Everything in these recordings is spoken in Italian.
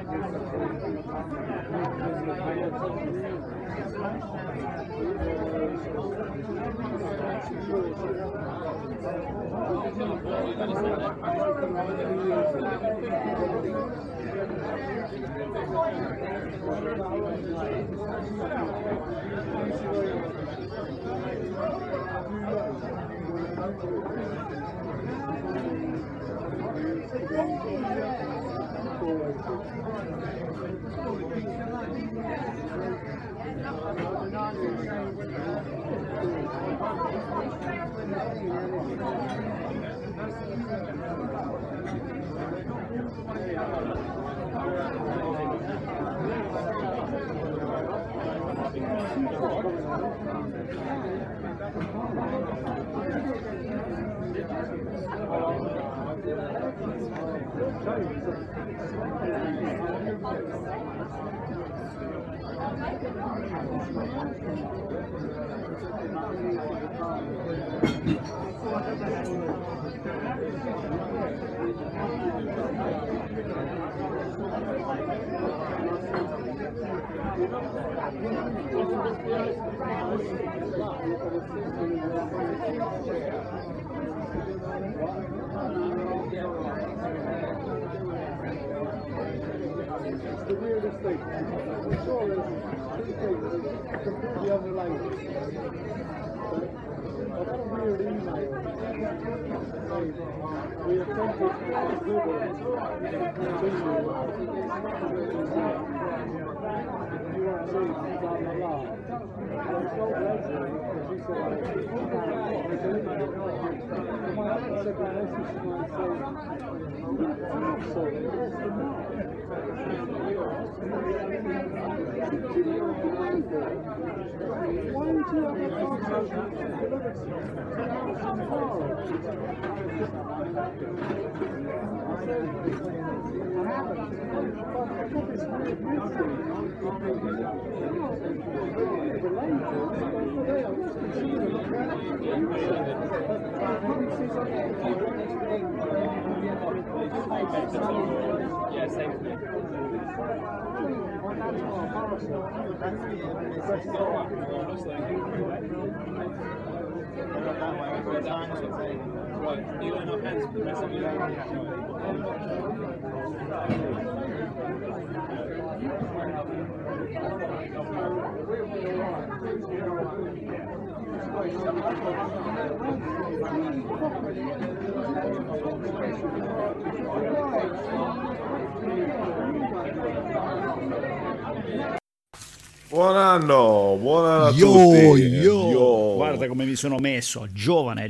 Buon anno a tutti. Yo. Guarda come mi sono messo, giovane.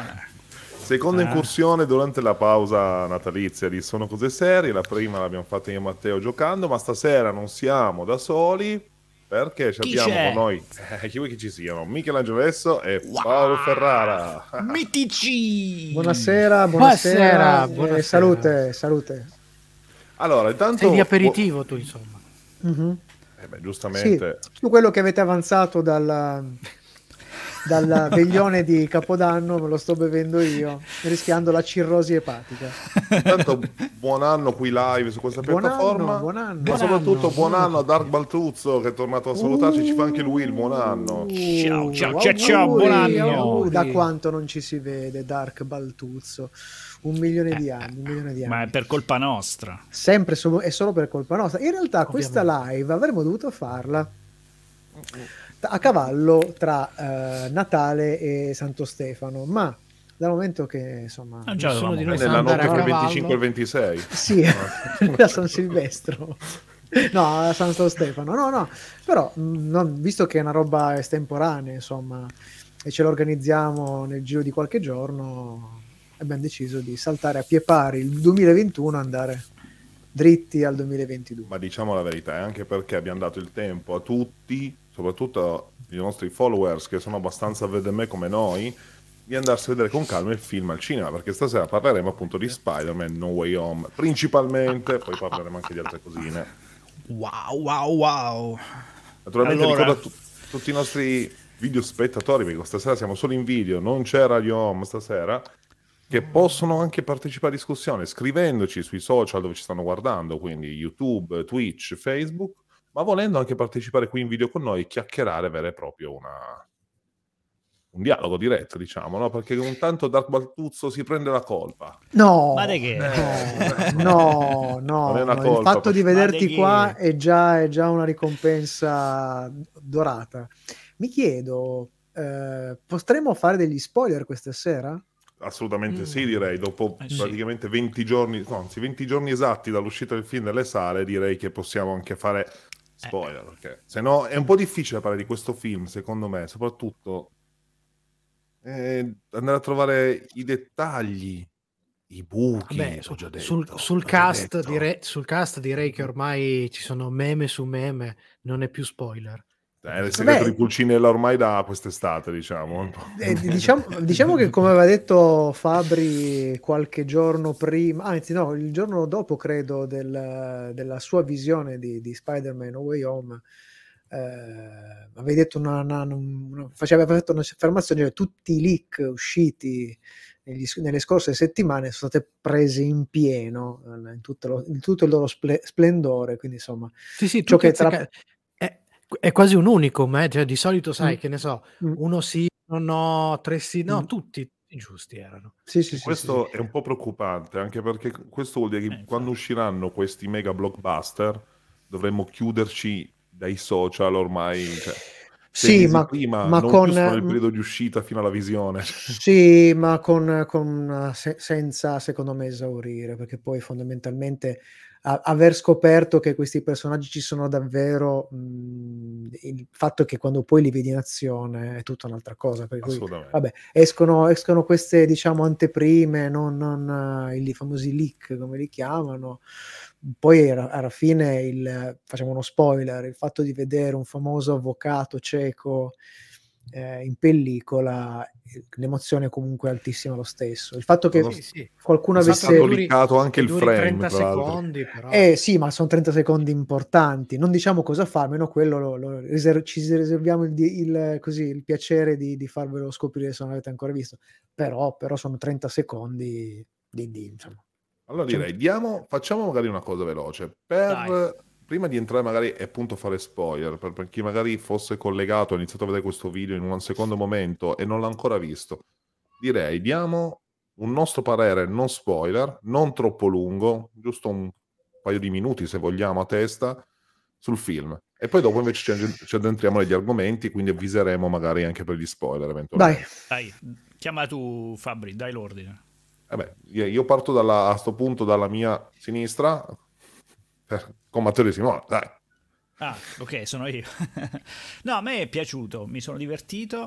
Seconda incursione durante la pausa natalizia di Sono Cose Serie. La prima l'abbiamo fatta io e Matteo giocando, ma stasera non siamo da soli perché abbiamo con noi chi vuoi che ci siano? Michelangelo Esso e Paolo Ferrara. Mitici. Buonasera. Salute. Allora, intanto sei di aperitivo tu, insomma. Giustamente. Sì, su quello che avete avanzato dal veglione di Capodanno me lo sto bevendo io, rischiando la cirrosi epatica. Intanto buon anno qui live su questa piattaforma. Buon anno. Ma soprattutto buon anno a Dark Baltuzzo che è tornato a salutarci. Ci fa anche lui il buon anno. Ciao, buon anno. Da quanto non ci si vede Dark Baltuzzo? 1 milione di anni. Ma è per colpa nostra. Sempre è solo per colpa nostra. In realtà questa live avremmo dovuto farla a cavallo tra Natale e Santo Stefano, ma dal momento che insomma nessuno di noi nella notte fra il 25 e il 26 da San Silvestro a Santo Stefano no, però visto che è una roba estemporanea insomma e ce l'organizziamo nel giro di qualche giorno, abbiamo deciso di saltare a pie pari il 2021 e andare dritti al 2022. Ma diciamo la verità, anche perché abbiamo dato il tempo a tutti, soprattutto i nostri followers che sono abbastanza vedeme come noi, di andarsi a vedere con calma il film al cinema, perché stasera parleremo appunto di Spider-Man No Way Home principalmente, poi parleremo anche di altre cosine. Wow. Naturalmente ricordo a tutti i nostri video spettatori, perché stasera siamo solo in video, non c'è Radio Home stasera, che possono anche partecipare a discussione scrivendoci sui social dove ci stanno guardando, quindi YouTube, Twitch, Facebook, ma volendo anche partecipare qui in video con noi, chiacchierare vero e proprio un dialogo diretto, diciamo, no? Perché un tanto Dark Baltuzzo si prende la colpa. No, Ma di che? no, Non è una il colpa, fatto di Ma vederti di qua che? è già una ricompensa dorata. Mi chiedo, potremmo fare degli spoiler questa sera? Assolutamente sì, direi. Dopo Sì. praticamente 20 giorni, no, anzi 20 giorni esatti dall'uscita del film nelle sale, direi che possiamo anche fare spoiler, perché se no è un po' difficile parlare di questo film, secondo me, soprattutto andare a trovare i dettagli, i buchi, Vabbè, ho già sul detto, l'ho già detto. sul cast direi che ormai ci sono meme su meme, non è più spoiler. È il segreto Vabbè, di Pulcinella ormai da quest'estate, diciamo. diciamo che come aveva detto Fabri qualche giorno prima, anzi no, il giorno dopo credo della sua visione di Spider-Man No Way Home, avevi detto aveva fatto un'affermazione, cioè tutti i leak usciti nelle scorse settimane sono state prese in pieno in tutto il loro splendore, quindi insomma Sì, sì, ciò tutti che tra... è quasi un unicum, cioè di solito sai, Mm, che ne so, mm, uno sì, uno no, tre sì, no, mm. tutti giusti erano. Sì, E sì, sì, sì, sì. questo è un po' preoccupante, anche perché questo vuol dire che Infatti. quando usciranno questi mega blockbuster dovremmo chiuderci dai social ormai, cioè, 6 Sì, mesi prima, ma non più con solo nel periodo di uscita fino alla visione. sì, ma senza secondo me esaurire, perché poi fondamentalmente aver scoperto che questi personaggi ci sono davvero, il fatto che quando poi li vedi in azione è tutta un'altra cosa, per cui Assolutamente. vabbè, escono queste diciamo anteprime, non i famosi leak come li chiamano. Poi alla fine facciamo uno spoiler, il fatto di vedere un famoso avvocato cieco in pellicola, l'emozione è comunque altissima lo stesso. Il fatto che Sì, sì. qualcuno Il È fatto stato avesse... leakato anche che il duri frame, 30 tra l'altro. secondi, però. Sì, ma sono 30 secondi importanti. Non diciamo cosa fa, almeno quello ci riserviamo così, il piacere di farvelo scoprire se non l'avete ancora visto. Però sono 30 secondi insomma. Allora Diciamo- direi, facciamo magari una cosa veloce. Dai. Prima di entrare magari e appunto fare spoiler, per chi magari fosse collegato, ha iniziato a vedere questo video in un secondo momento e non l'ha ancora visto, direi, diamo un nostro parere non spoiler, non troppo lungo, giusto un paio di minuti se vogliamo a testa, sul film. E poi dopo invece ci addentriamo negli argomenti, quindi avviseremo magari anche per gli spoiler Vai. eventualmente. Dai, chiama tu Fabri, dai l'ordine. Io parto a sto punto dalla mia sinistra, con Matteo De Simone, dai. Ah, ok, sono io. No, a me è piaciuto, mi sono divertito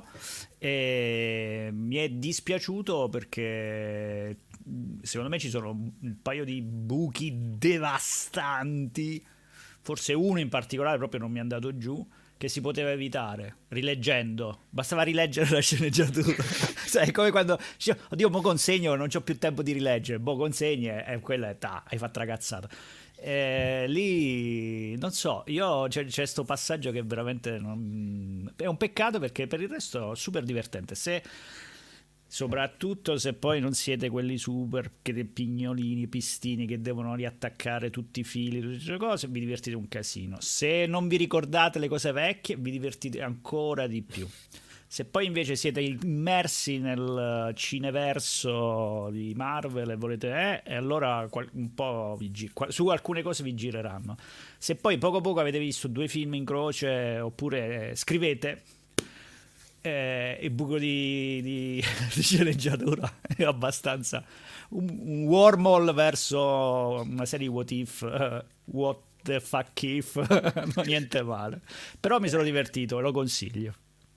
e mi è dispiaciuto perché secondo me ci sono un paio di buchi devastanti, forse uno in particolare proprio non mi è andato giù, che si poteva evitare rileggendo, bastava rileggere la sceneggiatura. Sai, è come quando oddio, mo consegno, non c'ho più tempo di rileggere, boh, consegni e quella è hai fatto la cazzata. Lì non so, c'è sto passaggio che veramente è un peccato perché per il resto è super divertente. Soprattutto se poi non siete quelli super pignolini, pistini che devono riattaccare tutti i fili, tutte queste cose, vi divertite un casino. Se non vi ricordate le cose vecchie, vi divertite ancora di più. Se poi invece siete immersi nel cineverso di Marvel e volete, e allora un po' su alcune cose vi gireranno. Se poi poco avete visto 2 film in croce, oppure scrivete, il buco di sceneggiatura è abbastanza un wormhole verso una serie what if, what the fuck if, no, niente male. Però mi sono divertito e lo consiglio.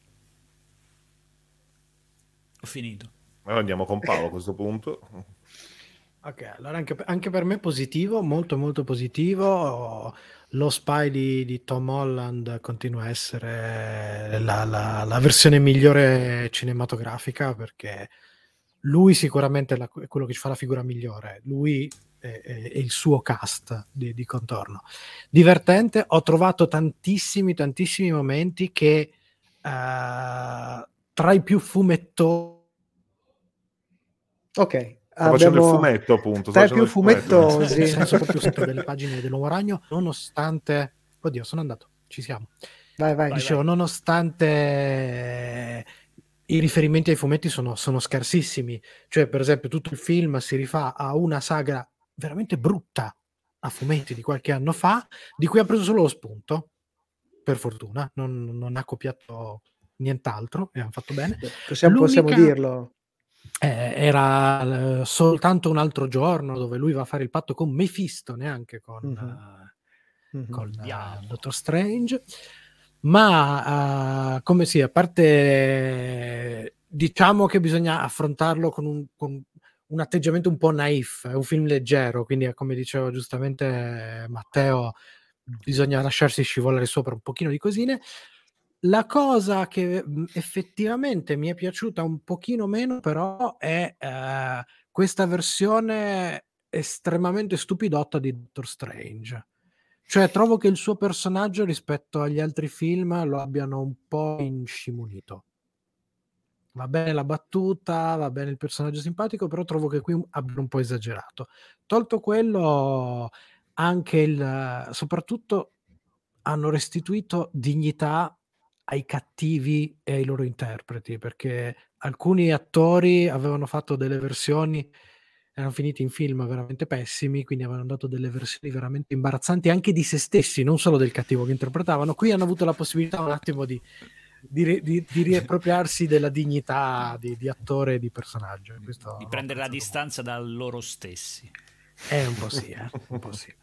Ho finito. Allora andiamo con Paolo a questo punto. Ok, allora anche per me positivo, molto molto positivo. Lo Spy di Tom Holland continua a essere la versione migliore cinematografica, perché lui sicuramente è quello che ci fa la figura migliore, lui e il suo cast di contorno. Divertente, ho trovato tantissimi momenti che tra i più fumettosi. Ok, Sto facendo il abbiamo fumetto, appunto. Sto tre facendo più il fumetto. fumettosi. Nel senso proprio sotto delle pagine dell'Uomo Ragno, nonostante... Oddio, sono andato, ci siamo. Vai. Dicevo, nonostante i riferimenti ai fumetti sono scarsissimi, cioè per esempio tutto il film si rifà a una saga veramente brutta a fumetti di qualche anno fa, di cui ha preso solo lo spunto, per fortuna, non ha copiato nient'altro e hanno fatto bene. Possiamo dirlo. Era soltanto un altro giorno, dove lui va a fare il patto con Mephisto, neanche con Dottor Strange. Ma come sì, a parte diciamo che bisogna affrontarlo con un atteggiamento un po' naif, è un film leggero, quindi come diceva giustamente Matteo, bisogna lasciarsi scivolare sopra un pochino di cosine. La cosa che effettivamente mi è piaciuta un pochino meno però è questa versione estremamente stupidotta di Doctor Strange. Cioè trovo che il suo personaggio rispetto agli altri film lo abbiano un po' inscimunito. Va bene la battuta, va bene il personaggio simpatico, però trovo che qui abbiano un po' esagerato. Tolto quello, anche soprattutto hanno restituito dignità ai cattivi e ai loro interpreti, perché alcuni attori avevano fatto delle versioni, erano finiti in film veramente pessimi, quindi avevano dato delle versioni veramente imbarazzanti anche di se stessi, non solo del cattivo che interpretavano. Qui hanno avuto la possibilità un attimo di riappropriarsi della dignità di attore e di personaggio. Questo di prendere la distanza da loro stessi. Un po' sì, un po' sì.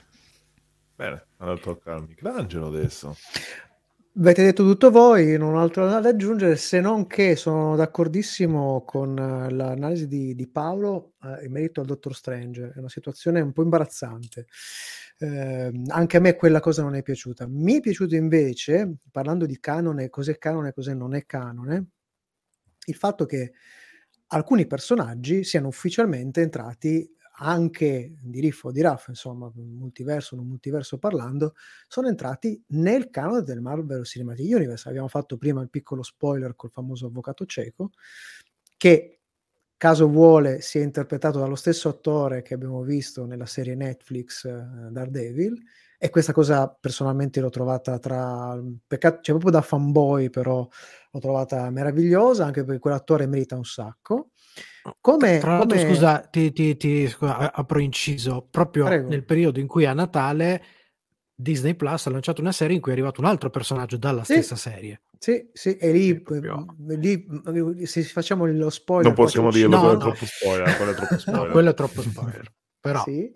Bene, allora tocca a Michelangelo adesso. Avete detto tutto voi, non ho altro da aggiungere, se non che sono d'accordissimo con l'analisi di Paolo in merito al Dottor Strange. È una situazione un po' imbarazzante. Anche a me quella cosa non è piaciuta. Mi è piaciuto invece, parlando di canone, cos'è canone e cos'è non è canone, il fatto che alcuni personaggi siano ufficialmente entrati anche di Riff o di Raff, insomma, multiverso, non multiverso parlando, sono entrati nel canone del Marvel Cinematic Universe. Abbiamo fatto prima il piccolo spoiler col famoso avvocato cieco, che caso vuole si è interpretato dallo stesso attore che abbiamo visto nella serie Netflix Daredevil, e questa cosa personalmente l'ho trovata cioè proprio da fanboy, però l'ho trovata meravigliosa, anche perché quell'attore merita un sacco. Tra l'altro, scusa, ti apro inciso, proprio Prego. nel periodo in cui a Natale Disney Plus ha lanciato una serie in cui è arrivato un altro personaggio dalla stessa serie. Sì, e lì, proprio... lì se facciamo lo spoiler... Non possiamo dirlo, quello è troppo spoiler. Quello è troppo spoiler. Però... Sì.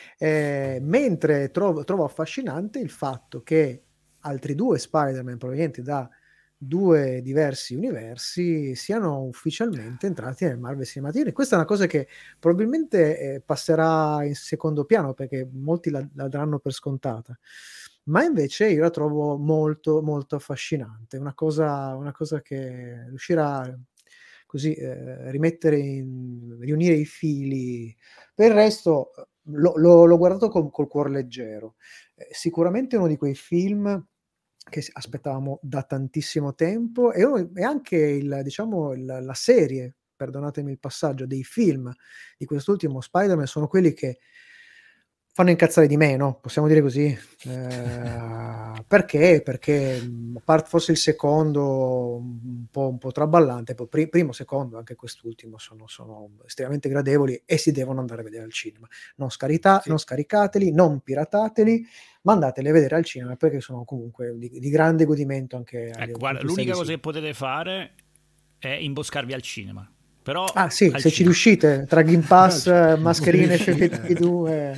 Mentre trovo affascinante il fatto che altri due Spider-Man provenienti da due diversi universi siano ufficialmente entrati nel Marvel Cinematic Universe. Questa è una cosa che probabilmente passerà in secondo piano, perché molti la daranno per scontata, ma invece io la trovo molto molto affascinante, una cosa che riuscirà così riunire i fili. Per il resto l'ho guardato col cuore leggero. Sicuramente uno di quei film che aspettavamo da tantissimo tempo, e anche la serie, perdonatemi il passaggio, dei film di quest'ultimo Spider-Man sono quelli che fanno incazzare di meno, possiamo dire così. Perché? Perché a parte forse il secondo un po' traballante, poi primo, secondo, anche quest'ultimo sono estremamente gradevoli e si devono andare a vedere al cinema. Non scaricateli, non piratateli, ma andateli a vedere al cinema, perché sono comunque di grande godimento anche guarda, l'unica cosa che potete fare è imboscarvi al cinema. Però sì, se ci riuscite, tra Game Pass, mascherine FFP2,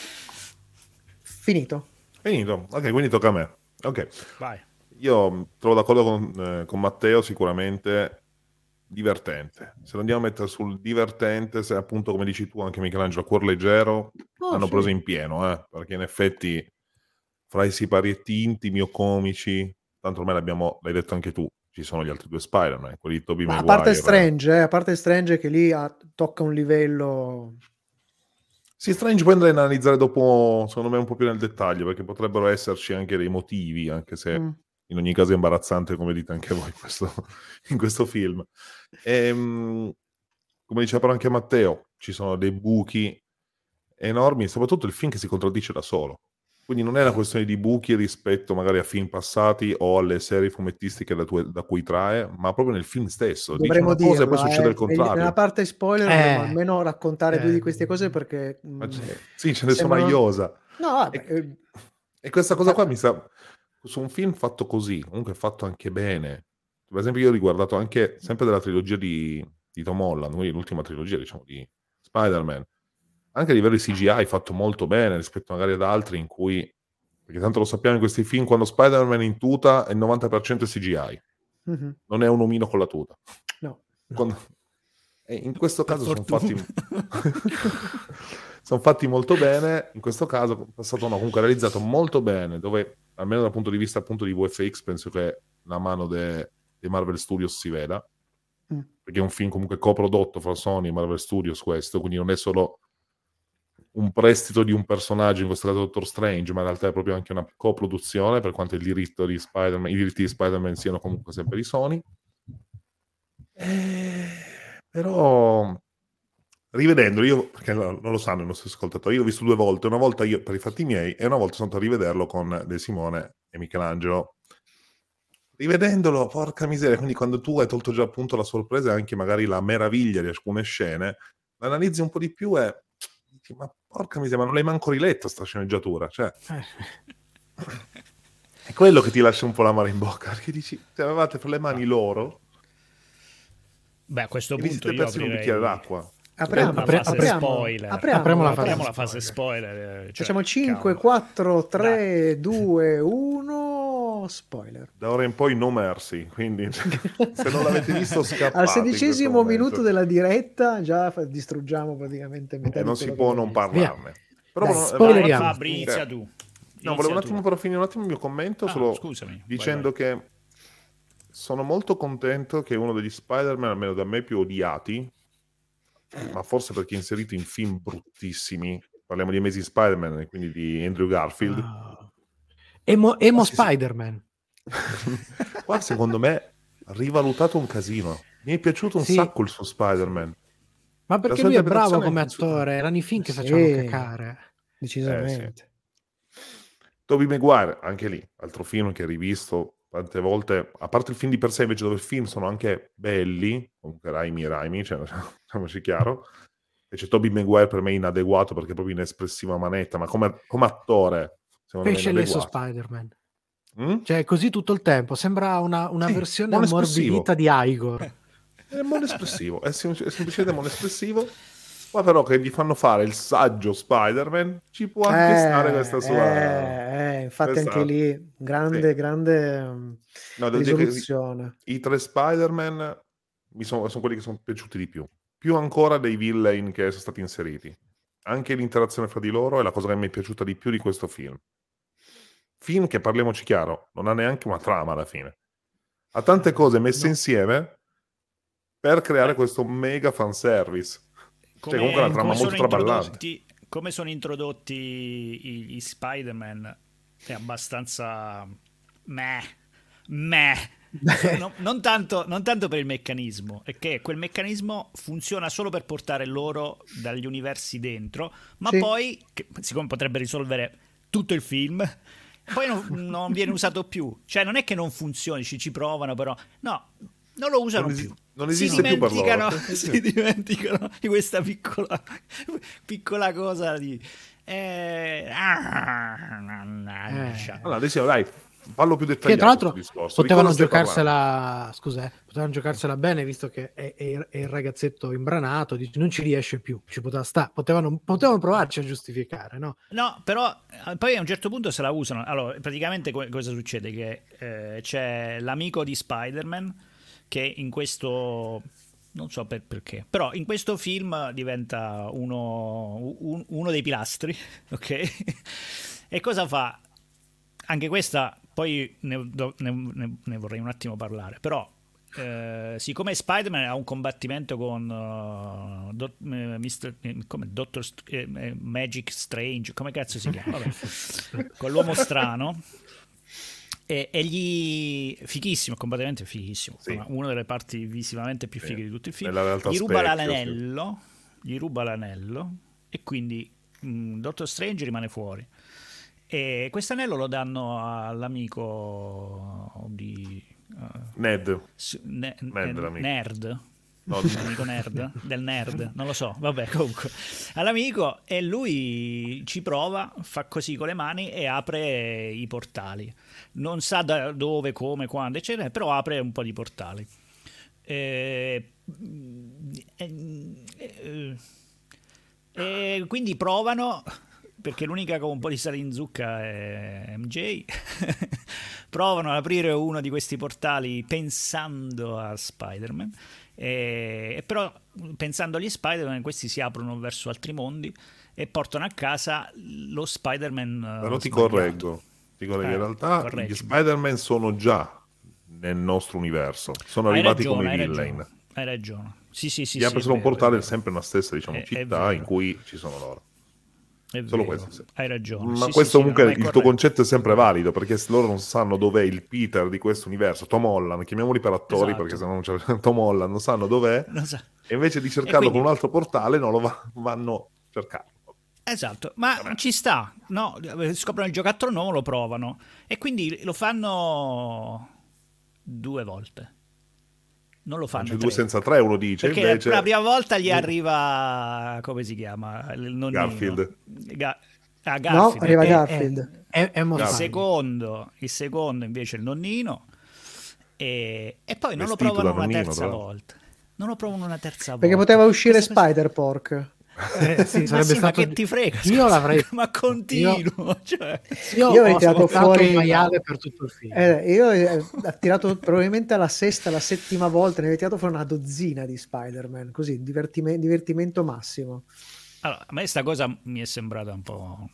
finito. Ok, quindi tocca a me. Ok, vai. Io trovo d'accordo con Matteo, sicuramente divertente. Se lo andiamo a mettere sul divertente, se appunto come dici tu anche Michelangelo, a cuor leggero, hanno preso in pieno, perché in effetti fra i siparietti intimi o comici, tanto ormai l'hai detto anche tu, ci sono gli altri due Spider-Man, quelli di Tobey Maguire. A parte Strange che lì tocca un livello... Sì, Strange poi andrei a analizzare dopo, secondo me, un po' più nel dettaglio, perché potrebbero esserci anche dei motivi, anche se in ogni caso è imbarazzante, come dite anche voi in questo film. come diceva però anche Matteo, ci sono dei buchi enormi, soprattutto il film che si contraddice da solo. Quindi non è una questione di buchi rispetto magari a film passati o alle serie fumettistiche da cui trae, ma proprio nel film stesso. Dice Dovremmo una cosa e poi dirlo, succede il nella contrario. parte spoiler dovremmo almeno raccontare due di queste cose perché Sì, ce ne sono a sembrano... iosa. No, vabbè, E questa cosa qua mi sa, su un film fatto così, comunque fatto anche bene. Per esempio io ho riguardato anche, sempre della trilogia di Tom Holland, quindi l'ultima trilogia, diciamo, di Spider-Man. Anche a livello di CGI fatto molto bene rispetto magari ad altri in cui, perché tanto lo sappiamo in questi film, quando Spider-Man è in tuta il 90% è CGI, mhm, non è un omino con la tuta. no. E in questo Per caso sono fortuna. fatti molto bene, in questo caso è stato comunque realizzato molto bene, dove almeno dal punto di vista appunto di VFX penso che la mano dei Marvel Studios si veda, perché è un film comunque coprodotto fra Sony e Marvel Studios questo, quindi non è solo un prestito di un personaggio, in questo caso Doctor Strange, ma in realtà è proprio anche una coproduzione, per quanto i diritti di Spider-Man siano comunque sempre di Sony. Però rivedendolo, io, perché non lo sanno i nostri ascoltatori, io l'ho visto 2 volte, una volta io per i fatti miei e una volta sono andato a rivederlo con De Simone e Michelangelo. Rivedendolo, porca miseria, quindi quando tu hai tolto già appunto la sorpresa e anche magari la meraviglia di alcune scene, l'analizzi un po' di più e dici, ma porca miseria, ma non l'hai manco riletta sta sceneggiatura, cioè è quello che ti lascia un po' l'amaro in bocca, perché dici, se avevate fra le mani loro Beh, a questo e vi punto siete io persi in un bicchiere aprirei d'acqua. la fase spoiler. Apriamo Apriamo la fase spoiler. Cioè, Facciamo 5, cavolo. 4, 3, 2, 1, spoiler. Da ora in poi no mercy, quindi se non l'avete visto scappate. Al in questo 16° momento. minuto della diretta già distruggiamo praticamente metà di Non si quello può che non abbiamo visto. parlarne. Però Dai, spoileriamo. Fabri, inizia tu. No, volevo un attimo però finire un attimo il mio commento solo Scusami, dicendo che sono molto contento che uno degli Spider-Man, almeno da me più odiati, ma forse perché inserito in film bruttissimi, parliamo di Amazing Spider-Man e quindi di Andrew Garfield. Emo Spider-Man. Qua secondo me rivalutato un casino. Mi è piaciuto un sacco il suo Spider-Man. Ma perché lui è bravo come attore, erano i film che facevano cacare. Decisamente. Sì. Tobey Maguire, anche lì, altro film che hai rivisto tante volte, a parte il film di per sé invece dove i film sono anche belli, comunque Raimi, cioè, diciamoci chiaro, invece Tobey Maguire per me è inadeguato perché è proprio inespressiva manetta, ma come attore secondo me è Pesce lesso inadeguato. Spider-Man. Cioè così tutto il tempo, sembra una versione monespressivo. ammorbidita di Igor. È monespressivo, è semplicemente monespressivo. Poi però che gli fanno fare il saggio Spider-Man ci può anche stare questa sua infatti anche lì grande risoluzione. I 3 Spider-Man sono quelli che sono piaciuti di più ancora dei villain che sono stati inseriti. Anche l'interazione fra di loro è la cosa che mi è piaciuta di più di questo film che, parliamoci chiaro, non ha neanche una trama alla fine, ha tante cose messe insieme per creare questo mega fanservice. Cioè comunque una trama molto traballante. Come sono introdotti gli Spider-Man è abbastanza non tanto per il meccanismo, è che quel meccanismo funziona solo per portare loro dagli universi dentro, ma poi, siccome potrebbe risolvere tutto il film, poi non viene usato più. Cioè non è che non funzioni, ci provano, però no, non lo usano più. Non esiste più per loro. Si dimenticano di questa piccola cosa di allora adesso dai, fallo più dettagliato. Che tra l'altro discorso. potevano giocarsela bene, visto che è il ragazzetto imbranato, non ci riesce più, ci poteva stare, potevano provarci a giustificare, no? No, però poi a un certo punto se la usano. Allora, praticamente cosa succede? Che c'è l'amico di Spider-Man che in questo, non so perché, però in questo film diventa uno dei pilastri, ok? E cosa fa? Anche questa, poi ne vorrei un attimo parlare, però siccome Spider-Man ha un combattimento con Dottor Magic Strange, come cazzo si chiama? Vabbè, con l'uomo strano, fighissimo, completamente fighissimo. Sì. Una delle parti visivamente più Sì. fighe di tutto il film. Nella realtà Gli ruba specchio, gli ruba l'anello e quindi Doctor Strange rimane fuori. E questo anello lo danno all'amico di Ned. Nerd. No, L'amico nerd del nerd, non lo so, vabbè, comunque all'amico, e lui ci prova, fa così con le mani e apre i portali, non sa da dove, come, quando, eccetera, però apre un po' di portali. E quindi provano, perché l'unica con un po' di sale in zucca è MJ. Provano ad aprire uno di questi portali pensando a Spider-Man, e però pensando agli Spider-Man questi si aprono verso altri mondi e portano a casa lo Spider-Man però ti sbagliato. correggo. In realtà correggimi. gli Spider-Man sono già nel nostro universo, sono Hai arrivati ragione, come hai villain. ragione, hai ragione. Sì, Gli apre solo un portale, è sempre una stessa, diciamo, È città in vero. cui ci sono loro. È Solo vero, questo, sì. hai ragione. Ma Sì, questo sì, comunque no, è il tuo corretto. concetto è sempre valido, perché se loro non sanno dov'è il Peter di questo universo, Tom Holland, chiamiamoli per attori, Esatto. perché se no non c'è Tom Holland, non sanno dov'è, Non so. e invece di E cercarlo quindi- con un altro portale no, vanno a cercarlo. Esatto, ma ci sta, no? Scoprono il giocattolo nuovo, lo provano e quindi lo fanno 2 volte. Non lo fanno C'è 3. due senza tre, uno dice, Perché invece la prima volta gli arriva, come si chiama? Il nonnino. Garfield. Garfield. No, arriva Garfield. Il Garfield. secondo invece il nonnino, e poi non lo Vestito provano da una nonnino, terza tra l'altro. volta. Non lo provano una terza Perché volta. poteva uscire Questo- Spider-Pork. Sì, ma sarebbe sì, stato... ma che ti frega? Io l'avrei... Ma continuo. Cioè. Io avrei ho tirato ascoltato fuori il maiale per tutto il film. Io ho tirato probabilmente alla sesta, la settima volta, ne avevo tirato fuori una dozzina di Spider-Man, così, divertimento massimo. Allora, a me sta cosa mi è sembrata un po'...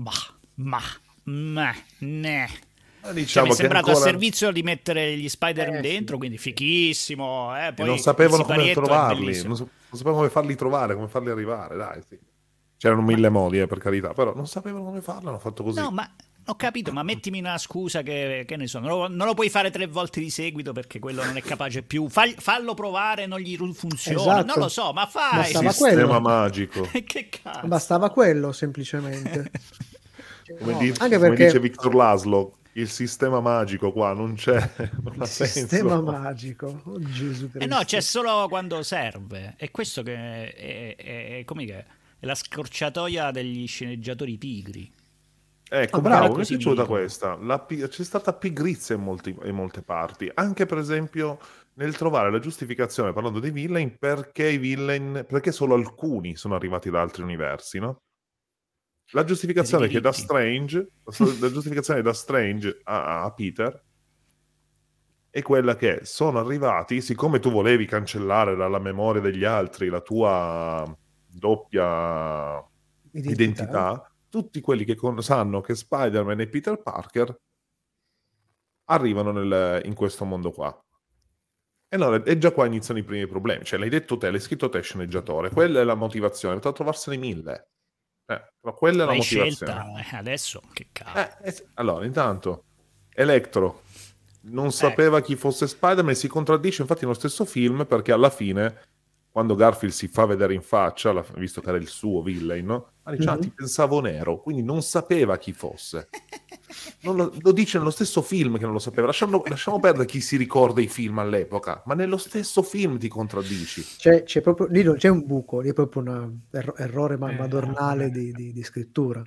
ne. Diciamo Mi è che sembrato ancora... a servizio di mettere gli Spider-Man dentro, sì. quindi fichissimo. E Poi non sapevano il come siparietto è trovarli, bellissimo. non sapevano come farli trovare, come farli arrivare, dai, sì. C'erano mille modi, per carità, però non sapevano come farlo, hanno fatto così. No, ma ho capito, ma mettimi una scusa che ne so, non lo puoi fare 3 volte di seguito perché quello non è capace più. Fallo provare, non gli funziona. Esatto. Non lo so, ma fai. Bastava Sistema quello. magico. Che cazzo. Bastava quello, semplicemente. Come, No, dice, anche come perché dice Victor Laszlo, il sistema magico qua non c'è. Non ha il sistema senso. magico, oh, Gesù Cristo. No, c'è solo quando serve. È questo che è come che è la scorciatoia degli sceneggiatori pigri. Ecco, Ah, bravo, mi è così mi piaciuta dicono. questa. C'è stata pigrizia in molte parti, anche per esempio nel trovare la giustificazione, parlando dei villain, perché solo alcuni sono arrivati da altri universi, no? La giustificazione che da Strange, la giustificazione da Strange a Peter è quella che sono arrivati, siccome tu volevi cancellare dalla memoria degli altri la tua doppia identità, tutti quelli che sanno che Spider-Man e Peter Parker arrivano in questo mondo qua. E allora, e già qua iniziano i primi problemi. Cioè, l'hai detto te, l'hai scritto te, sceneggiatore. Quella è la motivazione, poteva trovarsene 1000. Però quella è la L'hai motivazione. scelta adesso, che cazzo. Allora, intanto, Electro non sapeva chi fosse Spider-Man e si contraddice infatti nello stesso film, perché alla fine, quando Garfield si fa vedere in faccia, visto che era il suo villain, no? Dice, ti pensavo nero, quindi non sapeva chi fosse. Lo dice nello stesso film che non lo sapeva. Lasciamo perdere chi si ricorda i film all'epoca, ma nello stesso film ti contraddici. C'è proprio, lì non c'è un buco, lì è proprio un errore madornale di scrittura.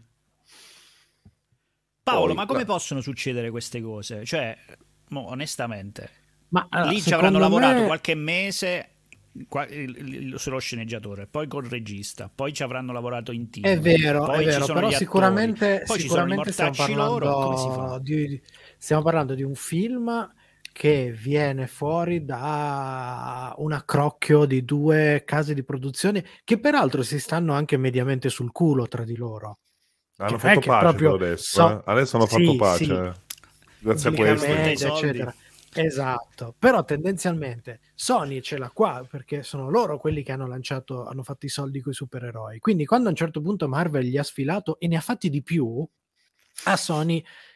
Paolo, Poi, ma come possono succedere queste cose? Cioè, onestamente, Ma lì ci avranno lavorato qualche mese sullo sceneggiatore, poi col regista, poi ci avranno lavorato in team. È vero, poi ci sono però gli sicuramente, attori, poi ci sono i mortacci loro. Come si fa? Stiamo parlando di un film che viene fuori da un accrocchio di 2 case di produzione che peraltro si stanno anche mediamente sul culo tra di loro. Hanno Che fatto pace proprio adesso. Adesso hanno fatto pace. Grazie a questo. Eccetera. Esatto, però tendenzialmente Sony ce l'ha qua perché sono loro quelli che hanno fatto i soldi con i supereroi. Quindi quando a un certo punto Marvel gli ha sfilato e ne ha fatti di più, a Sony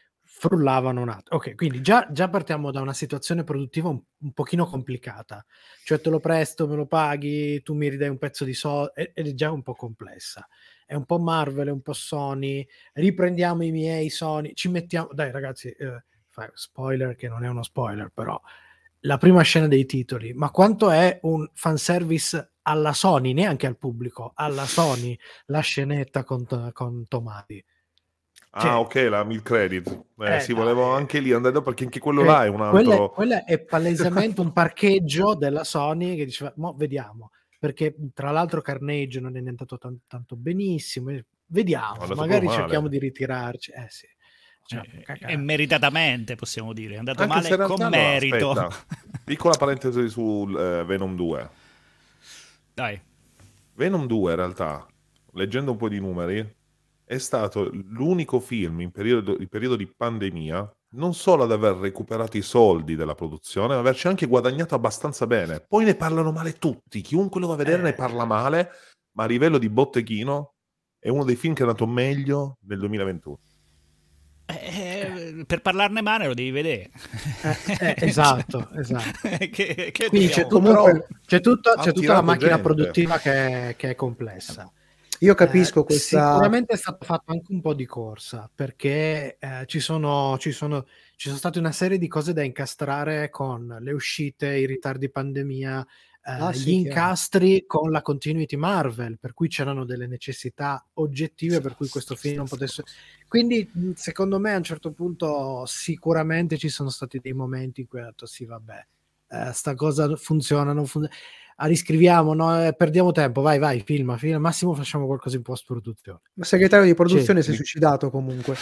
frullavano un attimo. Ok, quindi già partiamo da una situazione produttiva un pochino complicata, cioè te lo presto, me lo paghi, tu mi ridai un pezzo di soldi, ed è già un po' complessa. È un po' Marvel, è un po' Sony, riprendiamo i miei Sony, ci mettiamo... Dai ragazzi, spoiler che non è uno spoiler, però la prima scena dei titoli, ma quanto è un fanservice alla Sony, neanche al pubblico, alla Sony, la scenetta con Tomati. Ah, ok, la mil credit. Sì, volevo anche lì andare dopo, perché anche quello là è un altro... Quella è palesemente un parcheggio della Sony che diceva, mo vediamo, perché tra l'altro Carnage non è andato tanto benissimo, vediamo, magari cerchiamo di ritirarci. Sì. E meritatamente, possiamo dire, è andato anche male realtà, con merito. Aspetta, piccola parentesi su Venom 2. Dai. Venom 2 in realtà, leggendo un po' di numeri, è stato l'unico film in periodo di pandemia non solo ad aver recuperato i soldi della produzione, ma averci anche guadagnato abbastanza bene. Poi ne parlano male tutti, chiunque lo va a vedere ne parla male, ma a livello di botteghino è uno dei film che è andato meglio nel 2021. Per parlarne male lo devi vedere. Esatto. Quindi c'è tutta la macchina produttiva che è complessa. Io capisco questa... Sicuramente è stato fatto anche un po' di corsa, perché ci sono state una serie di cose da incastrare con le uscite, i ritardi pandemia, gli incastri con la continuity Marvel, per cui c'erano delle necessità oggettive per cui questo film non potesse... Quindi secondo me a un certo punto sicuramente ci sono stati dei momenti in cui ho detto sì vabbè, sta cosa funziona, non funziona, riscriviamo, no? Perdiamo tempo, vai, filma, massimo facciamo qualcosa in post-produzione. Il segretario di produzione si è suicidato comunque.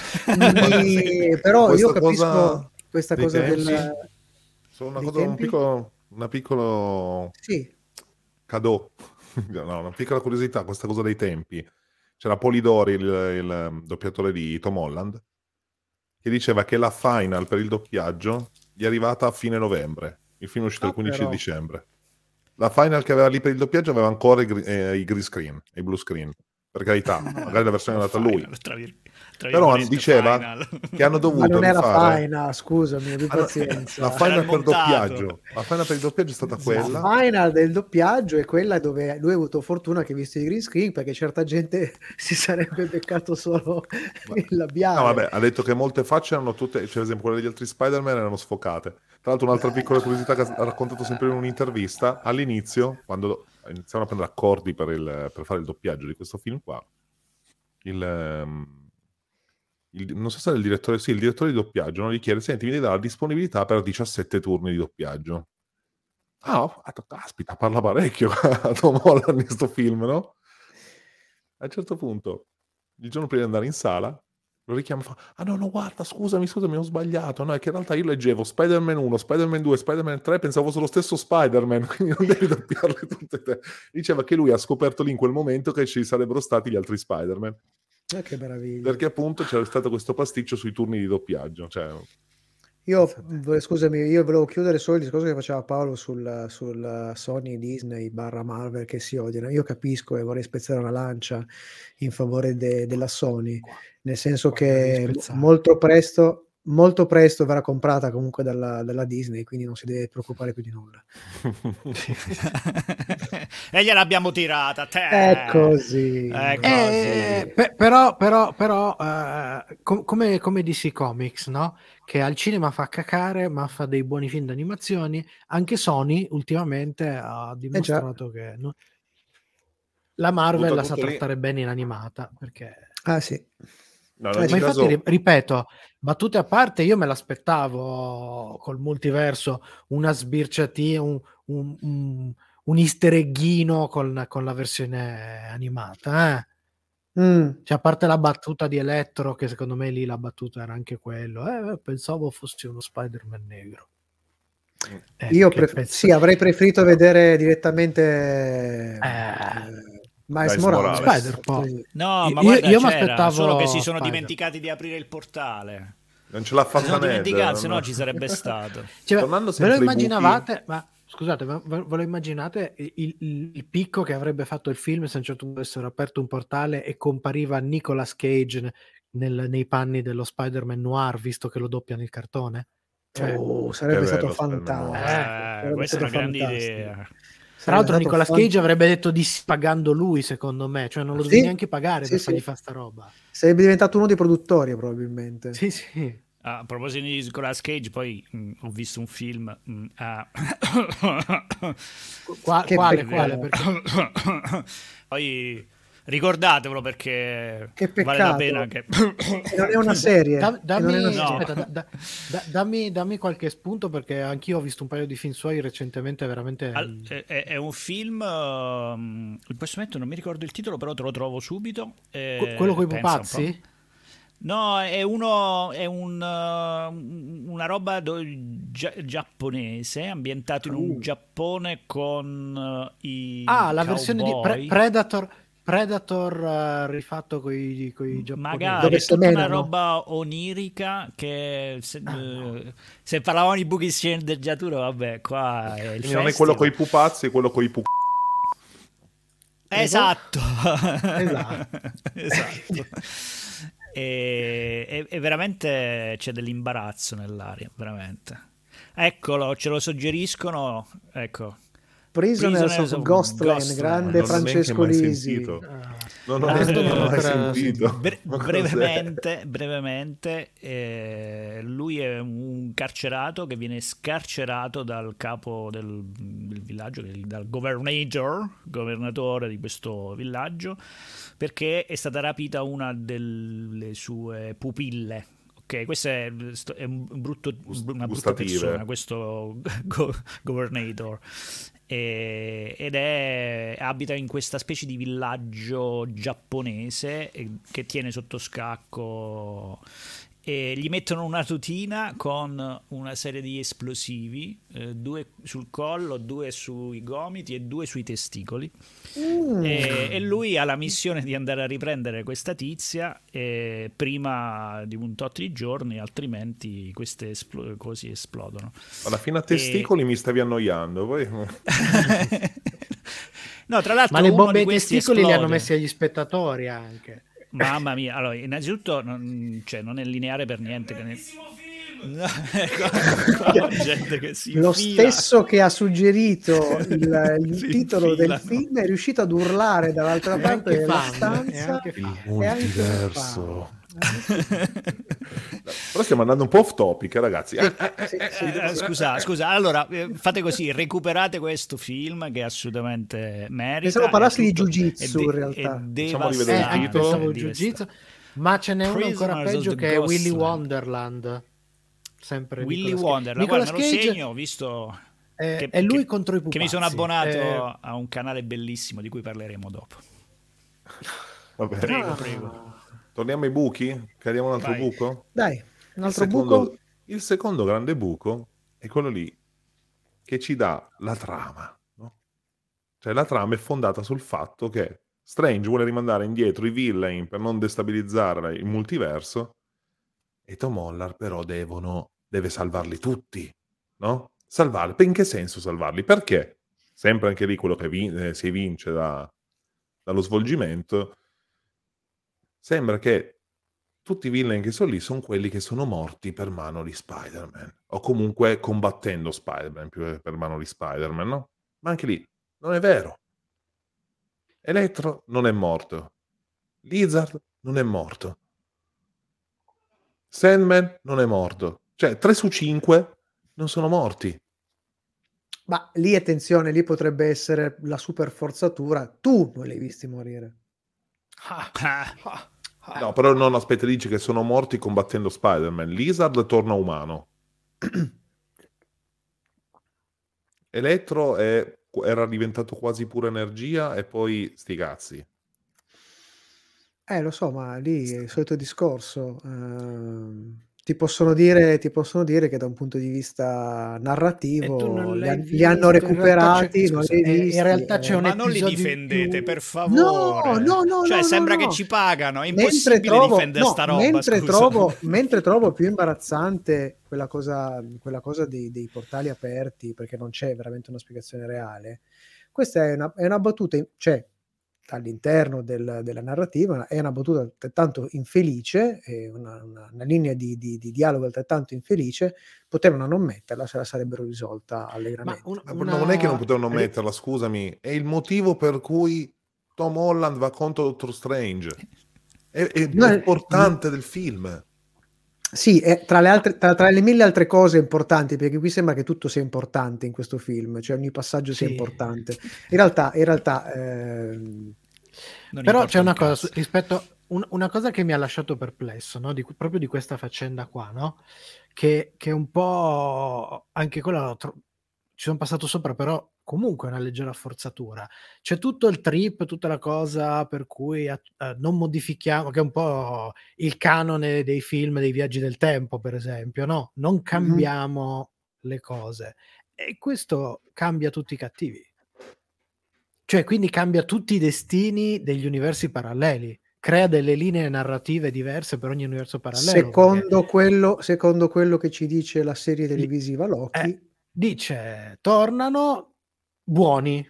Però io capisco questa cosa del... Sono una piccola cadeau, no, una piccola curiosità, questa cosa dei tempi. C'era Polidori, il doppiatore di Tom Holland, che diceva che la final per il doppiaggio gli è arrivata a fine novembre. Il film è uscito il 15 dicembre. La final che aveva lì per il doppiaggio aveva ancora i green screen, i blue screen. Per carità, magari la versione è andata a lui. Però diceva che hanno dovuto... Ma non era rifare... final, scusami, di pazienza. La final per doppiaggio. La final per il doppiaggio è stata quella. La final del doppiaggio è quella dove lui ha avuto fortuna che ha visto i green screen, perché certa gente si sarebbe beccato solo il labiale. No, vabbè, ha detto che molte facce erano tutte, cioè, ad esempio quelle degli altri Spider-Man erano sfocate. Tra l'altro un'altra piccola curiosità che ha raccontato sempre in un'intervista, all'inizio, quando iniziavano a prendere accordi per fare il doppiaggio di questo film qua, non so se era il direttore, il direttore di doppiaggio non gli chiede, senti, mi devi dare la disponibilità per 17 turni di doppiaggio. Caspita, parla parecchio Tom Holland in questo film, no? A un certo punto, il giorno prima di andare in sala, lo richiama e fa, no, guarda, scusami, ho sbagliato, no, è che in realtà io leggevo Spider-Man 1, Spider-Man 2, Spider-Man 3, pensavo fosse lo stesso Spider-Man, quindi non devi doppiarle tutte te. Diceva che lui ha scoperto lì in quel momento che ci sarebbero stati gli altri Spider-Man. Che meraviglia. Perché appunto c'era stato questo pasticcio sui turni di doppiaggio, cioè... Scusami, io volevo chiudere solo il discorso che faceva Paolo sul Sony, Disney / Marvel che si odiano. Io capisco e vorrei spezzare una lancia in favore della Sony, nel senso che molto presto verrà comprata comunque dalla Disney, quindi non si deve preoccupare più di nulla. E gliel'abbiamo tirata, te. È così. Però come DC Comics, no? Che al cinema fa cacare, ma fa dei buoni film d'animazioni. Anche Sony ultimamente ha dimostrato che la Marvel la sa trattare bene in animata, perché... sì. No, ma infatti, ripeto, battute a parte, io me l'aspettavo col multiverso, una sbirciatina, un easter egghino con la versione animata, Cioè, a parte la battuta di Elettro, che secondo me lì la battuta era anche quello, pensavo fosse uno Spider-Man negro. Io avrei preferito vedere direttamente Miles Morales. Spider-Man. No, ma guarda, io mi aspettavo solo che si sono dimenticati di aprire il portale. Non ce l'ha fatta dimenticato, se no ci sarebbe stato. Cioè, ve lo immaginavate? Ma scusate, ve lo immaginate il picco che avrebbe fatto il film se a un certo punto avessero aperto un portale e compariva Nicolas Cage nei panni dello Spider-Man noir, visto che lo doppia nel cartone? Cioè, sarebbe Che stato bello, Spider-Man fantastico. Sarebbe questa è una stato grande fantastico. idea. tra Sarebbe l'altro stato Nicolas Cage avrebbe detto di sì pagando lui, secondo me, cioè non lo devi Sì, neanche pagare sì, per sì. fargli fare sta roba. Sarebbe diventato uno dei produttori, probabilmente. Sì, sì. A proposito di Nicolas Cage, poi ho visto un film Che Quale? peccato. Perché poi ricordatevelo perché Che vale la peccato. pena che Che non è una serie. Che non è dammi, una No. serie. aspetta, dammi qualche spunto, perché anch'io ho visto un paio di film suoi recentemente, veramente. È un film, in questo momento non mi ricordo il titolo, però te lo trovo subito. Quello coi Pensa un po'. pupazzi? No, è una roba giapponese, ambientato in un Giappone con i La versione di cowboy. Predator rifatto coi giapponesi. Magari Dove è tutta una semenano. roba onirica che se parlavamo di buchi sceneggiatura, vabbè, qua è il Quindi non è quello festival. con i pupazzi, è quello con i Esatto. Esatto. E veramente c'è dell'imbarazzo nell'aria, veramente. Eccolo, ce lo suggeriscono, ecco. Prisoners of Ghostland, grande Non l'ho neanche Francesco mai Lisi. sentito. Non ho Questo neanche non l'ho mai ancora sentito. Ma cos'è? brevemente, lui è un carcerato che viene scarcerato dal capo del villaggio, dal governatore di questo villaggio, perché è stata rapita una delle sue pupille. Ok, questa è una brutta Gustative. persona, questo governator. Ed abita in questa specie di villaggio giapponese che tiene sotto scacco, e gli mettono una tutina con una serie di esplosivi, 2 sul collo, 2 sui gomiti e 2 sui testicoli. E lui ha la missione di andare a riprendere questa tizia prima di un tot di giorni, altrimenti queste così esplodono. Alla fine a testicoli mi stavi annoiando. Poi... No, tra l'altro Ma le uno bombe di ai questi testicoli li hanno esplode. messi agli spettatori anche. Mamma mia, allora, innanzitutto non è lineare per niente. No, gente che si Lo infila. stesso che ha suggerito il Si titolo del infilano. film è riuscito ad urlare dall'altra È parte anche della fan, stanza. è anche fan. e anche multiverso. fan. Però stiamo andando un po' off topic, ragazzi. Scusa, allora fate così, recuperate questo film che assolutamente merita. Pensavo parlassi di tutto- Jiu-Jitsu, è in realtà. È Facciamo rivedere il devastante, titolo. Pensavo è Jiu-Jitsu, ma ce n'è uno ancora Prisoners of peggio the che è Willy Ghostland. Wonderland. Sempre Willy Nicolas Cage. Wonderland, Nicolas guarda, me lo Cage segno, visto è lui contro i che mi sono pupazzi. abbonato a un canale bellissimo di cui parleremo dopo. Vabbè. Prego. Torniamo ai buchi? Cadiamo un altro Vai. buco? Dai, un altro Secondo- buco. Il secondo grande buco è quello lì che ci dà la trama, no? Cioè la trama è fondata sul fatto che Strange vuole rimandare indietro i villain per non destabilizzare il multiverso, e Tom Holland però deve salvarli tutti, no? Salvarli. In che senso salvarli? Perché? Sempre anche lì quello che si evince dallo svolgimento, sembra che tutti i villain che sono lì sono quelli che sono morti per mano di Spider-Man, o comunque combattendo Spider-Man più che per mano di Spider-Man, no? Ma anche lì non è vero. Electro non è morto, Lizard non è morto, Sandman non è morto, cioè 3 su 5 non sono morti. Ma lì, attenzione, lì potrebbe essere la super forzatura. Tu non li hai visti morire. No, però non, aspetta, dici che sono morti combattendo Spider-Man. Lizard torna umano. Electro era diventato quasi pura energia e poi sti cazzi. Lo so, ma lì è il solito discorso. Ti possono dire che da un punto di vista E tu narrativo non li, l'hai li hanno visto, in realtà recuperati, non scusa, li hai visti. in realtà c'è un Ma non li episodio in difendete, più. per favore. No, Cioè, no, sembra no. che ci pagano. È Mentre impossibile trovo, difendere no, sta roba. Scusa. mentre trovo più imbarazzante quella cosa dei portali aperti, perché non c'è veramente una spiegazione reale. Questa è una battuta, cioè all'interno della narrativa è una battuta altrettanto infelice, e una linea di dialogo altrettanto infelice, potevano non metterla se la sarebbero risolta allegramente. Non è che non potevano metterla, scusami, è il motivo per cui Tom Holland va contro Doctor Strange. È importante del film. Sì, tra le mille altre cose importanti, perché qui sembra che tutto sia importante in questo film, cioè ogni passaggio sia importante. In realtà però c'è una cosa rispetto una cosa che mi ha lasciato perplesso, no? Proprio di questa faccenda qua, no? Che un po' anche quella ci sono passato sopra, però comunque è una leggera forzatura. C'è tutto il trip, tutta la cosa per cui non modifichiamo, che è un po' il canone dei film dei viaggi del tempo, per esempio, no? Non cambiamo le cose, e questo cambia tutti i cattivi, cioè quindi cambia tutti i destini degli universi paralleli, crea delle linee narrative diverse per ogni universo parallelo. Secondo quello che ci dice la serie televisiva Loki, dice tornano buoni,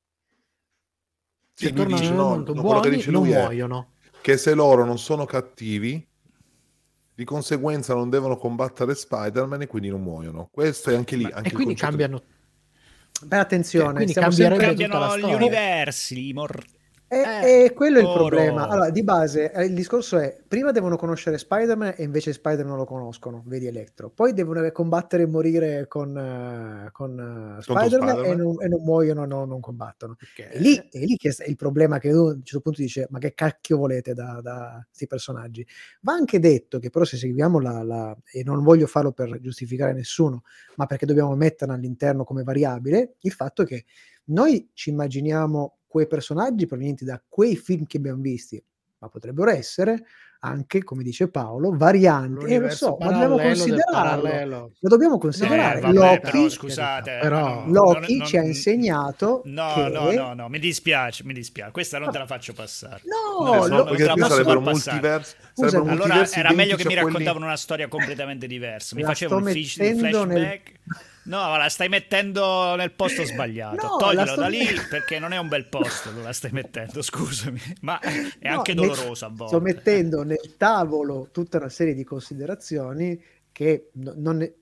Sì, tornano dice, nel mondo buoni, non muoiono, che se loro non sono cattivi, di conseguenza non devono combattere Spider-Man e quindi non muoiono. Questo è anche lì. Anche e quindi cambiano. Beh, attenzione, quindi cambiano gli universi, e quello è il problema. Allora, di base, il discorso è: prima devono conoscere Spider-Man e invece Spider-Man non lo conoscono, vedi Electro. Poi devono combattere e morire con Spider-Man e non muoiono, non combattono. È lì che è il problema, che uno a un certo punto dice: ma che cacchio volete da questi personaggi? Va anche detto che però, se seguiamo e non voglio farlo per giustificare nessuno, ma perché dobbiamo metterla all'interno come variabile, il fatto che noi ci immaginiamo quei personaggi provenienti da quei film che abbiamo visti, ma potrebbero essere anche, come dice Paolo, varianti. Lo so, ma dobbiamo considerarlo. Lo dobbiamo considerare. Vabbè, però scusate, Loki ci ha insegnato no, mi dispiace, questa non te la faccio passare. Perché sarebbero multiversi. Allora era meglio che mi raccontavano una storia completamente diversa, mi facevano un flashback. No, la stai mettendo nel posto sbagliato. Toglilo da lì, perché non è un bel posto dove la stai mettendo, scusami, ma è anche doloroso a volte. Sto mettendo nel tavolo tutta una serie di considerazioni che non è...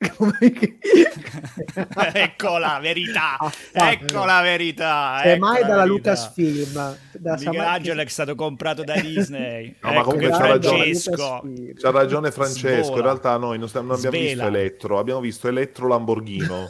Ecco la verità, ecco la verità. Se mai dalla Lucasfilm, Michelangelo è stato comprato da Disney. No, ma comunque c'ha ragione Francesco. In realtà noi non abbiamo visto Elettro, abbiamo visto Elettro Lamborghino.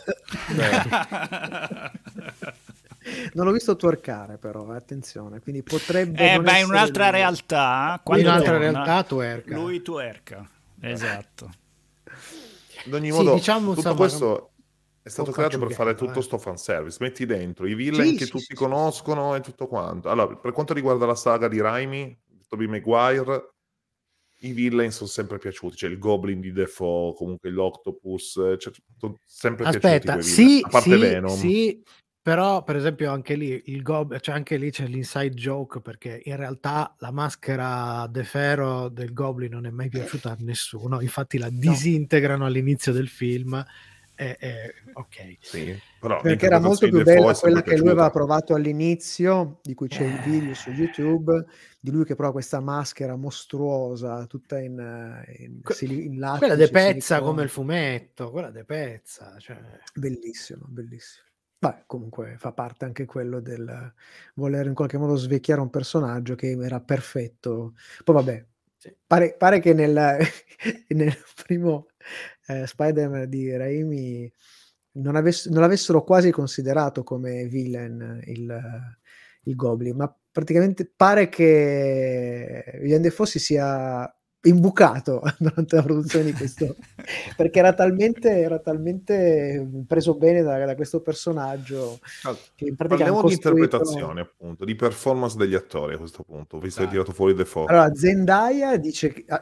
Non l'ho visto twerkare, però attenzione, quindi potrebbe in un'altra realtà, twerka. Lui twerka, esatto. Ad ogni modo, diciamo, tutto questo è stato creato per fare tutto sto fanservice. Metti dentro i villain che tutti conoscono e tutto quanto. Allora, per quanto riguarda la saga di Raimi, Tobey Maguire, i villain sono sempre piaciuti. Cioè il Goblin di Defoe, comunque l'Octopus, sono sempre piaciuti quei villain. A parte Venom. Sì, però per esempio anche lì anche lì c'è l'inside joke, perché in realtà la maschera De Ferro del Goblin non è mai piaciuta a nessuno, infatti la disintegrano all'inizio del film. Ok, sì, però perché era molto più bella quella che lui aveva provato all'inizio, di cui c'è il video su YouTube, di lui che prova questa maschera mostruosa tutta in lattice, quella de pezza come il fumetto, quella de pezza, cioè... bellissimo. Beh, comunque fa parte anche quello del voler in qualche modo svecchiare un personaggio che era perfetto. Poi vabbè, pare che nel primo Spider-Man di Raimi non l'avessero quasi considerato come villain il Goblin, ma praticamente pare che Willem Dafoe si sia imbucato durante la produzione di questo, perché era talmente preso bene da questo personaggio che in pratica parliamo di interpretazione, appunto, di performance degli attori a questo punto, visto che hai tirato fuori Defoe. Allora Zendaya dice tra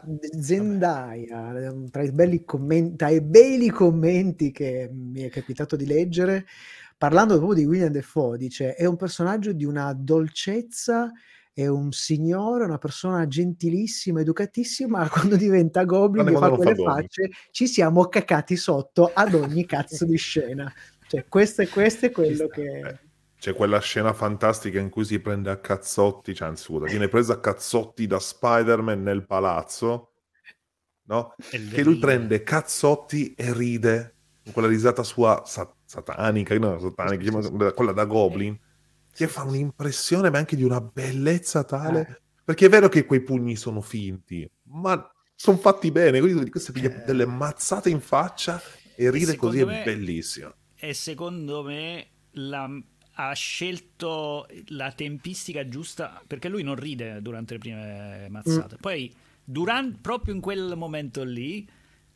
i belli commenti che mi è capitato di leggere, parlando proprio di Willem Dafoe, dice: è un personaggio di una dolcezza, è un signore, una persona gentilissima, educatissima, ma quando diventa Goblin e fa quelle facce ci siamo cacati sotto ad ogni cazzo di scena. Cioè questo è quello che... c'è quella scena fantastica in cui si prende a cazzotti, cioè anzi, scusa, viene preso a cazzotti da Spider-Man nel palazzo, no? E Che lui ride. prende cazzotti e ride con quella risata sua satanica, no, satanica, quella da Goblin, che fa un'impressione ma anche di una bellezza tale, perché è vero che quei pugni sono finti, ma sono fatti bene, quindi queste piglia delle mazzate in faccia e ride così, è bellissimo. E secondo me ha scelto la tempistica giusta, perché lui non ride durante le prime mazzate. Poi, proprio in quel momento lì,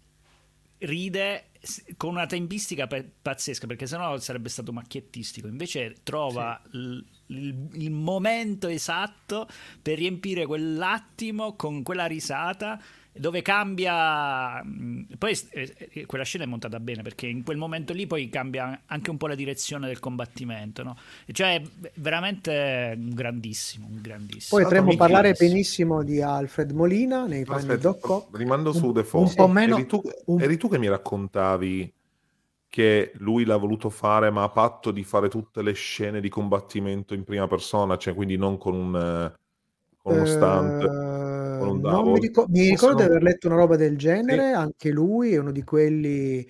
ride con una tempistica pazzesca, perché sennò sarebbe stato macchiettistico. Invece trova il momento esatto per riempire quell'attimo con quella risata, dove cambia. Poi quella scena è montata bene, perché in quel momento lì poi cambia anche un po' la direzione del combattimento, no? Cioè veramente un grandissimo. Poi potremmo parlare benissimo di Alfred Molina nei panni di Doc Ock. Rimando su The Fox. Un po' meno. Eri tu che mi raccontavi che lui l'ha voluto fare, ma a patto di fare tutte le scene di combattimento in prima persona, cioè quindi non con uno stunt, con un double. Mi ricordo di aver letto una roba del genere. Sì. Anche lui è uno di quelli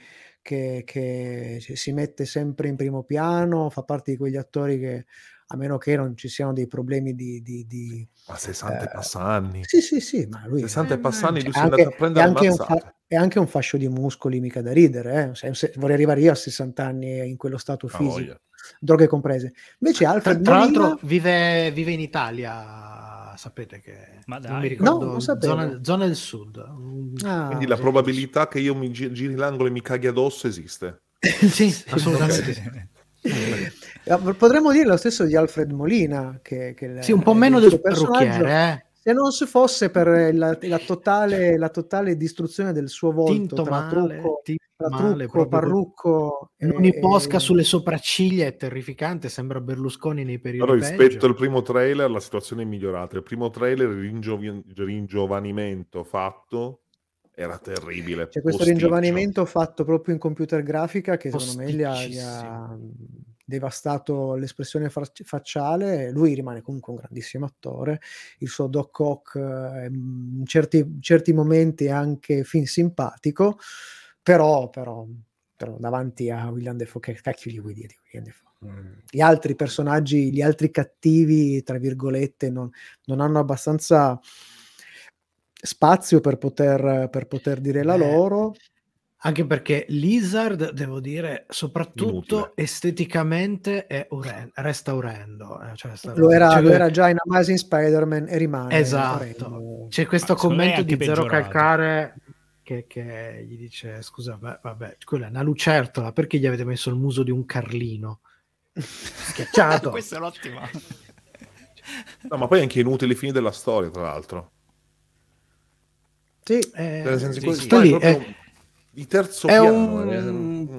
che si mette sempre in primo piano, fa parte di quegli attori che, a meno che non ci siano dei problemi di ma 60 e passa anni. Sì, ma lui 60 e passa anni, lui si è anche, andato a prendere mazzate. è anche un fascio di muscoli mica da ridere, vorrei arrivare io a 60 anni in quello stato fisico, droghe comprese. Invece Alfred tra Molina, l'altro vive in Italia, sapete che ma dai, non mi ricordo, no, non zona del sud. Quindi la probabilità che io mi giri l'angolo e mi caghi addosso esiste. Sì, assolutamente. Potremmo dire lo stesso di Alfred Molina, che sì, un po' meno del parrucchiere, se non si fosse per la totale distruzione del suo volto, tra trucco, parrucco, ogni posca sulle sopracciglia è terrificante, sembra Berlusconi nei periodi però rispetto al primo trailer la situazione è migliorata. Il primo trailer, il ringiovanimento fatto era terribile. C'è questo ringiovanimento fatto proprio in computer grafica che secondo me gli ha devastato l'espressione facciale. Lui rimane comunque un grandissimo attore, il suo Doc Ock in certi momenti è anche fin simpatico, però davanti a William Dafoe, che cacchio gli vuoi dire di William Dafoe? Gli altri personaggi, gli altri cattivi, tra virgolette, non hanno abbastanza spazio per poter dire la loro, anche perché Lizard, devo dire, soprattutto esteticamente resta orrendo, lo era già in Amazing Spider-Man e rimane esatto. C'è questo commento di Zero Calcare che gli dice: scusa, vabbè, quella è una lucertola, perché gli avete messo il muso di un carlino schiacciato? Questa è l'ottima. No, ma poi anche inutili fini della storia, tra l'altro. Sì, nel senso sì. Proprio di terzo piano. Un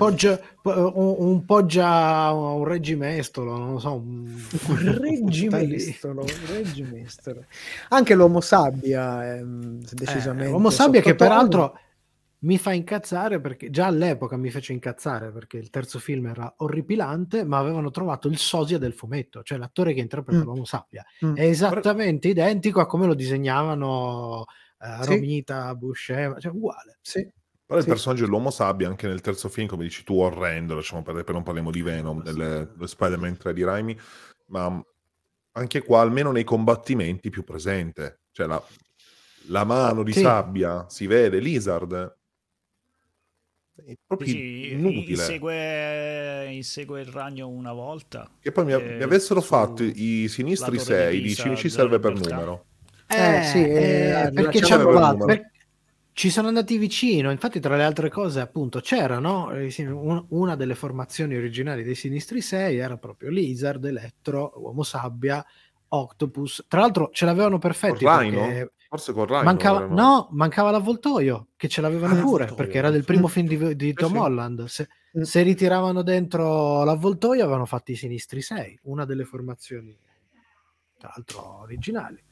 poggia un reggimestolo, non lo so. Un reggimestolo. Anche l'Uomo Sabbia è decisamente. L'Uomo Sabbia che peraltro mi fa incazzare, perché già all'epoca mi fece incazzare perché il terzo film era orripilante, ma avevano trovato il sosia del fumetto, cioè l'attore che interpreta l'Uomo Sabbia è esattamente identico a come lo disegnavano Romita, Buscema, cioè uguale. Sì. Però il personaggio dell'Uomo Sabbia anche nel terzo film, come dici tu, orrendo, lasciamo perdere, per non parliamo di Venom, del Spider-Man 3 di Raimi, ma anche qua almeno nei combattimenti più presente, cioè la mano di sabbia si vede, Lizard è proprio inutile. Insegue il ragno una volta, che poi mi avessero fatto i Sinistri 6 di Cinici serve per numero. Perché ci sono andati vicino. Infatti, tra le altre cose, appunto, c'era, no? Una delle formazioni originali dei Sinistri 6 era proprio Lizard, Elettro, Uomo Sabbia, Octopus. Tra l'altro ce l'avevano perfetti, perché forse con Rhino mancava l'avvoltoio, che ce l'avevano pure, perché era del primo film di Tom Holland. Se ritiravano dentro l'avvoltoio avevano fatto i Sinistri 6, una delle formazioni tra l'altro originali.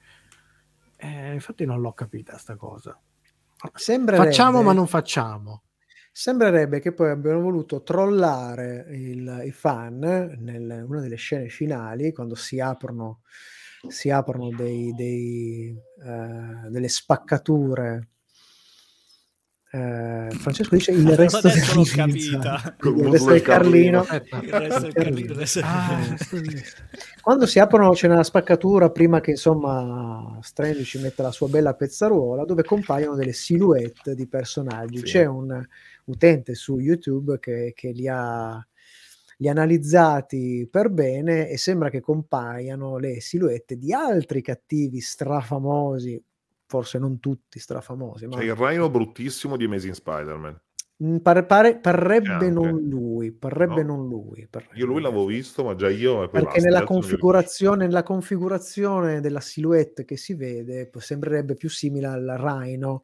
Infatti non l'ho capita sta cosa. Facciamo ma non facciamo. Sembrerebbe che poi abbiano voluto trollare i fan una delle scene finali, quando si aprono delle spaccature. Francesco dice il resto Adesso l'ho della capita. Col il muslo resto del del Carlino. Aspetta. Il resto del Carlino, il resto del Carlino. Quando si aprono c'è una spaccatura prima che insomma Strange ci metta la sua bella pezzaruola, dove compaiono delle silhouette di personaggi. Sì. C'è un utente su YouTube che li ha analizzati per bene e sembra che compaiano le silhouette di altri cattivi strafamosi, forse non tutti strafamosi, ma C'è il Rhino bruttissimo di Amazing Spider-Man. parrebbe C'è non anche. lui, No? Io lui l'avevo visto, ma già io e poi perché basta. gli altri non li ho visti. nella configurazione della silhouette che si vede sembrerebbe più simile al Rhino,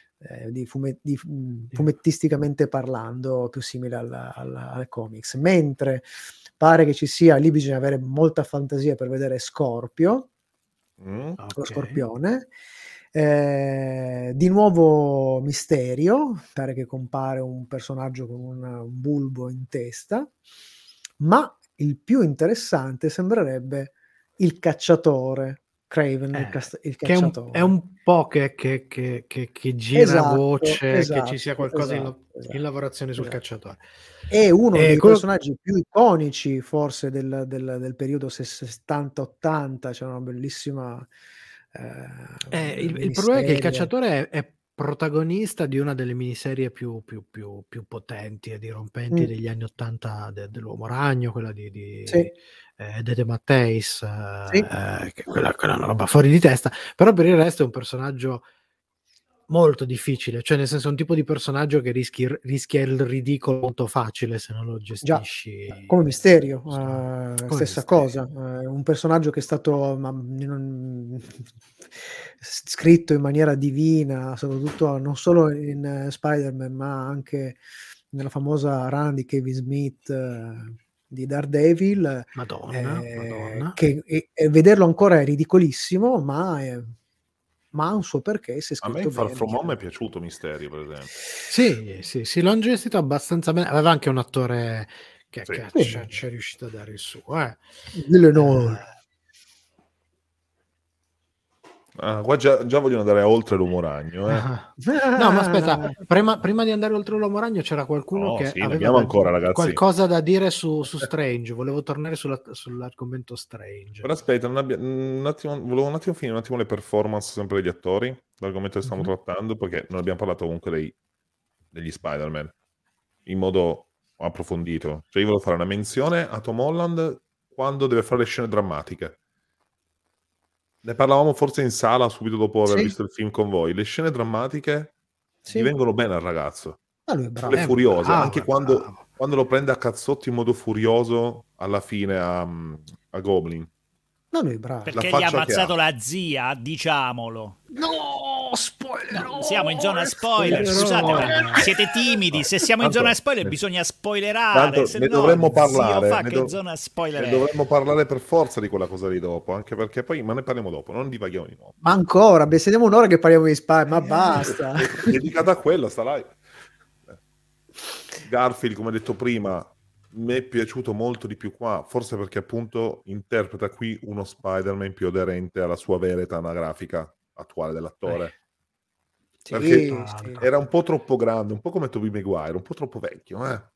fumettisticamente parlando, più simile al comics, mentre pare che ci sia, lì bisogna avere molta fantasia per vedere Scorpio, Mm? lo Scorpione. Di nuovo Mysterio, pare che compare un personaggio con un bulbo in testa, ma il più interessante sembrerebbe il cacciatore, Craven, il Che è un, cacciatore. è un po' che gira Esatto, voce che ci sia qualcosa in esatto. lavorazione sul cacciatore. È uno dei quello- personaggi più iconici forse del periodo 70-80, c'è una bellissima il problema è che il miniserie. cacciatore è protagonista di una delle miniserie più potenti e dirompenti degli anni 80 dell'Uomo Ragno, quella di Sì. Dede Matteis, Sì. che quella è una roba fuori di testa, però per il resto è un personaggio molto difficile, cioè nel senso è un tipo di personaggio che rischia il ridicolo molto facile se non lo gestisci. Come Mysterio, Come stessa Mysterio. cosa, un personaggio che è stato scritto in maniera divina, soprattutto non solo in Spider-Man, ma anche nella famosa run di Kevin Smith di Daredevil, Madonna. che e vederlo ancora è ridicolissimo, ma ha un suo perché, se A me scritto in Far bene. From Home è piaciuto Mysterio, per esempio. Sì, l'hanno gestito abbastanza bene. Aveva anche un attore che Sì. ci è riuscito a dare il suo. Qua già vogliono andare oltre l'Uomo Ragno. No, ma aspetta, prima di andare oltre l'Uomo Ragno c'era qualcuno No, che sì, ne aveva abbiamo ancora, ragazzi. qualcosa da dire su Strange. Volevo tornare sull'argomento Strange. Però aspetta, un attimo, volevo un attimo finire le performance sempre degli attori, l'argomento che stiamo trattando, perché non abbiamo parlato comunque degli Spider-Man in modo approfondito. Cioè io volevo fare una menzione a Tom Holland quando deve fare le scene drammatiche. Ne parlavamo forse in sala subito dopo aver visto il film con voi. Le scene drammatiche gli vengono bene al ragazzo. Lui è bravo. Le furiose, bravo, anche quando lo prende a cazzotti in modo furioso alla fine a Goblin. No, lui è bravo. Perché gli ha ammazzato la zia, diciamolo. No, spoiler! No, siamo in zona spoiler, scusate, ma siete timidi. Se siamo in zona spoiler bisogna spoilerare. Tanto se ne no, dovremmo parlare. fa che zona spoiler ne è. dovremmo parlare per forza di quella cosa lì dopo, anche perché poi, ma ne parliamo dopo, non divaghiamo di nuovo. Ma ancora, sediamo un'ora che parliamo di Spider, ma basta. Dedicata a quello, sta live. Garfield, come detto prima, mi è piaciuto molto di più qua, forse perché appunto interpreta qui uno Spider-Man più aderente alla sua vera età anagrafica attuale dell'attore. Perché era un po' troppo grande, un po' come Tobey Maguire, un po' troppo vecchio,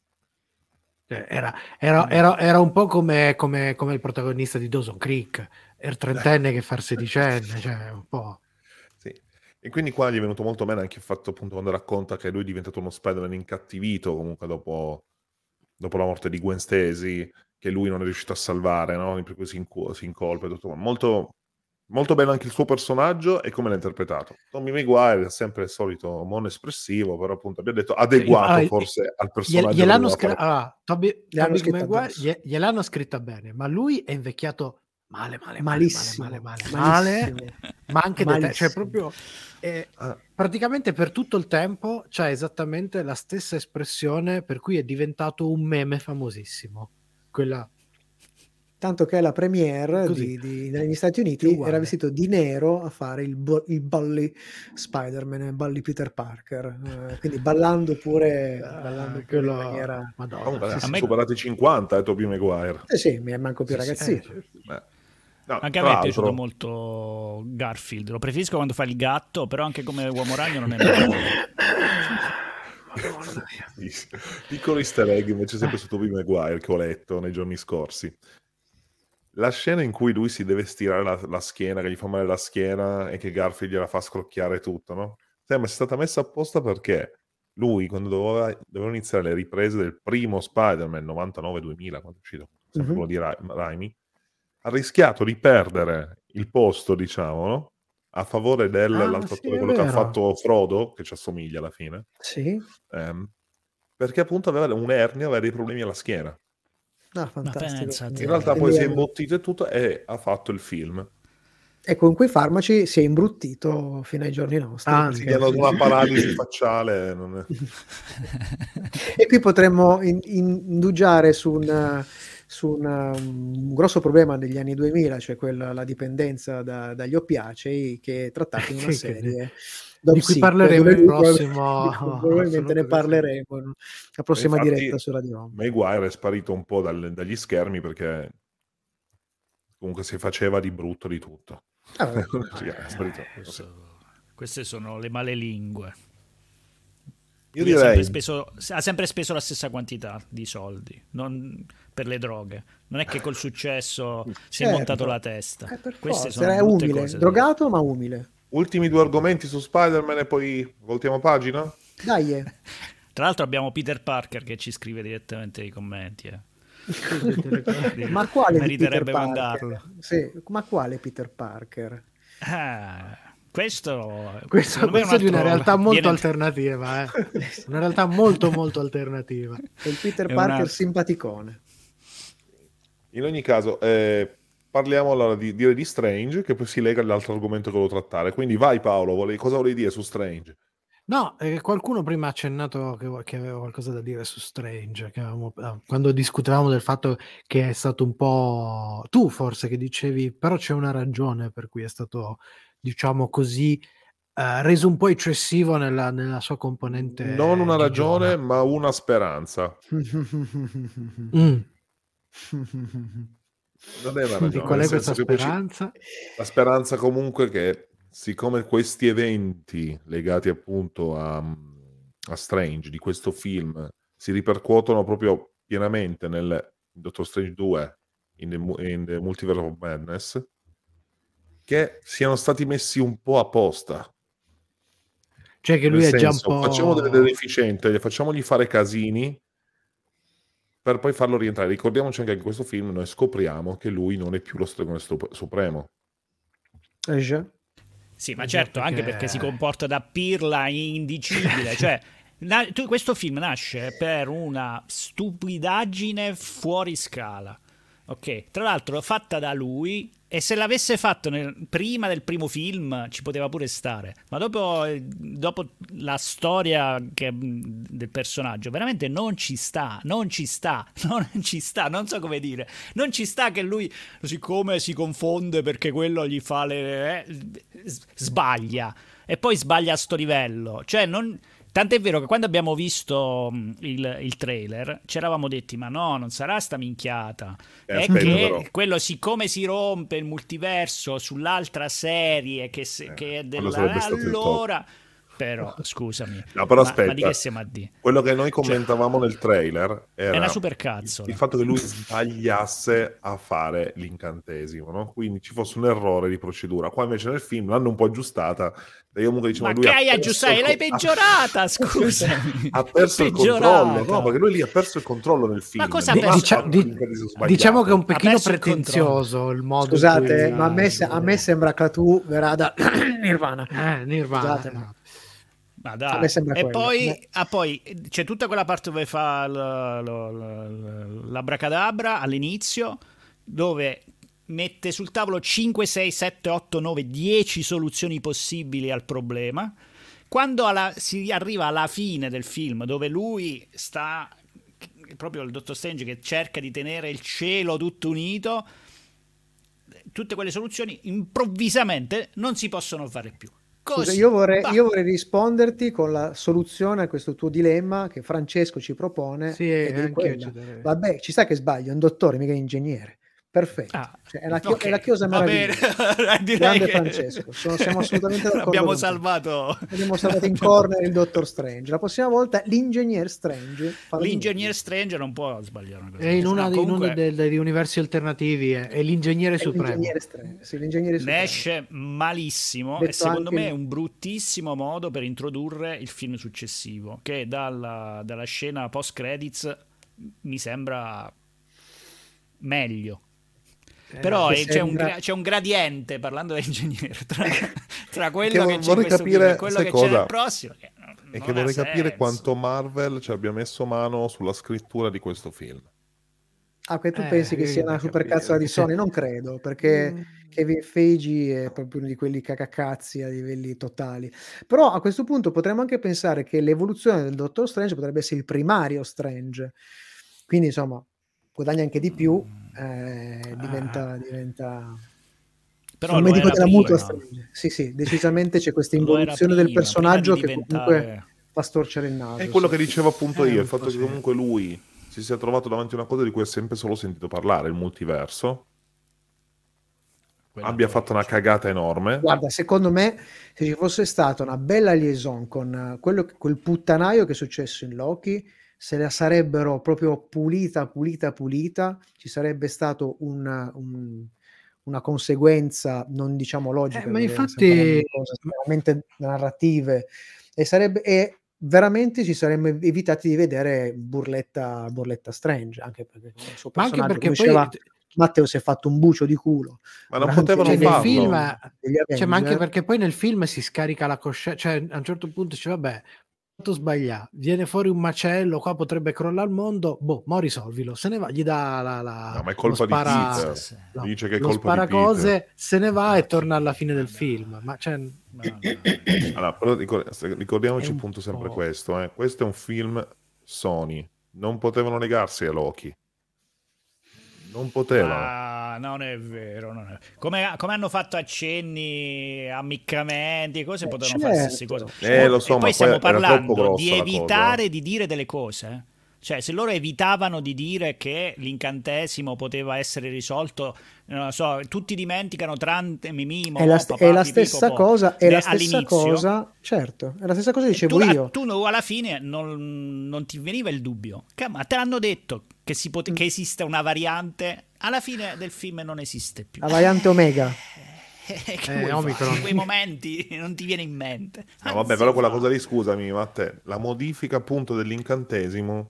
Era un po' come il protagonista di Dawson Creek, era trentenne che far sedicenne, cioè un po'. Sì. E quindi qua gli è venuto molto bene anche il fatto appunto quando racconta che lui è diventato uno Spider-Man incattivito comunque dopo la morte di Gwen Stacy, che lui non è riuscito a salvare, no? Per cui si incolpa e tutto. Molto, molto bello anche il suo personaggio e come l'ha interpretato. Tommy Maguire è sempre il solito mono espressivo, però appunto abbiamo detto adeguato forse al personaggio. Gliel'hanno scritta bene, ma lui è invecchiato male, malissimo, ma anche cioè proprio praticamente per tutto il tempo c'ha esattamente la stessa espressione, per cui è diventato un meme famosissimo, quella Tanto che alla premiere Così. negli Stati È Uniti uguale. era vestito di nero a fare il Bully Spider-Man, il Bully Peter Parker, quindi ballando pure in quello... maniera... Madonna. Comunque, Sì, ha sì, me- superato i 50, Tobey Maguire. sì, mi è manco più Sì, sì, ragazzino. Beh. No, Anche a tra me è piaciuto l'altro, molto Garfield, lo preferisco quando fa il gatto, però anche come uomo ragno non è male. Madonna mia. piccolo easter egg invece sempre su Tobey Maguire che ho letto nei giorni scorsi. La scena in cui lui si deve stirare la schiena, che gli fa male la schiena e che Garfield gliela fa scrocchiare tutto, no? Sembra sia stata messa apposta perché lui, quando doveva iniziare le riprese del primo Spider-Man 99-2000, quando è uscito, sempre quello di Raimi, ha rischiato di perdere il posto, diciamo, no? A favore dell'altro Sì, attore, è quello che ha vero. fatto Frodo, che ci assomiglia alla fine, Sì? perché appunto aveva un'ernia, aveva dei problemi alla schiena. Ah, fantastico. pensate. In realtà poi Quindi si è imbottito e tutto e ha fatto il film. e con quei farmaci si è imbruttito fino ai giorni nostri. Tanto. Si perché- chiama una paralisi facciale. Non è... E qui potremmo indugiare su un grosso problema degli anni 2000, cioè la dipendenza dagli oppiacei, che è trattato in una Che- serie di cui parleremo il prossimo. probabilmente ne parleremo la prossima Infatti, diretta su Radio Home. Maguire è sparito un po' dagli schermi perché comunque si faceva di brutto di tutto. Ah, vabbè. Sì, è sparito. Queste sono le malelingue. Io Lui direi ha sempre speso la stessa quantità di soldi per le droghe. Non è che col successo si è Certo. montato la testa. Per Queste forza, sono era brutte umile, cose. drogato ma umile. ultimi due argomenti su Spider-Man e poi voltiamo pagina. Dai, Tra l'altro abbiamo Peter Parker che ci scrive direttamente nei commenti. ma quale di Meriterebbe Peter mandarlo. Parker? Sì, ma quale Peter Parker? Questo Questo secondo me è un di una altro- realtà molto viene- alternativa, una realtà molto molto alternativa. È il Peter È Parker una- simpaticone. In ogni caso, parliamo allora di Strange, che poi si lega all'altro argomento che volevo trattare. Quindi vai Paolo, cosa volevi dire su Strange? No, qualcuno prima ha accennato che aveva qualcosa da dire su Strange, quando discutevamo del fatto che è stato un po'... Tu forse che dicevi, però c'è una ragione per cui è stato, diciamo così, reso un po' eccessivo nella sua componente Non una gigiona. ragione, ma una speranza. Mm. Non è una E ragione. qual nel è questa senso che poi speranza? la speranza comunque che, siccome questi eventi legati appunto a Strange, di questo film, si ripercuotono proprio pienamente nel Doctor Strange 2, in the Multiverse of Madness, che siano stati messi un po' apposta. Cioè che Nel lui è già un senso, po'... facciamo delle deficienti, facciamogli fare casini per poi farlo rientrare. Ricordiamoci anche che in questo film noi scopriamo che lui non è più lo stregone supremo. Già. Sì, ma certo, anche perché si comporta da pirla indicibile. Cioè, questo film nasce per una stupidaggine fuori scala. Ok, tra l'altro fatta da lui, e se l'avesse fatto prima del primo film ci poteva pure stare, ma dopo la storia del personaggio veramente non ci sta, non so come dire, non ci sta che lui, siccome si confonde perché quello gli fa sbaglia, e poi sbaglia a sto livello, cioè non... Tant'è vero che quando abbiamo visto il trailer ci eravamo detti ma no, non sarà sta minchiata, è aspetta, che però. quello, siccome si rompe il multiverso sull'altra serie che è quello sarebbe stato il allora però scusami, No, però ma aspetta, di che siamo a dire? quello che noi commentavamo nel trailer È era una supercazzola. il fatto che lui sbagliasse a fare l'incantesimo, no? Quindi ci fosse un errore di procedura. Qua invece nel film l'hanno un po' aggiustata. E io comunque diciamo, Ma lui che ha hai perso aggiustato? L'hai peggiorata, scusami. ha perso il controllo, no? Perché lui lì ha perso il controllo nel film. Ma cosa ha Non perso? fatto l'incantesimo sbagliato. Diciamo che è un Ha pochino perso il pretenzioso il modo Scusate, in cui... ma a me sembra che tu verrà da Nirvana. Nirvana. Scusate, ma- Ma A dai. me sembra E quello. poi c'è tutta quella parte dove fa l'abracadabra all'inizio, dove mette sul tavolo 5, 6, 7, 8, 9, 10 soluzioni possibili al problema. Quando si arriva alla fine del film, dove lui sta proprio il Dottor Strange che cerca di tenere il cielo tutto unito, tutte quelle soluzioni improvvisamente non si possono fare più. Scusa, io vorrei risponderti con la soluzione a questo tuo dilemma che Francesco ci propone. Sì, ed è anche quella. io ci darei. Vabbè, ci sta che sbaglio, è un dottore, mica un ingegnere. Perfetto. Cioè, è la chiosa meravigliosa. Grande Francesco, siamo assolutamente d'accordo. Abbiamo salvato in corner il Dottor Strange. La prossima volta l'Ingegner Strange. L'Ingegner Strange non può sbagliare una cosa. È in uno degli universi alternativi, è l'ingegnere supremo. L'ingegnere ne esce malissimo e secondo me è un bruttissimo modo per introdurre il film successivo, che dalla scena post credits mi sembra meglio. Però c'è un gradiente, parlando dell'ingegnere, tra quello che c'è in questo film e quello che c'è nel prossimo. E che vorrei capire quanto Marvel ci abbia messo mano sulla scrittura di questo film. Che tu pensi che sia una supercazzola di Sony? Non credo, perché Kevin Feige è proprio uno di quelli cacacazzi a livelli totali. Però a questo punto potremmo anche pensare che l'evoluzione del Dottor Strange potrebbe essere il primario Strange. Quindi insomma guadagna anche di più, diventa però un medico della prima, mutua Strange. Sì, decisamente c'è questa involuzione del personaggio che comunque fa storcere il naso. È quello che dicevo appunto io, il fatto che comunque lui si sia trovato davanti a una cosa di cui ha sempre solo sentito parlare, il multiverso, abbia fatto una cagata enorme. Guarda, secondo me se ci fosse stata una bella liaison con quel puttanaio che è successo in Loki, se la sarebbero proprio pulita, ci sarebbe stato una conseguenza non diciamo logica, ma infatti cose veramente narrative, e veramente ci saremmo evitati di vedere Burletta Strange, anche perché il suo personaggio, ma anche perché poi Matteo si è fatto un bucio di culo, ma non potevano farlo nel film, ma anche perché poi nel film si scarica la coscienza, cioè a un certo punto dice vabbè, sbagliato, viene fuori un macello, qua potrebbe crollare il mondo, mo risolvilo, se ne va, gli dà no, ma è colpa di Peter, dice che è colpa di Peter, se ne va e torna alla fine del film, ma cioè allora, però ricordiamoci appunto sempre questo, questo è un film Sony, non potevano negarsi a Loki, non potevano. Non è vero, come hanno fatto accenni, ammiccamenti e cose, potevano farsi queste cose. Lo so, e poi ma stiamo parlando di evitare di dire delle cose. Cioè, se loro evitavano di dire che l'incantesimo poteva essere risolto, non lo so, tutti dimenticano tranne Mimimo. È la stessa cosa, certo, è la stessa cosa dicevo io. Tu alla fine non ti veniva il dubbio, ma te l'hanno detto che esiste una variante, alla fine del film non esiste più. La variante Omega. Omicron. In quei momenti non ti viene in mente. No, vabbè, però quella cosa lì, scusami, Matte, la modifica appunto dell'incantesimo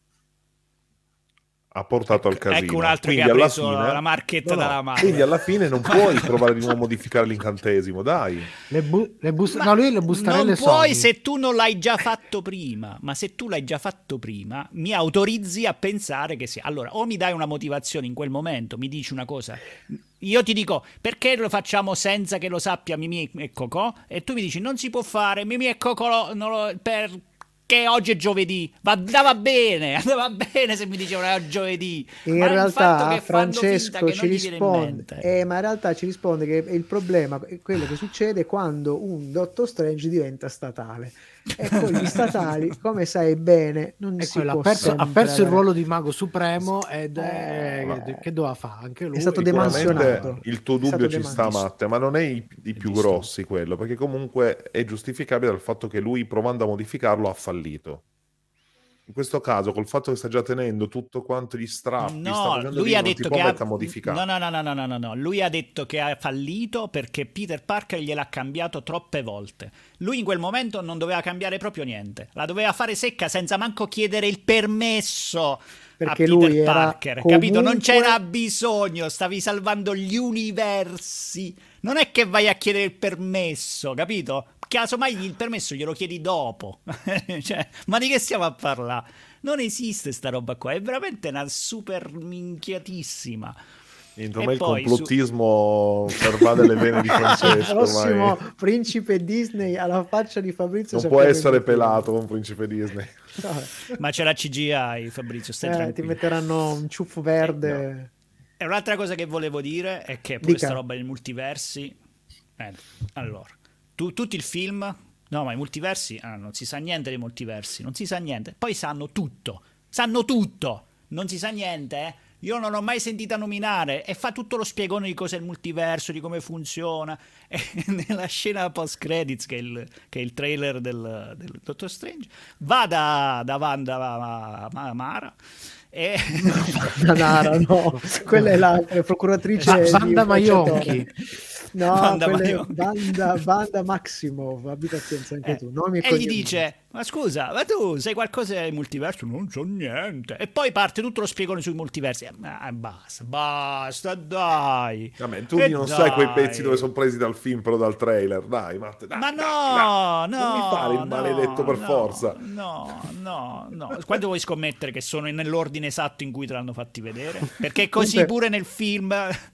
ha portato al casino. Ecco un altro quindi che ha preso la marchetta dalla mano. Quindi alla fine non puoi provare di nuovo a modificare l'incantesimo, dai. Lui le bustarelle non puoi se tu non l'hai già fatto prima, ma se tu l'hai già fatto prima mi autorizzi a pensare che sia. Allora, o mi dai una motivazione in quel momento, mi dici una cosa, io ti dico perché lo facciamo senza che lo sappia Mimì e Cocò, e tu mi dici non si può fare Mimì e Cocò che oggi è giovedì, andava bene se mi dicevano giovedì. In realtà Francesco ci risponde, ma in realtà ci risponde che il problema è quello che succede quando un Dottor Strange diventa statale, e con gli statali, come sai bene, non si può ha perso il ruolo di mago supremo ed che doveva fare anche lui. È stato demansionato. Il tuo dubbio ci sta, Matte, ma non è i più grossi quello, perché comunque è giustificabile dal fatto che lui, provando a modificarlo, ha fallito. In questo caso, col fatto che sta già tenendo tutto quanto gli strappi, lui ha detto che a modificare. No, lui ha detto che ha fallito perché Peter Parker gliel'ha cambiato troppe volte. Lui in quel momento non doveva cambiare proprio niente, la doveva fare secca senza manco chiedere il permesso perché a Peter lui Parker, capito? Non c'era bisogno, stavi salvando gli universi, non è che vai a chiedere il permesso, capito? Casomai il permesso glielo chiedi dopo. Cioè, ma di che stiamo a parlare? Non esiste sta roba qua, è veramente una super minchiatissima. Niente, E ormai il poi complottismo pervade le vene di Il Francesco, prossimo ormai principe Disney alla faccia di Fabrizio non può sappiamo essere il motivo. pelato con principe Disney. Vabbè. Ma c'è la CGI, Fabrizio, stai Ti tranquillo. metteranno un ciuffo verde. E un'altra cosa che volevo dire è che pure Dica. sta roba dei multiversi. Allora, tutti il film. No, ma i multiversi. Non si sa niente dei multiversi. Non si sa niente. Poi sanno tutto. Sanno tutto. Non si sa niente, eh. Io non ho mai sentito nominare. E fa tutto lo spiegone di cos'è il multiverso, di come funziona. E nella scena post credits, che è il trailer del Doctor Strange, va da Wanda Mara. E Nara, no, quella è la procuratrice di Wanda un calciatore. Maionchi. No, Wanda quella è Maionchi. Wanda Maximoff, abbi pazienza anche tu. Nomi E gli cognomi. dice: ma scusa, ma tu sai qualcosa del multiverso? Non so niente. E poi parte tutto lo spiegone sui multiversi. Basta, dai. Vabbè, tu E non sai quei dai. pezzi dove sono presi dal film, però dal trailer. Dai, Matte, dai, Ma dai. no, Non mi fare il maledetto per forza. No. Quanto vuoi scommettere che sono nell'ordine esatto in cui te l'hanno fatti vedere? Perché così Comunque- pure nel film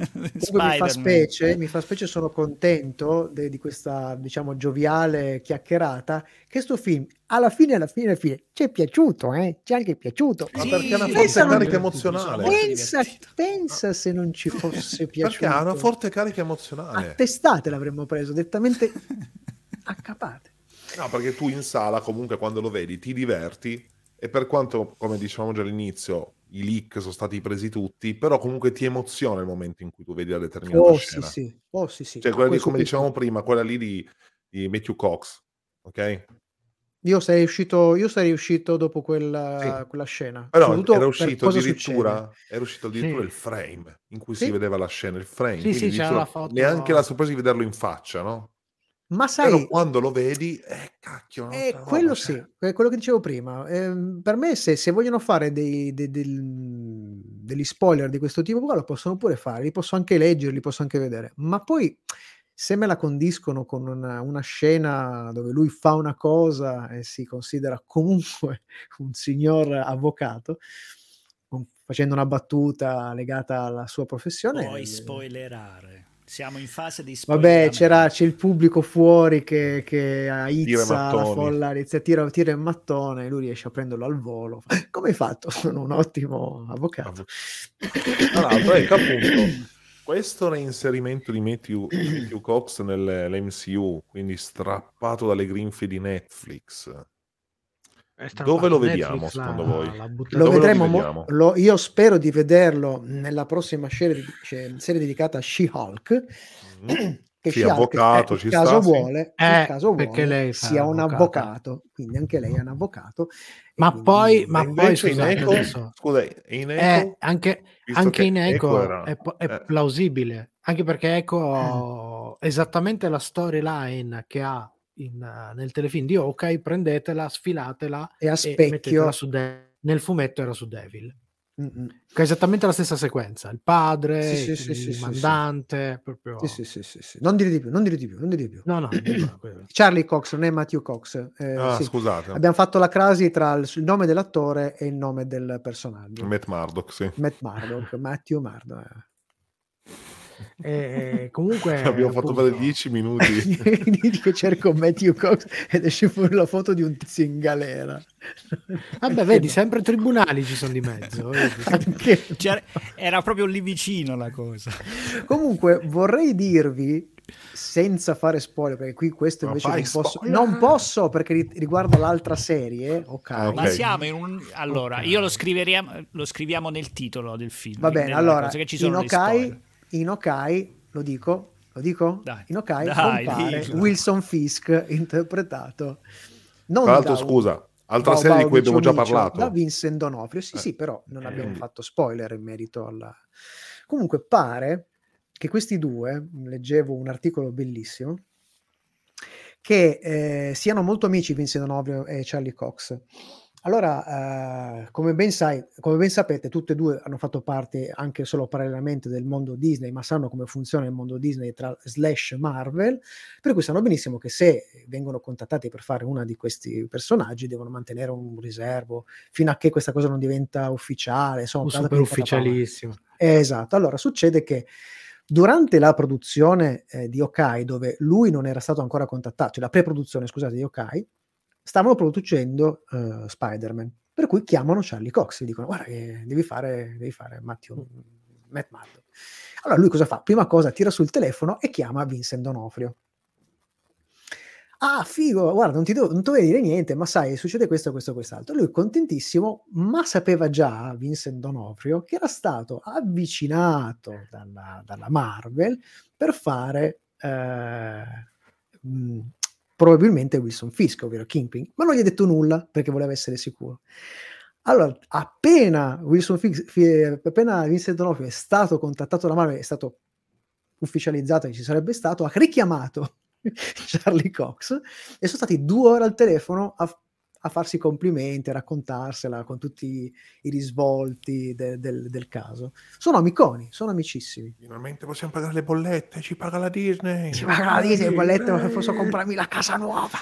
Comunque mi fa specie, sono contento di questa, diciamo, gioviale chiacchierata, che sto film alla fine ci è piaciuto, ci è anche piaciuto. Ma Sì, perché ha una pensa forte non- carica mi sono emozionale? molto Pensa, divertito. pensa se non ci fosse piaciuto. Perché ha una forte carica A emozionale. testate l'avremmo preso, dettamente a capate. No, perché tu in sala comunque quando lo vedi ti diverti e per quanto, come dicevamo già all'inizio, i leak sono stati presi tutti, però comunque ti emoziona il momento in cui tu vedi la determinata Oh sì, scena. sì. Oh sì, sì. Cioè No, quella lì, questo come qui dicevamo sì. prima, quella lì di Matthew Cox, ok? Io sarei uscito dopo quella scena. Però Soprattutto era per uscito cosa addirittura, Sì. il frame in cui si Sì. vedeva la scena, il frame, Sì, quindi sì, c'era addirittura la foto. neanche la sorpresa di vederlo in faccia, no? Ma Però sai, quando lo vedi, cacchio, un'altra roba, quello cioè. sì, è quello che dicevo prima. Per me se vogliono fare degli spoiler di questo tipo qua, lo possono pure fare, li posso anche leggere, li posso anche vedere. Ma poi se me la condiscono con una scena dove lui fa una cosa e si considera comunque un signor avvocato, facendo una battuta legata alla sua professione, Puoi spoilerare. Siamo in fase di vabbè, spoileramento. c'è il pubblico fuori che Tira i aizza la mattoni. folla, inizia a tira il mattone e lui riesce a prenderlo al volo. Come hai fatto? Sono un ottimo avvocato. Tra l'altro, ecco appunto, questo reinserimento di Matthew Cox nell'MCU, quindi strappato dalle grinfie di Netflix, dove lo vediamo secondo voi? Lo Dove vedremo, rivediamo? io spero di vederlo nella prossima serie dedicata a She-Hulk. Che Sì, She-Hulk, avvocato, il ci caso sta, sì. vuole, il caso perché vuole lei fa sia un l'avvocata. avvocato, quindi anche lei è un avvocato. Ma quindi- poi Invece in scusate, Echo, adesso, scusa, in Echo, anche visto che in Echo era è plausibile, anche perché Echo esattamente la storyline che ha nel telefilm di Hawkeye, prendetela, sfilatela E a mettetela specchio. su nel fumetto era su Devil. Mm-mm. Che è esattamente la stessa sequenza, il padre, Sì, sì, il sì, sì, mandante, proprio. Sì. Non dire di più. No, Charlie Cox, non è Matthew Cox. Sì. scusate, Abbiamo fatto la crasi tra il nome dell'attore e il nome del personaggio. Matt Murdock, sì. Matt Murdock, Matthew Murdock. Comunque Abbiamo fatto per appunto, 10 minuti. Dici che cerco Matthew Cox ed esce fuori la foto di un tizio in galera. vabbè, vedi, sempre tribunali ci sono di mezzo. Anche Era proprio lì vicino la cosa. Comunque vorrei dirvi, senza fare spoiler, perché qui questo Ma invece fai non posso perché riguarda l'altra serie, ok? Ok. Ma siamo in un. Allora, Ok. io lo scriviamo nel titolo del film. Va bene, nella allora cosa, che ci sono in gli spoiler. Okai, lo dico? Dai, In Okai dai, compare dillo. Wilson Fisk, interpretato non Tra l'altro, da un scusa, altra serie di cui abbiamo già parlato. da Vincent D'Onofrio. Sì, però non abbiamo quindi- fatto spoiler in merito alla... Comunque pare che questi due, leggevo un articolo bellissimo, che siano molto amici Vincent D'Onofrio e Charlie Cox. Allora, come ben sapete, tutte e due hanno fatto parte anche solo parallelamente del mondo Disney, ma sanno come funziona il mondo Disney / Marvel, per cui sanno benissimo che se vengono contattati per fare una di questi personaggi devono mantenere un riservo fino a che questa cosa non diventa ufficiale, insomma, super ufficialissimo. Esatto. Allora, succede che durante la produzione di Hawkeye, dove lui non era stato ancora contattato, cioè la pre-produzione, scusate, di Hawkeye, stavano producendo Spider-Man, per cui chiamano Charlie Cox e dicono: guarda che devi fare Matt Murdock. Allora lui cosa fa? Prima cosa tira sul telefono e chiama Vincent D'Onofrio. Ah, figo, guarda, non ti dovevo dire niente, ma sai, succede questo, questo, quest'altro. Lui contentissimo, ma sapeva già, Vincent D'Onofrio, che era stato avvicinato dalla Marvel per fare probabilmente Wilson Fisk, ovvero Kingpin, ma non gli ha detto nulla perché voleva essere sicuro. Allora, appena Vincent D'Onofrio è stato contattato da Marvel, è stato ufficializzato che ci sarebbe stato, ha richiamato Charlie Cox e sono stati 2 ore al telefono a farsi complimenti, a raccontarsela con tutti i risvolti del caso. Sono amiconi, sono amicissimi. Finalmente possiamo pagare le bollette, ci paga la Disney. Ci paga la Disney, le bollette, ma posso comprarmi la casa nuova.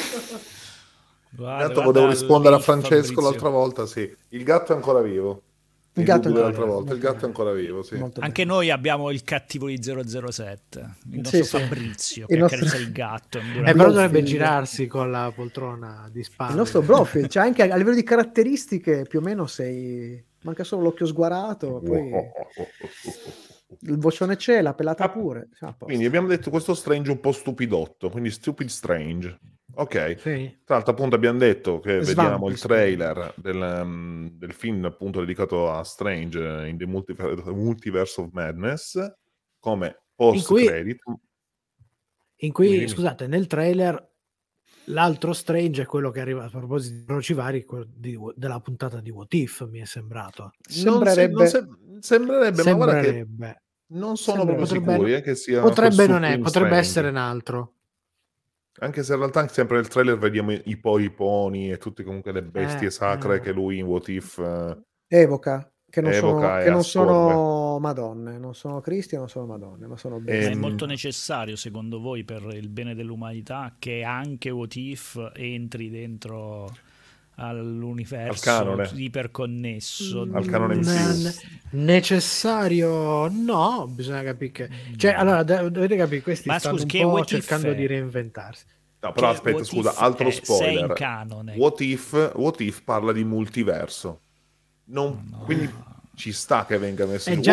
Intanto volevo rispondere a Francesco l'altra volta, sì. Il gatto è ancora vivo. Il gatto l'altra volta. Il gatto è ancora vivo, sì. Anche noi abbiamo il cattivo di 007, il nostro Fabrizio, il che nostro... accarezza il gatto. Però dovrebbe girarsi con la poltrona di spalla. Il nostro Blofeld, cioè anche a livello di caratteristiche più o meno manca solo l'occhio sguarato, poi il vocione c'è, la pelata pure. Quindi abbiamo detto questo Strange un po' stupidotto, quindi Stupid Strange. Ok, sì. Tra l'altro appunto abbiamo detto che vediamo il trailer del film appunto dedicato a Strange in the Multiverse of Madness come post-credit. In cui, scusate, nel trailer l'altro Strange è quello che arriva a proposito di incroci vari, della puntata di What If, mi è sembrato. Sembrerebbe, ma guarda che Sembrerebbe. non sono proprio sicuri che sia potrebbe essere un altro. Anche se in realtà sempre nel trailer vediamo i poni e tutte comunque le bestie sacre che lui in What If evoca, che non evoca sono madonne, non sono Cristi, non sono madonne, ma sono bestie. È molto necessario secondo voi per il bene dell'umanità che anche What If entri dentro all'universo iperconnesso al canone MCU? Necessario? No, bisogna capire che... Cioè, allora, dovete capire, questi stanno un po' cercando di reinventarsi. No, però aspetta, scusa, altro spoiler. What If parla di multiverso. Quindi ci sta che venga messo in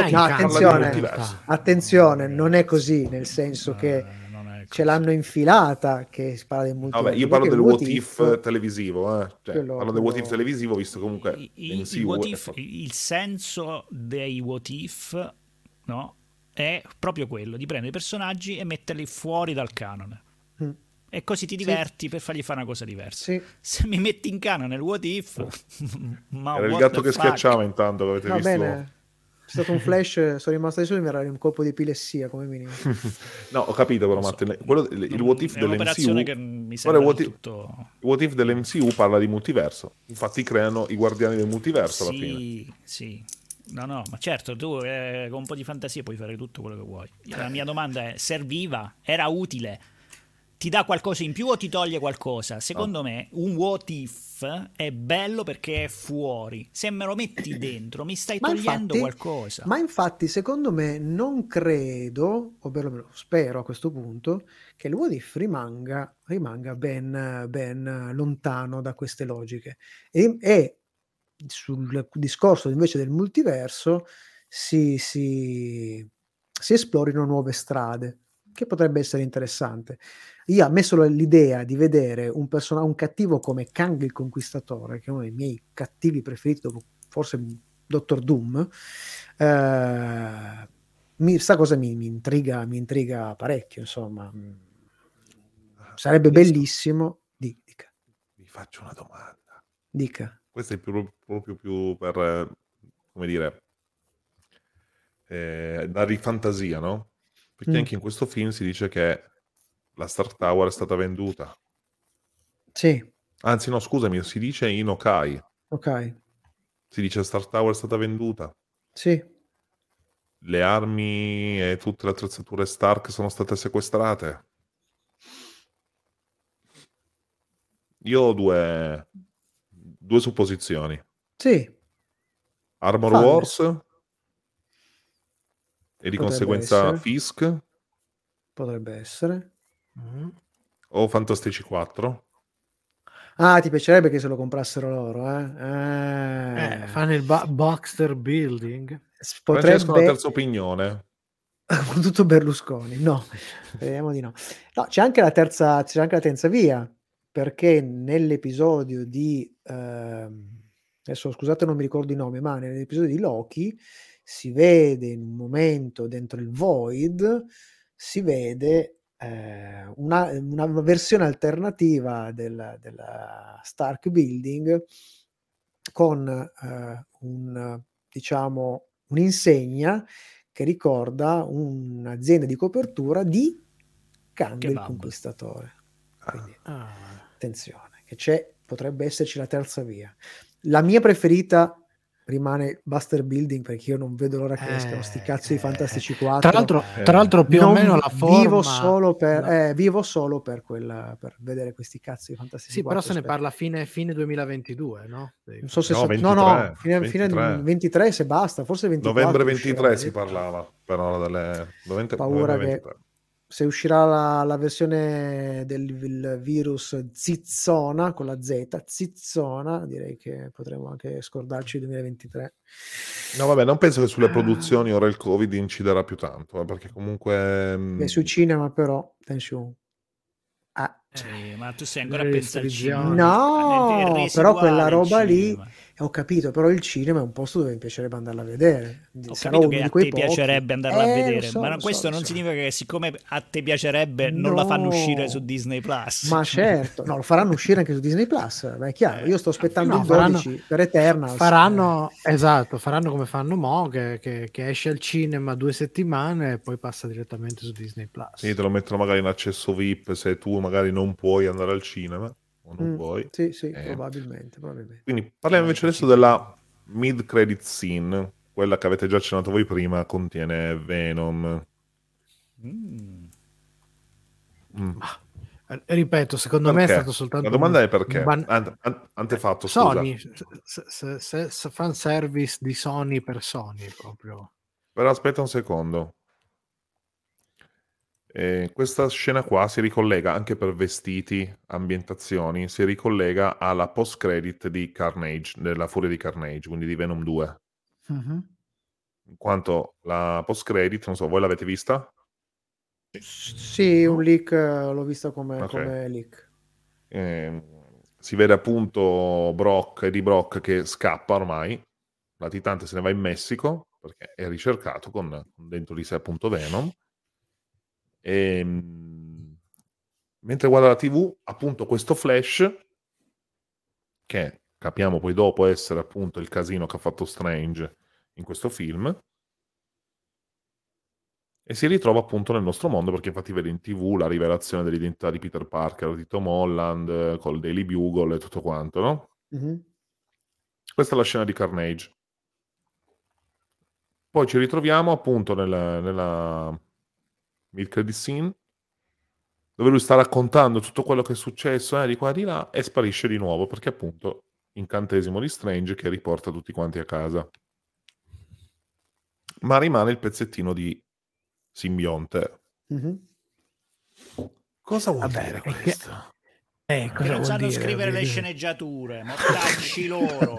attenzione, non è così, nel senso che ce l'hanno infilata che si parla del multiverso. Vabbè, io parlo del What If televisivo, parlo del What If televisivo, visto comunque il senso dei What If, no, è proprio quello di prendere i personaggi e metterli fuori dal canone. E così ti diverti per fargli fare una cosa diversa. Se mi metti in canone il What If, era il gatto che schiacciava intanto che avete visto. Bene. C'è stato un flash, sono rimasto adesso, mi era un colpo di epilessia come minimo. No, ho capito però, Matte, il What If dell'MCU che mi sembra tutto... il What If dell'MCU parla di multiverso. Infatti creano i guardiani del multiverso alla fine. Sì. No, ma certo, tu con un po' di fantasia puoi fare tutto quello che vuoi. La mia domanda è: serviva? Era utile? Ti dà qualcosa in più o ti toglie qualcosa? Secondo me un What If è bello perché è fuori. Se me lo metti dentro mi stai togliendo qualcosa. Ma infatti secondo me non credo, o perlomeno spero a questo punto, che il What If rimanga ben lontano da queste logiche. E sul discorso invece del multiverso si esplorino nuove strade, che potrebbe essere interessante. Io ho messo l'idea di vedere un cattivo come Kang il Conquistatore, che è uno dei miei cattivi preferiti, dopo forse Dottor Doom. Sta cosa mi intriga parecchio, insomma. Sarebbe bellissimo. Dica. Vi faccio una domanda. Dica. Questo è proprio più per, come dire, dare di fantasia, no? Perché anche in questo film si dice che la Stark Tower è stata venduta. Sì. Anzi, no, scusami, si dice in Hawkeye. Ok. Si dice Stark Tower è stata venduta. Sì. Le armi e tutte le attrezzature Stark sono state sequestrate. Io ho due supposizioni. Sì. Armor Wars E di Potrebbe conseguenza essere. Fisk Potrebbe essere. o Fantastici 4? Ah, ti piacerebbe che se lo comprassero loro, eh? Fanno il Baxter Building. Francesco, una Potrebbe terza opinione. con tutto Berlusconi. No, speriamo di no. No, c'è anche la terza via, perché nell'episodio di adesso scusate non mi ricordo i nomi, ma nell'episodio di Loki si vede in un momento dentro il Void, si vede una versione alternativa della Stark Building con diciamo un'insegna che ricorda un'azienda di copertura di Kang il Kebab. Conquistatore. Quindi Ah. attenzione, che potrebbe esserci la terza via. La mia preferita rimane Buster Building, perché io non vedo l'ora che escano sti cazzo di Fantastici 4. Tra l'altro più o meno la forma vivo solo per quella, per vedere questi cazzi di Fantastici sì, 4. però se ne parla fine 2022, no? Non so se No, 23, fine 23 se basta, forse 24 novembre 23 uscirà. si parlava, però delle Paura novembre che 23. se uscirà la versione del virus Zizzona con la Z, Zizzona, direi che potremmo anche scordarci il 2023. No, vabbè, non penso che sulle produzioni ora il Covid inciderà più tanto, perché comunque Beh, sui cinema però, attenzione. Sì, ma tu sei ancora a Le pensare al cinema. restrizioni. È No, però quella residuale il roba lì, cinema. ho capito, però il cinema è un posto dove mi piacerebbe andarla a vedere. Ho Sarò capito uno che di a quei te pochi. piacerebbe andarla a vedere, ma Lo questo non so. significa che siccome a te piacerebbe non la fanno uscire su No. Disney Plus. Ma certo, no, lo faranno uscire anche su Disney Plus, è chiaro. Io sto aspettando No, il 12 per Eternals. Esatto, faranno come fanno mo, che esce al cinema 2 settimane e poi passa direttamente su Disney Plus. sì, te lo mettono magari in accesso VIP se tu magari non puoi andare al cinema o non vuoi. Sì, probabilmente. Quindi parliamo invece adesso della mid-credit scene, quella che avete già accennato voi prima, contiene Venom. Ripeto, secondo me è Perché? stato soltanto La domanda è perché? un Antefatto, Sony, scusa. fan service di Sony per Sony proprio. Però aspetta un secondo. Questa scena qua si ricollega anche per vestiti, ambientazioni, si ricollega alla post-credit di Carnage, della Furia di Carnage, quindi di Venom 2. In quanto la post-credit, non so, voi l'avete vista? Sì, un leak, l'ho vista come leak. Si vede appunto Eddie Brock che scappa ormai, latitante se ne va in Messico, perché è ricercato con dentro di sé appunto Venom. Mentre guarda la TV, appunto questo Flash, che capiamo poi dopo essere appunto il casino che ha fatto Strange in questo film, e si ritrova appunto nel nostro mondo, perché infatti vede in TV la rivelazione dell'identità di Peter Parker, di Tom Holland, col Daily Bugle e tutto quanto, no? Questa è la scena di Carnage. Poi ci ritroviamo appunto nella mid-credit scene, dove lui sta raccontando tutto quello che è successo di qua e di là, e sparisce di nuovo, perché appunto incantesimo di Strange che riporta tutti quanti a casa. Ma rimane il pezzettino di simbionte. Cosa vuol dire questo? Che non sanno scrivere le sceneggiature, mortacci loro.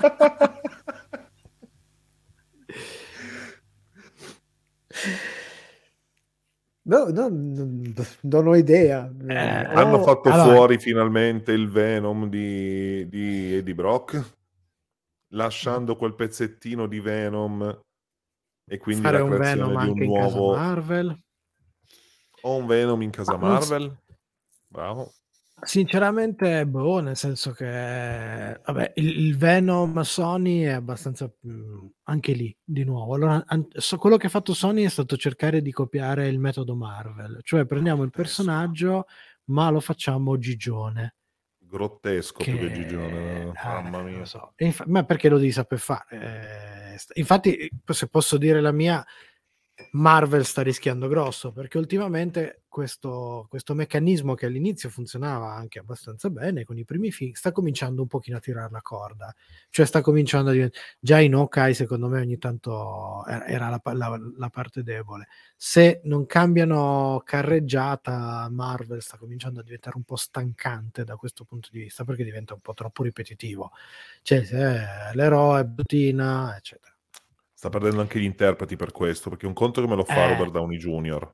No, non ho idea. Hanno fatto fuori finalmente il Venom di Eddie Brock, lasciando quel pezzettino di Venom e quindi fare la un creazione Venom di un anche nuovo... in casa Marvel. O un Venom in casa Marvel? Bravo. Sinceramente, nel senso che vabbè, il Venom Sony è abbastanza anche lì di nuovo. Allora, quello che ha fatto Sony è stato cercare di copiare il metodo Marvel, cioè prendiamo il personaggio ma lo facciamo gigione. Grottesco più che gigione, mamma mia. Lo so. Ma perché lo devi saper fare? Infatti, se posso dire la mia, Marvel sta rischiando grosso, perché ultimamente questo meccanismo che all'inizio funzionava anche abbastanza bene con i primi film sta cominciando un pochino a tirare la corda, cioè sta cominciando a diventare, già in Hawkeye secondo me ogni tanto era la parte debole. Se non cambiano carreggiata, Marvel sta cominciando a diventare un po' stancante da questo punto di vista, perché diventa un po' troppo ripetitivo, cioè l'eroe buttina eccetera. Sta perdendo anche gli interpreti per questo, perché un conto che me lo fa Robert Downey Jr.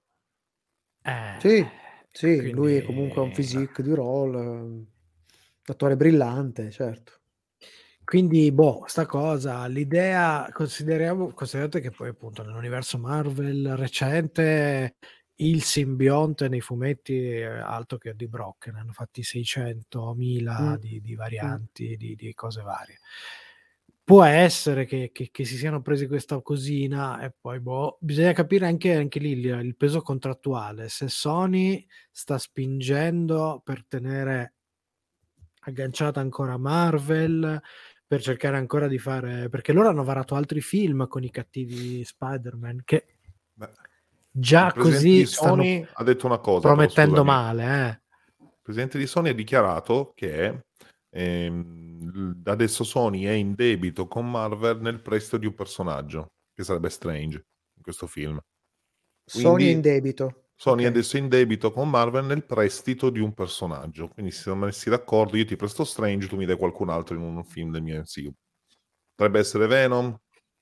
Sì, quindi lui comunque ha un physique du role, attore brillante, certo. Quindi, sta cosa, l'idea, considerate che poi appunto nell'universo Marvel recente il simbionte nei fumetti è alto che di Brock, ne hanno fatti 600.000 di varianti, di cose varie. Può essere che si siano presi questa cosina e poi bisogna capire anche lì il peso contrattuale, se Sony sta spingendo per tenere agganciata ancora Marvel, per cercare ancora di fare, perché loro hanno varato altri film con i cattivi Spider-Man che già il presidente così di Sony stanno ha detto una cosa, promettendo scusami. male. Il presidente di Sony ha dichiarato che adesso Sony è in debito con Marvel nel prestito di un personaggio, che sarebbe Strange, in questo film. Sony è in debito. Sony Ok. adesso è in debito con Marvel nel prestito di un personaggio. Quindi si sono messi d'accordo, io ti presto Strange, tu mi dai qualcun altro in un film del mio MCU. Potrebbe essere Venom.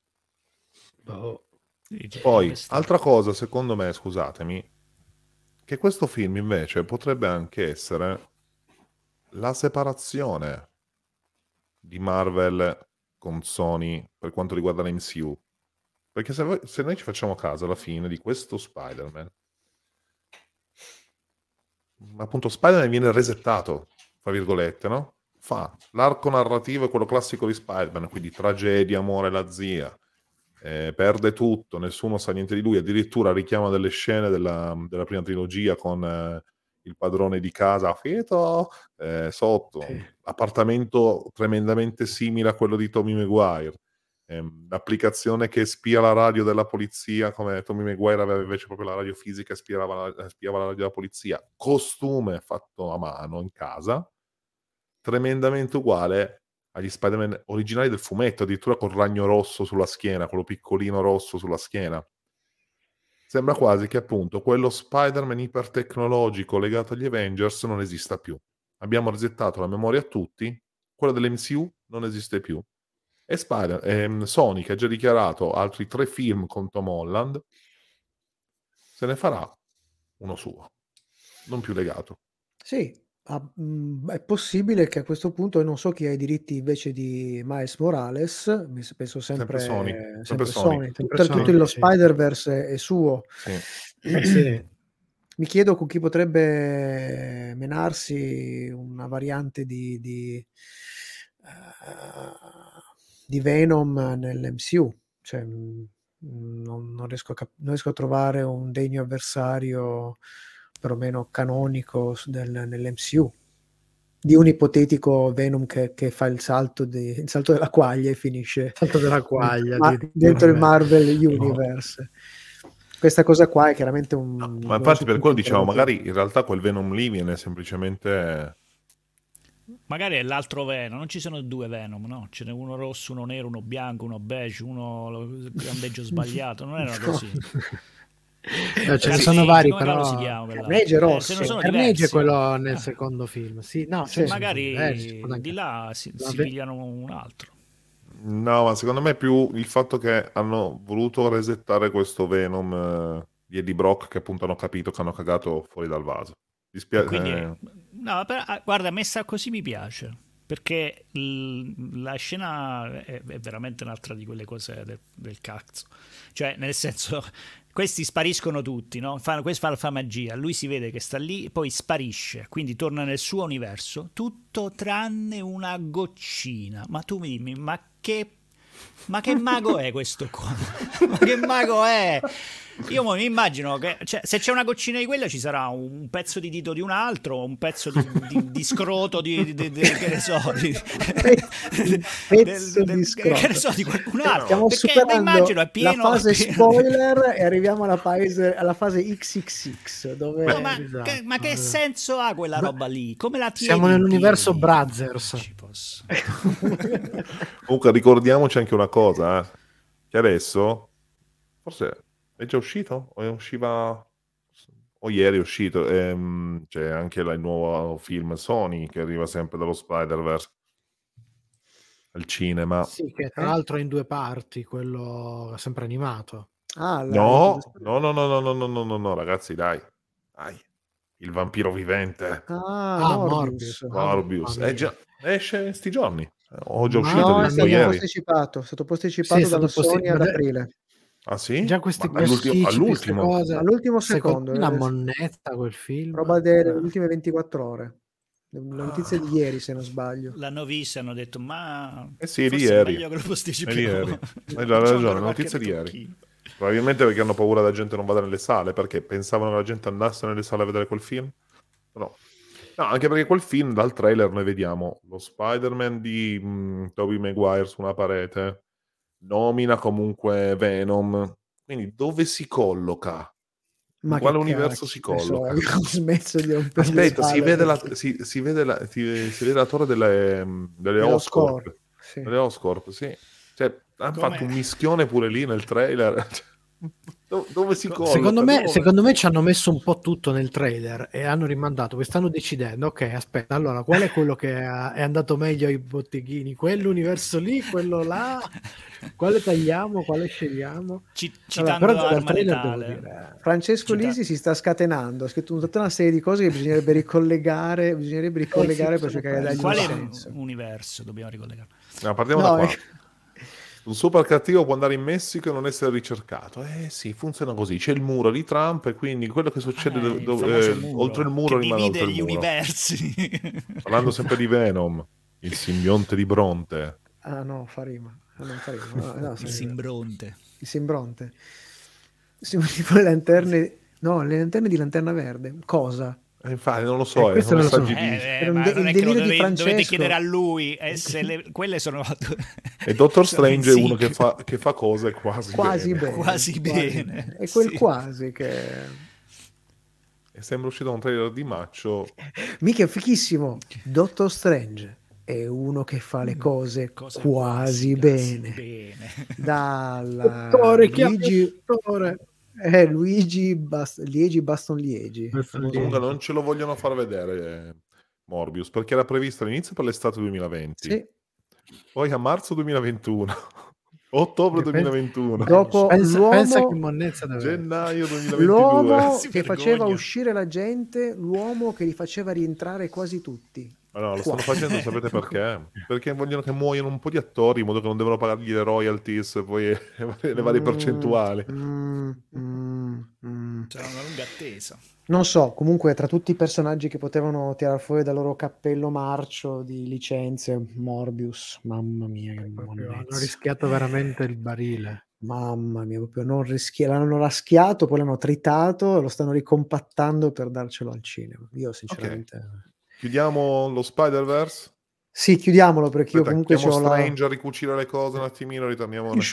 Poi, altra cosa, secondo me, scusatemi, che questo film invece potrebbe anche essere la separazione di Marvel con Sony per quanto riguarda l'MCU. Perché se noi ci facciamo caso alla fine di questo Spider-Man, appunto Spider-Man viene resettato, tra virgolette, no? Fa l'arco narrativo è quello classico di Spider-Man, quindi tragedia, muore la zia, perde tutto, nessuno sa niente di lui, addirittura richiama delle scene della prima trilogia con il padrone di casa Fito sotto, appartamento tremendamente simile a quello di Tobey Maguire, l'applicazione che spia la radio della polizia, come Tobey Maguire aveva invece proprio la radio fisica e spiava la radio della polizia, costume fatto a mano in casa, tremendamente uguale agli Spider-Man originali del fumetto, addirittura col ragno rosso sulla schiena, quello piccolino rosso sulla schiena. Sembra quasi che appunto quello Spider-Man ipertecnologico legato agli Avengers non esista più. Abbiamo resettato la memoria a tutti, quello dell'MCU non esiste più. E Sony, che ha già dichiarato altri 3 film con Tom Holland, se ne farà uno suo, non più legato. Sì, è possibile che a questo punto, non so chi ha i diritti invece di Miles Morales, penso Sempre Sony, sempre Sony. Sony, Sempre tutto Sony, lo sì. Spider-Verse è suo. Sì. Sì. Mi chiedo con chi potrebbe menarsi una variante di Venom nell'MCU, cioè non riesco a trovare un degno avversario perlomeno canonico nell'MCU di un ipotetico Venom che fa il salto della quaglia e finisce Salto della quaglia dentro il Marvel Universe. Questa cosa qua è chiaramente No, ma infatti per quello diciamo, magari in realtà quel Venom lì viene semplicemente... Magari è l'altro Venom, non ci sono 2 Venom, no? Ce n'è uno rosso, uno nero, uno bianco, uno beige, uno grandeggio sbagliato, non era così. No, ce ne sono vari, come però si chiama Carnage è rosso. se non sono Carnage è diversi, quello nel secondo film. Sì, no, sì. magari di là si pigliano un altro. No, ma secondo me è più il fatto che hanno voluto resettare questo Venom di Eddie Brock, che appunto hanno capito che hanno cagato fuori dal vaso. Quindi, no, guarda, messa così mi piace, perché la scena è veramente un'altra di quelle cose del cazzo. Cioè, nel senso, questi spariscono tutti, no? Questo fa magia, lui si vede che sta lì, poi sparisce, quindi torna nel suo universo, tutto tranne una goccina. Ma tu mi dimmi, ma che Ma che mago è questo qua? Ma che mago è? Io mi immagino che se c'è una goccina di quella ci sarà un pezzo di dito di un altro, un pezzo di scroto che ne so, pezzo di scroto. Che ne so, di qualcun altro. Stiamo Perché mi superando immagino è pieno, la fase pieno. spoiler e arriviamo alla fase XXX dove No, ma, Esatto. ma che senso ha quella roba lì? Come la tieni Siamo in nell'universo piedi? Brothers. Ci posso. Comunque ricordiamoci anche una cosa, che adesso, forse è già uscito? O usciva... O ieri è uscito, c'è anche il nuovo film Sony che arriva sempre dallo Spider-Verse al cinema. Sì, che tra l'altro è in 2 parti, quello sempre animato. No, no, ragazzi, dai. Il vampiro vivente. Morbius. Morbius. mamma Già, esce sti giorni. Ho già Ma uscito, No, ho è visto stato ieri. posticipato. È stato posticipato Sì, è stato dalla Sony ad ma aprile. Ah sì? già questi Ma all'ultimo, posticipi, queste all'ultimo. cose, All'ultimo secondo secondo. me è una monnezza quel film. Roba delle ultime 24 ore. La notizia di ieri, se non sbaglio. L'hanno vista e hanno detto, ma Sì, di forse è ieri. meglio che lo È posticipiamo. di ieri. Hai Facciamo ragione, ancora la qualche notizia di ieri. ritocchino. Probabilmente perché hanno paura che la gente non vada nelle sale, perché pensavano che la gente andasse nelle sale a vedere quel film. No. No, anche perché quel film, dal trailer noi vediamo lo Spider-Man di Tobey Maguire su una parete, nomina comunque Venom, quindi dove si colloca? In quale universo si colloca? Ho smesso di rompermi le Aspetta, si spalle vede perché- si vede si vede la torre delle Dello Oscorp. score, sì. Delle Oscorp, sì. Cioè, hanno Come- fatto un mischione pure lì nel trailer. Dove si colloca? Secondo me ci hanno messo un po' tutto nel trailer e hanno rimandato, perché stanno decidendo, ok, aspetta, allora qual è quello che è andato meglio ai botteghini? Quell'universo lì, quello là, quale tagliamo, quale scegliamo? Citando però dal Arma trailer Letale. devo dire, Francesco Cita- Lisi si sta scatenando, ha scritto tutta una serie di cose che bisognerebbe ricollegare per cercare di dargli Quale un senso. universo dobbiamo ricollegare? No, partiamo No, da qua. è- Un super cattivo può andare in Messico e non essere ricercato. Sì, funziona così. C'è il muro di Trump e quindi quello che succede Il famoso muro, oltre il muro che rimane divide oltre il gli muro. universi. Parlando sempre di Venom, il simbionte di Bronte. Ah no, fa rima. Non fa rima. No, Il simbronte. Il simbronte. Siamo tipo le lanterne... No, le lanterne di Lanterna Verde. Cosa? Infatti, non lo so, questo sono non lo so. messaggi di... Era Ma il non è che lo delirio di dovete Francesco. chiedere a lui. Quelle sono... E Doctor Strange è uno sì, che fa cose quasi bene. Quasi bene. È quel Sì. quasi che... E sembra uscito un trailer di Maccio. Mica è fichissimo. Doctor Strange è uno che fa le cose quasi bene. Dalla Dottore, chiami Luigi... il dottore. Liegi Baston Liegi. Comunque non ce lo vogliono far vedere Morbius, perché era previsto all'inizio per l'estate 2020. Sì. Poi a marzo 2021. Ottobre 2021. Dopo pensa che monnezza deve essere. Gennaio 2022. L'uomo Si che vergogna. faceva uscire la gente, l'uomo che li faceva rientrare quasi tutti. Ma no, lo stanno facendo, sapete perché? Perché vogliono che muoiano un po' di attori in modo che non devono pagargli le royalties e poi le varie percentuali. C'era una lunga attesa. Non so, comunque tra tutti i personaggi che potevano tirare fuori dal loro cappello marcio di licenze, Morbius, mamma mia, che Proprio hanno monnezza. rischiato veramente il barile. Mamma mia, proprio l'hanno raschiato, poi l'hanno tritato e lo stanno ricompattando per darcelo al cinema. Io sinceramente... Chiudiamo lo Spider-Verse. Sì, chiudiamolo perché io Aspetta, comunque chiamo c'ho la... Strange a ricucire le cose un attimino, ritorniamo. E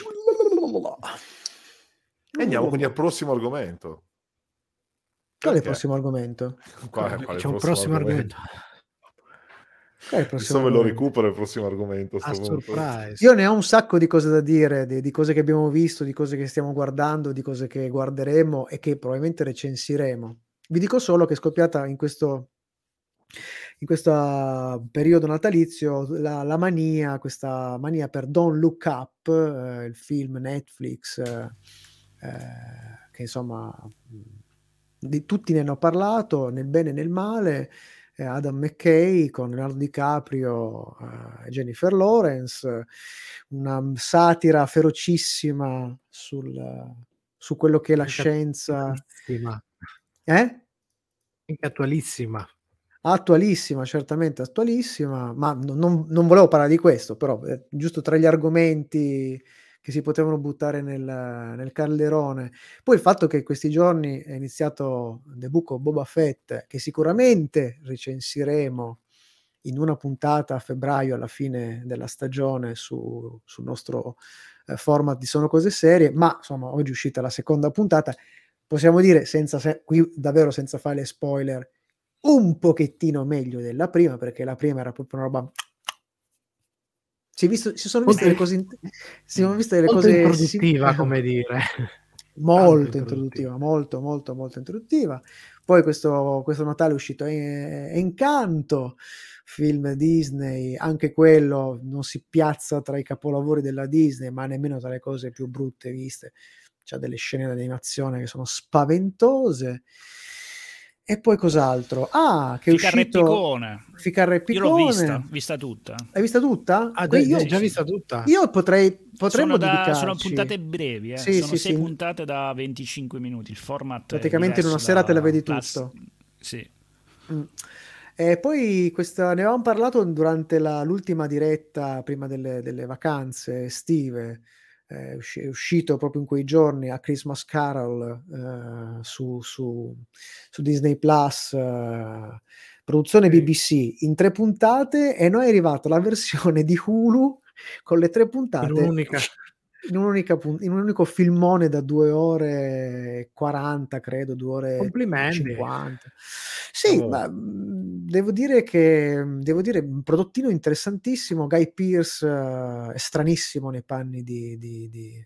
andiamo quindi al prossimo argomento. Qual è il Perché? prossimo argomento? Qual è C'è un prossimo argomento. Qual è il prossimo Chissà me lo argomento? recupero il prossimo argomento. A surprise. Io ne ho un sacco di cose da dire, di cose che abbiamo visto, di cose che stiamo guardando, di cose che guarderemo e che probabilmente recensiremo. Vi dico solo che è scoppiata in questo periodo natalizio la mania, questa mania per Don't Look Up, il film Netflix, che insomma tutti ne hanno parlato, nel bene e nel male. Adam McKay con Leonardo DiCaprio e Jennifer Lawrence, una satira ferocissima su quello che è la scienza. Attualissima. Eh? Anche attualissima. Attualissima, certamente attualissima, ma non volevo parlare di questo, però giusto tra gli argomenti che si potevano buttare nel calderone. Poi il fatto che questi giorni è iniziato The Book of Boba Fett, che sicuramente recensiremo in una puntata a febbraio alla fine della stagione sul nostro format di Sono Cose Serie, ma insomma oggi è uscita la seconda puntata, possiamo dire qui davvero senza fare spoiler, un pochettino meglio della prima, perché la prima era proprio una roba. Si sono viste delle cose, si sono viste delle molto cose introduttiva, come dire. molto introduttiva, molto introduttiva. Poi questo Natale è uscito Encanto, film Disney, anche quello non si piazza tra i capolavori della Disney, ma nemmeno tra le cose più brutte viste. C'ha delle scene d'animazione che sono spaventose. E poi cos'altro? Che è uscito Ficarre Piccone. Io l'ho vista tutta. Hai vista tutta? Io già vista tutta. Io potremmo dedicarci. Sono puntate brevi, sono 6 puntate da 25 minuti. Il format praticamente in una sera te la vedi tutto. Sì. E poi ne avevamo parlato durante l'ultima diretta prima delle vacanze estive. È uscito proprio in quei giorni A Christmas Carol su Disney Plus, produzione BBC, in 3 puntate, e noi è arrivata la versione di Hulu con le 3 puntate in un unico filmone da 2 ore e 40, credo, 2 ore e 50. Sì, ma devo dire un prodottino interessantissimo. Guy Pearce è stranissimo nei panni di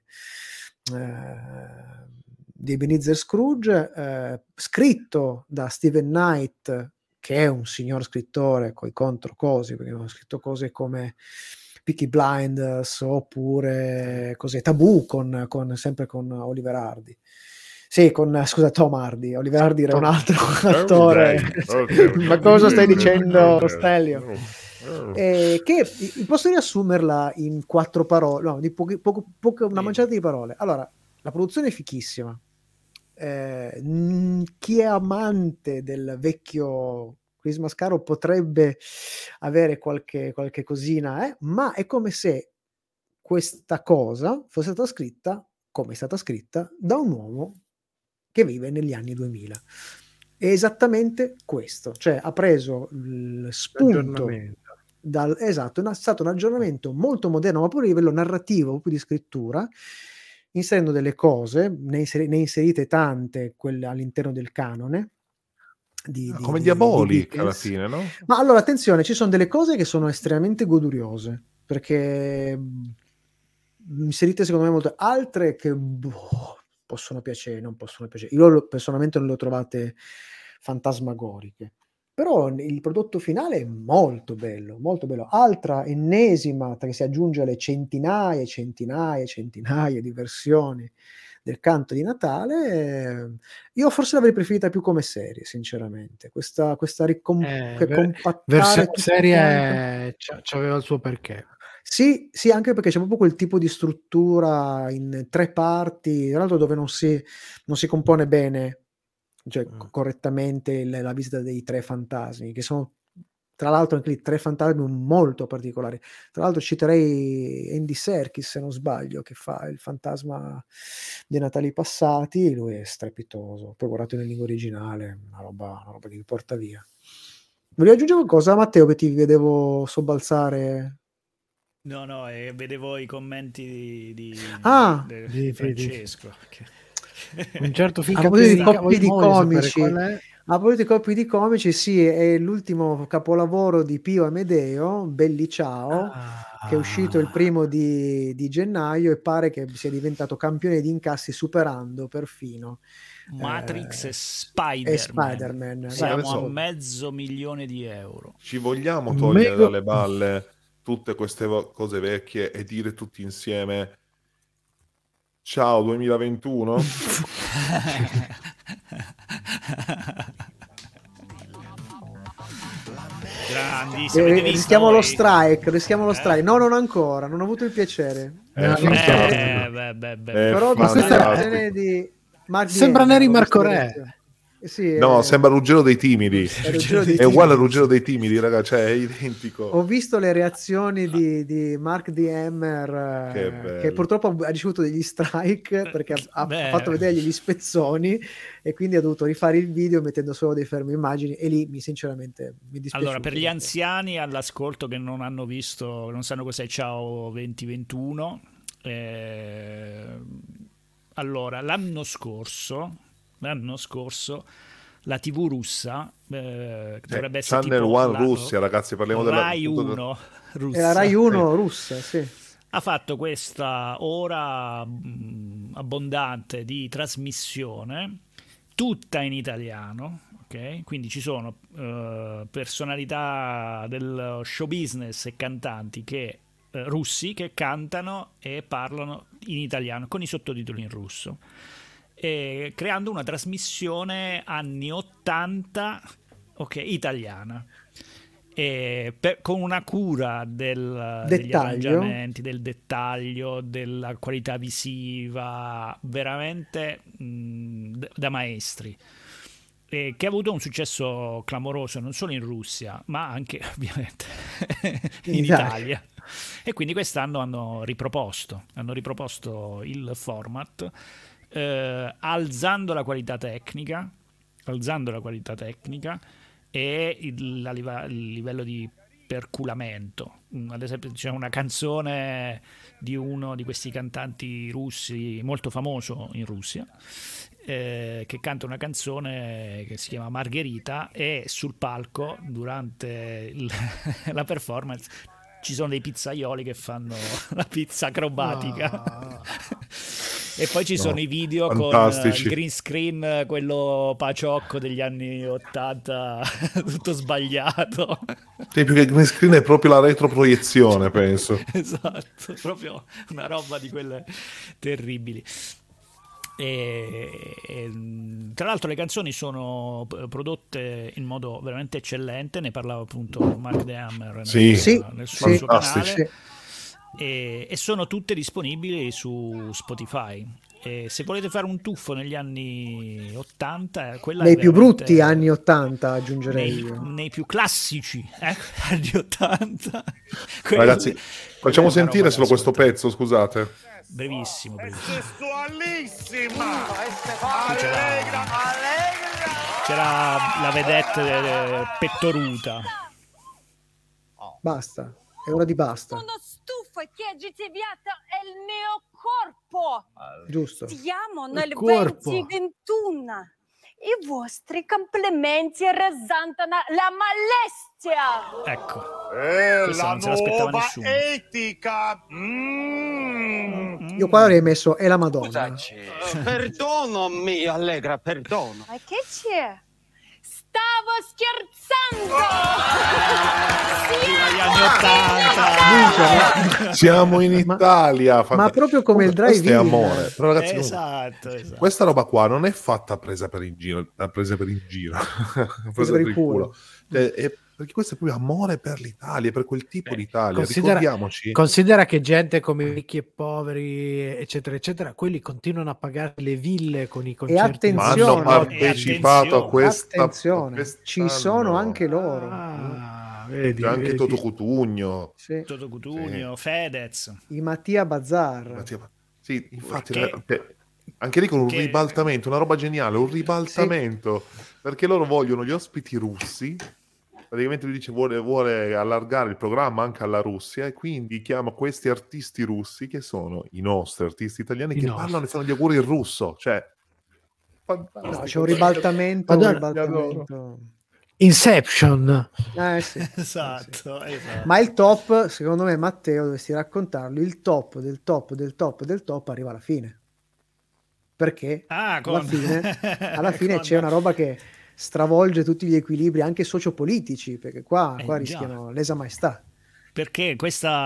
Ebenezer Scrooge, scritto da Steven Knight, che è un signor scrittore coi controcosi, perché ha scritto cose come Peaky Blinders oppure Tabù sempre con Oliver Hardy. Sì, scusa, Tom Hardy. Oliver Hardy era un altro attore. Okay. Ma cosa stai dicendo, Stelio? Che posso riassumerla in 4 parole, no, di una manciata di parole. Allora, la produzione è fichissima. Chi è amante del vecchio Christmas Carol potrebbe avere qualche cosina, ma è come se questa cosa fosse stata scritta, come è stata scritta, da un uomo che vive negli anni 2000. È esattamente questo, cioè ha preso il spunto esatto, è stato un aggiornamento molto moderno, ma pure a livello narrativo, proprio di scrittura, inserendo delle cose, ne inserite tante quelle all'interno del canone come Diabolic alla fine, no? Ma allora attenzione, ci sono delle cose che sono estremamente goduriose, perché inserite secondo me molto, altre che possono piacere, non possono piacere. Io personalmente non le ho trovate fantasmagoriche, però il prodotto finale è molto bello, molto bello. Altra ennesima che si aggiunge alle centinaia e centinaia e centinaia di versioni del canto di Natale, io forse l'avrei preferita più come serie, sinceramente. Questa compattare versione serie c'aveva il suo perché. Sì, anche perché c'è proprio quel tipo di struttura in 3 parti, tra l'altro dove non si compone bene, cioè correttamente la visita dei 3 fantasmi, che sono tra l'altro anche lì 3 fantasmi molto particolari. Tra l'altro citerei Andy Serkis, se non sbaglio, che fa il fantasma dei Natali passati. Lui è strepitoso, poi guardato in lingua originale, una roba che vi porta via. Volevi aggiungere qualcosa, Matteo, che ti vedevo sobbalzare? No, vedevo i commenti di Francesco. Un certo film di coppie di comici. A proposito di coppie di comici, sì, è l'ultimo capolavoro di Pio Amedeo, Belli Ciao, che è uscito il 1° di gennaio e pare che sia diventato campione di incassi, superando perfino Matrix e Spider-Man. Siamo a €500,000. Ci vogliamo togliere dalle balle tutte queste cose vecchie e dire tutti insieme ciao 2021? Grandissimo. Rischiamo lo strike. No, non ancora, non ho avuto il piacere. Però questa è di sembra Neri Marco Re. Sì, No, sembra Ruggero dei Timidi. È uguale a Ruggero dei Timidi, raga, cioè è identico. Ho visto le reazioni di Mark D. Hammer, Che bello. che purtroppo ha ricevuto degli strike perché ha fatto vedere gli spezzoni e quindi ha dovuto rifare il video mettendo solo dei fermi immagini, e lì sinceramente mi dispiace. Allora, per gli anziani all'ascolto che non hanno visto, non sanno cos'è Ciao 2021, allora l'anno scorso la TV russa dovrebbe essere Channel tipo One Russia, ragazzi, parliamo della Rai 1 russa. È la Rai 1 russa, sì. Ha fatto questa ora abbondante di trasmissione tutta in italiano, ok? Quindi ci sono personalità del show business e cantanti russi che cantano e parlano in italiano con i sottotitoli in russo, e creando una trasmissione anni 80, ok, italiana, con una cura degli arrangiamenti, del dettaglio, della qualità visiva, veramente da maestri, che ha avuto un successo clamoroso non solo in Russia ma anche ovviamente in Italia. E quindi quest'anno hanno riproposto il format, alzando la qualità tecnica e il livello di perculamento. Ad esempio c'è una canzone di uno di questi cantanti russi molto famoso in Russia, che canta una canzone che si chiama Margherita, e sul palco durante la performance ci sono dei pizzaioli che fanno la pizza acrobatica. E poi ci sono i video fantastici, con il green screen, quello paciocco degli anni 80, tutto sbagliato. Sì, più che green screen è proprio la retroproiezione, penso. Esatto, proprio una roba di quelle terribili. Tra l'altro le canzoni sono prodotte in modo veramente eccellente, ne parlava appunto Mark The Hammer nel suo canale, e sono tutte disponibili su Spotify. E se volete fare un tuffo negli anni 80, nei più brutti anni 80 aggiungerei nei più classici anni 80, ragazzi, facciamo sentire solo questo pezzo, scusate. Brevissimo. Sessualissima. C'era la vedette pettoruta. Basta, è ora di basta. Sono stufa che agitiviata è il mio corpo. Giusto. Stiamo nel 2021. I vostri complimenti rasentano la molestia. Ecco, la non se l'aspettava nessuno. etica. Io qua avrei messo è la Madonna. Perdonomi, Allegra, perdono. Ma che c'è? Stavo scherzando! Gli anni 80. Siamo in Italia. Ma proprio come il drive-in. Questo è amore. Però ragazzi, esatto. Questa roba qua non è fatta presa per in giro, presa per il culo. Perché questo è proprio amore per l'Italia, per quel tipo d'Italia. Ricordiamoci. Considera che gente come ricchi e poveri, eccetera, eccetera, quelli continuano a pagare le ville con i concerti. Ma hanno partecipato a questa. Attenzione, ci sono anche loro. Vedi, anche Toto Cutugno. Sì. Toto Cutugno, Fedez. I Mattia Bazar. Sì, infatti. Anche lì con un ribaltamento, una roba geniale, un ribaltamento. Sì. Perché loro vogliono gli ospiti russi. Praticamente lui dice vuole allargare il programma anche alla Russia, e quindi chiama questi artisti russi che sono i nostri artisti italiani che parlano e fanno gli auguri in russo. Cioè, no, c'è un ribaltamento. Inception. Sì, esatto. Ma il top, secondo me, Matteo, dovresti raccontarlo, il top del top del top del top arriva alla fine. Perché alla fine c'è una roba che stravolge tutti gli equilibri anche sociopolitici, perché qua rischiano lesa maestà. Perché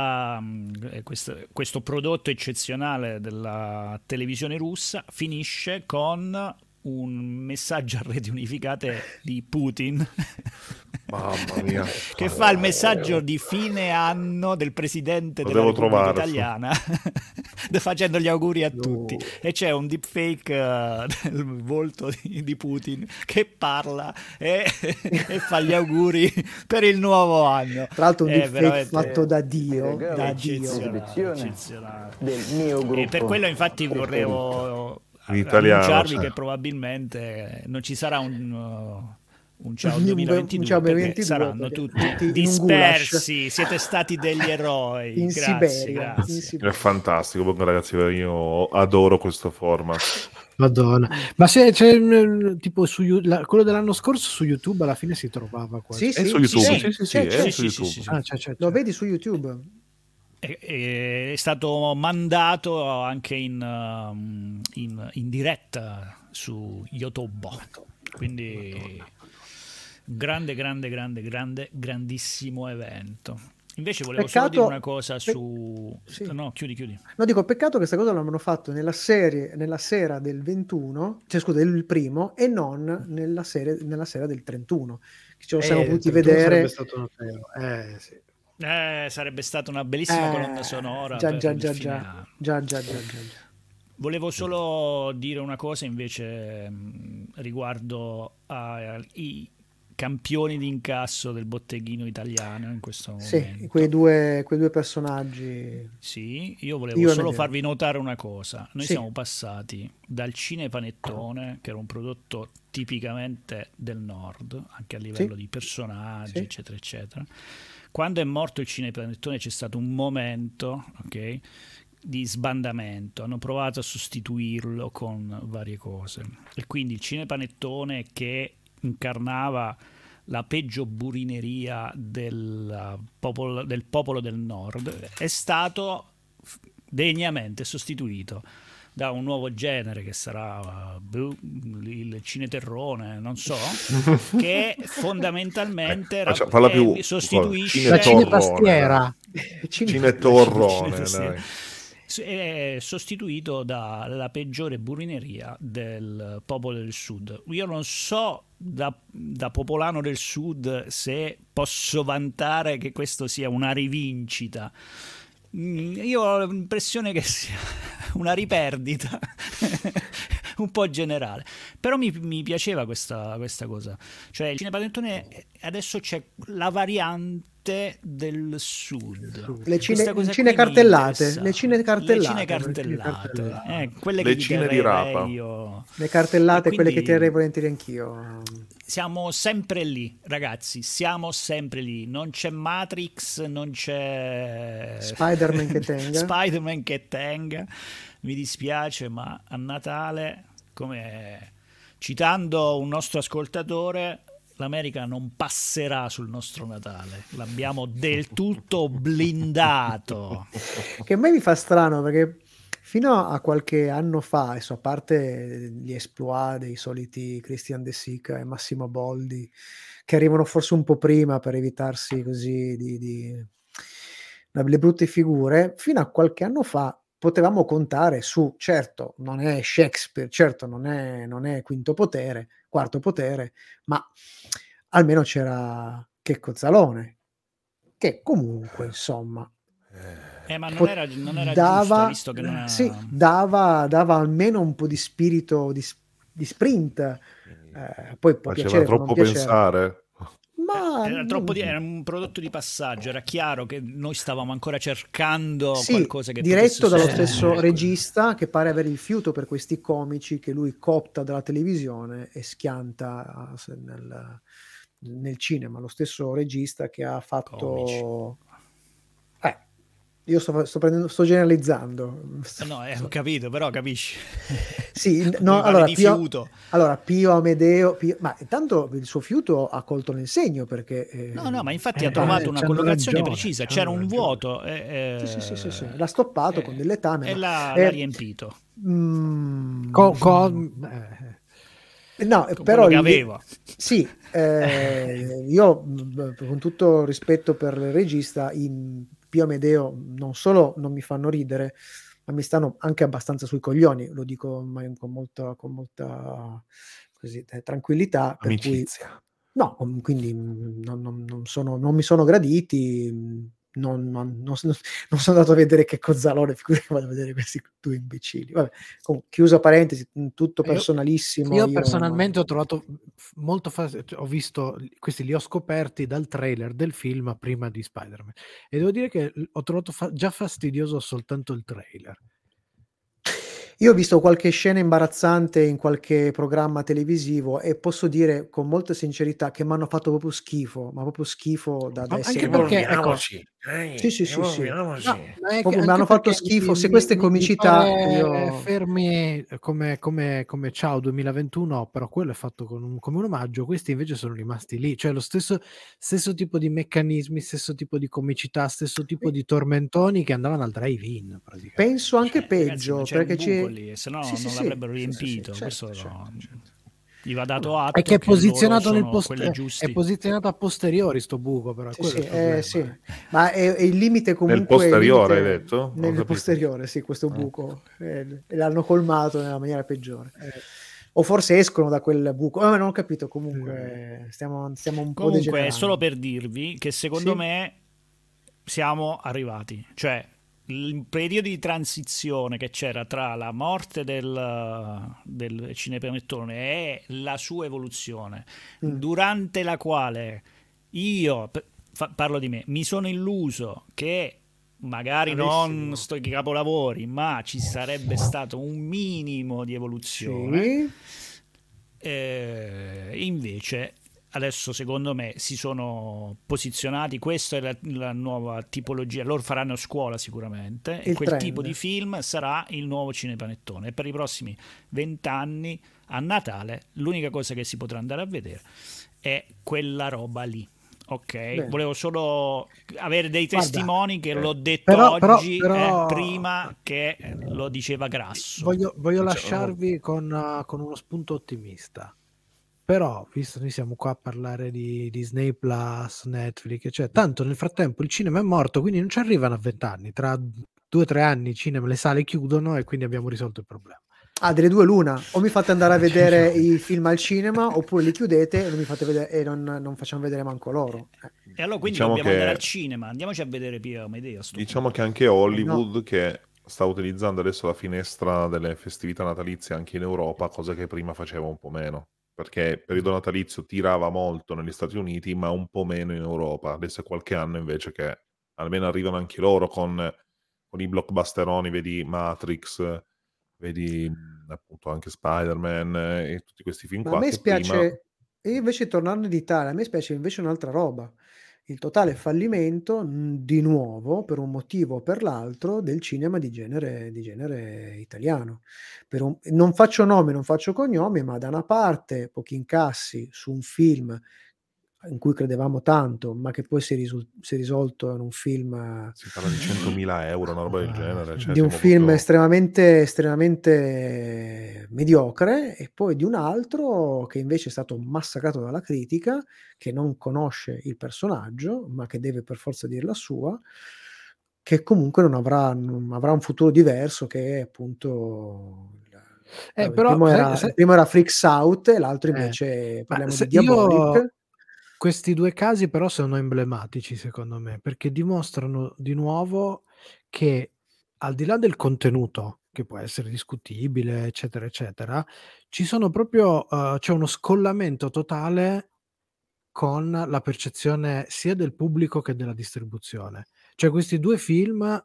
questo prodotto eccezionale della televisione russa finisce con un messaggio a reti unificate di Putin. Mamma mia. Che fa il messaggio di fine anno del presidente della Repubblica Italiana facendo gli auguri a No. tutti. E c'è un deepfake del volto di Putin che parla e fa gli auguri per il nuovo anno. Tra l'altro un È deepfake veramente fatto da Dio, da Dio. eccezionale. del mio gruppo. E per quello infatti volevo In italiano, annunciarvi sì. che probabilmente non ci sarà un ciao Un 2022 ciao perché 2022, saranno perché tutti tutti in un dispersi, siete stati degli eroi. In Grazie, Siberia, in grazie. Siberia. È fantastico, comunque, ragazzi, io adoro questo format. Madonna. Ma se c'è tipo quello dell'anno scorso su YouTube alla fine si trovava quasi. Sì, È sì, su YouTube, c'è, sì, c'è, è c'è. su YouTube. Ah, c'è. Lo vedi su YouTube. È stato mandato anche in diretta su YouTube, quindi grandissimo evento. Invece volevo solo Peccato- dire una cosa su... Sì. No, chiudi. No, dico, peccato che questa cosa l'hanno fatto nella sera del 21, cioè scusa, del primo, e non nella sera del 31. Che ce lo siamo potuti vedere. Sarebbe stato notevole. Sì. Sarebbe stata una bellissima colonna sonora per il fine anno. Già. Volevo solo dire una cosa invece riguardo ai campioni di incasso del botteghino italiano in questo momento. Sì, quei due personaggi. Sì, io volevo Io e solo Medeo. farvi notare una cosa. Noi Sì. siamo passati dal cinepanettone, che era un prodotto tipicamente del nord, anche a livello di personaggi, Sì. eccetera, eccetera. Quando è morto il cinepanettone c'è stato un momento, ok, di sbandamento. Hanno provato a sostituirlo con varie cose. E quindi il cinepanettone che incarnava la peggio burineria del popolo del nord è stato degnamente sostituito da un nuovo genere che sarà il cineterrone, non so, che fondamentalmente parla più sostituisce La cinetorrone. cinepastiera. Cinetorrone, dai. è sostituito dalla peggiore burineria del popolo del sud. Io non so da popolano del sud se posso vantare che questo sia una rivincita. Io ho l'impressione che sia una riperdita un po' generale, però mi piaceva questa cosa, cioè il cinepanettone adesso c'è la variante del sud, Le Questa cosa qui cinecartellate, mi le cinecartellate, cinecartellate, quelle Le che cine di terrei rapa. le io. cartellate, E quelle che quindi terrei volentieri anch'io. siamo sempre lì, ragazzi, siamo sempre lì. Non c'è Matrix, non c'è Spider-Man che tenga. Spider-Man che tenga. Mi dispiace, ma a Natale, come citando un nostro ascoltatore, l'America non passerà sul nostro Natale. L'abbiamo del tutto blindato. Che a me mi fa strano perché fino a qualche anno fa, adesso, a parte gli exploit dei soliti Christian De Sica e Massimo Boldi, che arrivano forse un po' prima per evitarsi così le brutte figure, fino a qualche anno fa potevamo contare su, certo, non è Shakespeare, certo, non è quarto potere, ma almeno c'era Checco Zalone, che comunque, insomma, Ma non era dava, giusto, visto che non era... sì, dava almeno un po' di spirito di sprint. Poi può Faceva piacere, può non troppo piacere. pensare. Ma Era un prodotto di passaggio, era chiaro che noi stavamo ancora cercando sì, qualcosa che diretto potesse dallo sostituire stesso quello. regista che pare avere il fiuto per questi comici che lui coopta dalla televisione e schianta nel cinema. Lo stesso regista che ha fatto... Io sto generalizzando. No, ho capito, però capisci. Sì, Tu no, mi parli allora di Pio, fiuto. Pio Amedeo, ma intanto il suo fiuto ha colto nel segno perché... No, ma infatti ha trovato una c'hanno collocazione ragione, precisa, c'hanno c'era un ragione. vuoto. Sì. L'ha stoppato con delle tame. E ma- l'ha riempito. mm, No, no, Con però quello che aveva. Sì, io con tutto rispetto per il regista, Pio Amedeo non solo non mi fanno ridere, ma mi stanno anche abbastanza sui coglioni, lo dico con molta così, tranquillità, per cui Amicizia. no, quindi non mi sono graditi, non sono andato a vedere che Cozzalone, figurati che vado a vedere questi due imbecilli. Vabbè, chiusa parentesi, tutto personalissimo. Io personalmente ho trovato molto ho visto questi, li ho scoperti dal trailer del film prima di Spider-Man e devo dire che ho trovato già fastidioso soltanto il trailer. Io ho visto qualche scena imbarazzante in qualche programma televisivo e posso dire con molta sincerità che m'hanno fatto proprio schifo, ma proprio schifo da essere Anche perché, ecco, sì. No, ma proprio anche m'hanno fatto perché schifo. Se queste comicità io fermi come Ciao 2021, però quello è fatto come un omaggio, questi invece sono rimasti lì, cioè lo stesso tipo di meccanismi, stesso tipo di comicità, stesso tipo di tormentoni che andavano al drive-in praticamente. penso anche Ragazzi, peggio, c'è un perché buco lì, se no non l'avrebbero riempito. Questo certo. gli va dato atto È che è posizionato loro sono quelli giusti. è posizionato a posteriori sto buco, però quello è il problema. Sì. Ma è il limite comunque Nel posteriore, il limite, hai detto? Non ho nel capito. posteriore, sì, questo buco e l'hanno colmato nella maniera peggiore. O forse escono da quel buco, non ho capito. Comunque stiamo un po' Comunque è degenerando. solo per dirvi che secondo me siamo arrivati, cioè il periodo di transizione che c'era tra la morte del cinepanettone e la sua evoluzione, durante la quale io, parlo di me, mi sono illuso che magari non sto ai capolavori, ma ci sarebbe stato un minimo di evoluzione. Invece adesso secondo me si sono posizionati, questa è la nuova tipologia, loro faranno scuola sicuramente e quel tipo di film sarà il nuovo cinepanettone e per i prossimi 20 anni a Natale l'unica cosa che si potrà andare a vedere è quella roba lì. Ok, bene. Volevo solo avere dei testimoni che l'ho detto oggi prima che lo diceva Grasso. Voglio lasciarvi con uno spunto ottimista. Però, visto noi siamo qua a parlare di Disney Plus, Netflix, cioè, tanto nel frattempo il cinema è morto, quindi non ci arrivano a 20 anni. Tra 2 o 3 anni il cinema, le sale chiudono e quindi abbiamo risolto il problema. Delle due l'una, o mi fate andare a vedere i film al cinema oppure li chiudete e non mi fate vedere e non facciamo vedere manco loro. E allora quindi dobbiamo andare al cinema, andiamoci a vedere Pio Amedeo. Diciamo che anche Hollywood che sta utilizzando adesso la finestra delle festività natalizie anche in Europa, cosa che prima faceva un po' meno. Perché il periodo natalizio tirava molto negli Stati Uniti, ma un po' meno in Europa. Adesso è qualche anno invece che almeno arrivano anche loro con i blockbusteroni, vedi Matrix, vedi appunto anche Spider-Man e tutti questi film Ma qua. a me che spiace, e invece tornando in Italia, a me spiace invece un'altra roba. Il totale fallimento, di nuovo, per un motivo o per l'altro, del cinema di genere italiano. Non faccio nomi, non faccio cognomi, ma da una parte pochi incassi su un film in cui credevamo tanto, ma che poi si è risolto in un film si parla di 100.000 euro, una roba del genere. Cioè, di un film estremamente mediocre, e poi di un altro che invece è stato massacrato dalla critica, che non conosce il personaggio, ma che deve per forza dire la sua, che comunque non avrà un futuro diverso, che è appunto il però primo era Freaks Out e l'altro invece parliamo di Diabolic. Questi due casi però sono emblematici secondo me, perché dimostrano di nuovo che al di là del contenuto, che può essere discutibile, eccetera, eccetera, ci sono proprio c'è uno scollamento totale con la percezione sia del pubblico che della distribuzione. Cioè questi due film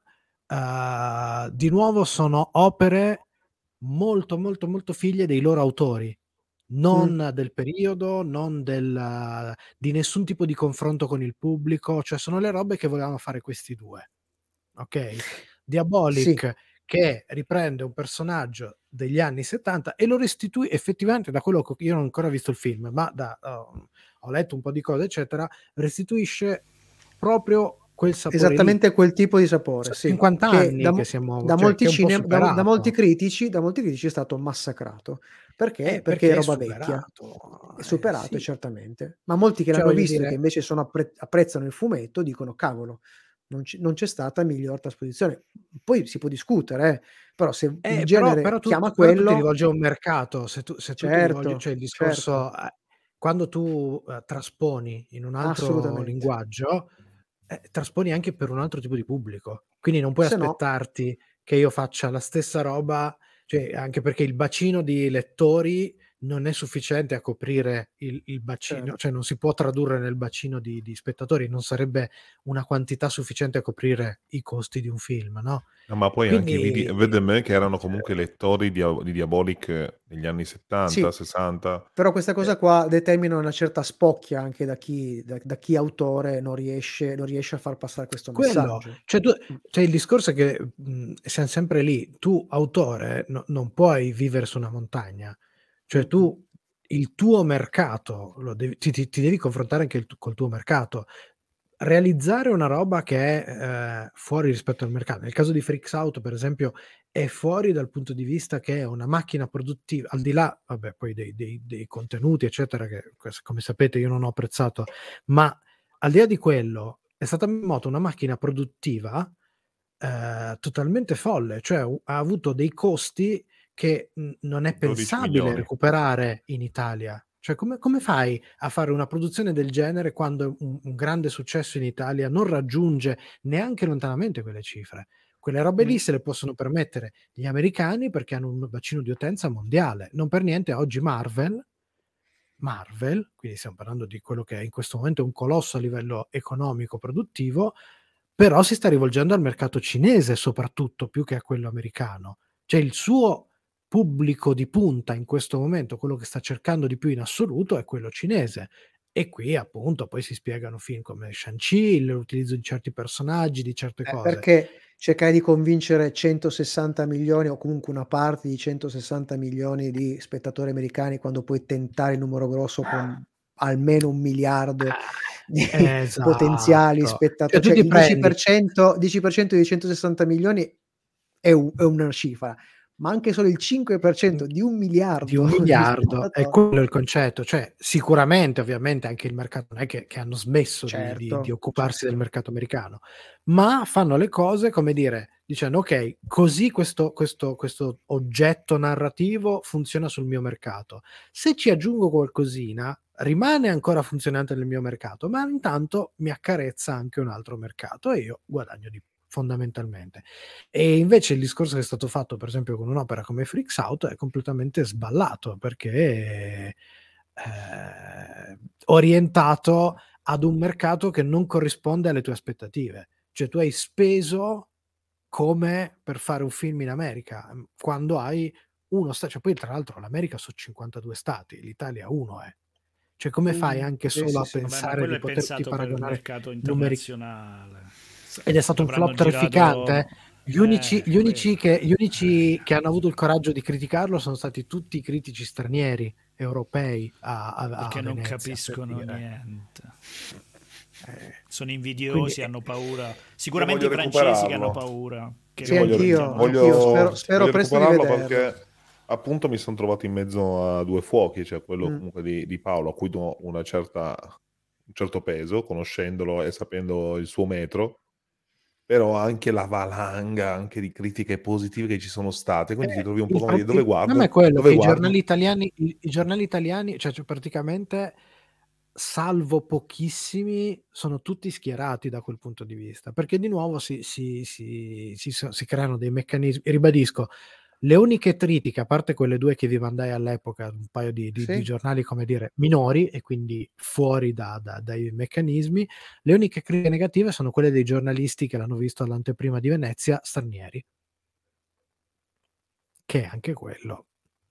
di nuovo sono opere molto, molto, molto figlie dei loro autori. Non del periodo, non di nessun tipo di confronto con il pubblico, cioè sono le robe che volevano fare questi due. Ok? Diabolic che riprende un personaggio degli anni 70 e lo restituisce effettivamente, da quello che io non ho ancora visto il film, ma ho letto un po' di cose, eccetera, restituisce proprio quel sapore esattamente lì. quel tipo di sapore, 50 anni che siamo da molti critici è stato massacrato perché è roba vecchia, è superato certamente, ma molti che l'hanno visto e che invece apprezzano il fumetto dicono cavolo, non c'è stata miglior trasposizione. Poi si può discutere, però se il genere chiama quello, tu ti rivolgi a un mercato, se tu ti rivolgi, cioè il discorso quando tu trasponi in un altro linguaggio, trasponi anche per un altro tipo di pubblico. Quindi non puoi Se no, aspettarti che io faccia la stessa roba, cioè, anche perché il bacino di lettori non è sufficiente a coprire il bacino, certo. cioè non si può tradurre nel bacino di spettatori, non sarebbe una quantità sufficiente a coprire i costi di un film, no? Ma poi anche Quindi, VDM che erano cioè, comunque lettori di Diabolic negli anni 70, Sì, 60. però questa cosa qua determina una certa spocchia anche da chi autore non riesce a far passare questo quello, messaggio. cioè il discorso è che siamo sempre lì, tu autore non puoi vivere su una montagna, cioè tu il tuo mercato ti devi confrontare anche col tuo mercato, realizzare una roba che è fuori rispetto al mercato. Nel caso di Freaks Out, per esempio, è fuori dal punto di vista che è una macchina produttiva, al di là, vabbè, poi dei contenuti, eccetera, che come sapete io non ho apprezzato, ma al di là di quello, è stata in moto una macchina produttiva totalmente folle, cioè ha avuto dei costi che non è 12 pensabile milioni. recuperare in Italia. Cioè, come fai a fare una produzione del genere quando un grande successo in Italia non raggiunge neanche lontanamente quelle cifre? Quelle robe lì se le possono permettere gli americani perché hanno un bacino di utenza mondiale. Non per niente oggi Marvel, quindi stiamo parlando di quello che è in questo momento un colosso a livello economico produttivo, però si sta rivolgendo al mercato cinese soprattutto, più che a quello americano. Cioè il suo pubblico di punta in questo momento, quello che sta cercando di più in assoluto è quello cinese. E qui appunto poi si spiegano film come Shang-Chi, l'utilizzo di certi personaggi, di certe cose. Perché cercare di convincere 160 milioni o comunque una parte di 160 milioni di spettatori americani quando puoi tentare il numero grosso con almeno 1 miliardo di potenziali Esatto. Cioè tu cioè ti il prendi 10% di 160 milioni è una cifra, ma anche solo il 5% di 1 di 1 miliardo di miliardo, è spettatori, quello il concetto. Cioè, sicuramente ovviamente anche il mercato non è che hanno smesso di certo, occuparsi del certo. mercato americano, ma fanno le cose, come dire, dicendo: "Okay, così questo oggetto narrativo funziona sul mio mercato. Se ci aggiungo qualcosina, rimane ancora funzionante nel mio mercato, ma intanto mi accarezza anche un altro mercato e io guadagno di più", fondamentalmente. E invece il discorso che è stato fatto, per esempio, con un'opera come Freaks Out è completamente sballato, perché orientato ad un mercato che non corrisponde alle tue aspettative. Cioè tu hai speso come per fare un film in America, quando hai cioè poi tra l'altro l'America so' 52 stati, l'Italia 1 è. Cioè come fai anche Sì, solo sì, a sì. Vabbè, ma pensare quello di è poterti pensato per il paragonare mercato numeri internazionale. ed è stato un Avranno flop terrificante. girato Gli unici quello. che hanno avuto il coraggio di criticarlo sono stati tutti i critici stranieri, europei a Perché non Venezia, per capiscono dire. niente. Sono Quindi invidiosi, hanno paura. Io Sicuramente voglio i francesi che hanno recuperarlo. paura, che Sì, Io voglio, anch'io, rinunziano ai anch'io. voglio, passaporti. Spero voglio presto di recuperarlo vederlo. perché appunto mi sono trovato in mezzo a due fuochi, cioè quello Mh. comunque di Paolo, a cui do un certo peso, conoscendolo e sapendo il suo metro, però anche la valanga anche di critiche positive che ci sono state, quindi ti trovi un po' come dire: "Dove Il problema è guardo? quello Dove che guardo?" i giornali italiani, cioè praticamente, salvo pochissimi, sono tutti schierati da quel punto di vista, perché di nuovo si creano dei meccanismi. Ribadisco, le uniche critiche, a parte quelle 2 che vi mandai all'epoca, un paio di Sì? giornali, come dire, minori e quindi fuori dai meccanismi, le uniche critiche negative sono quelle dei giornalisti che l'hanno visto all'anteprima di Venezia, stranieri, che è anche quello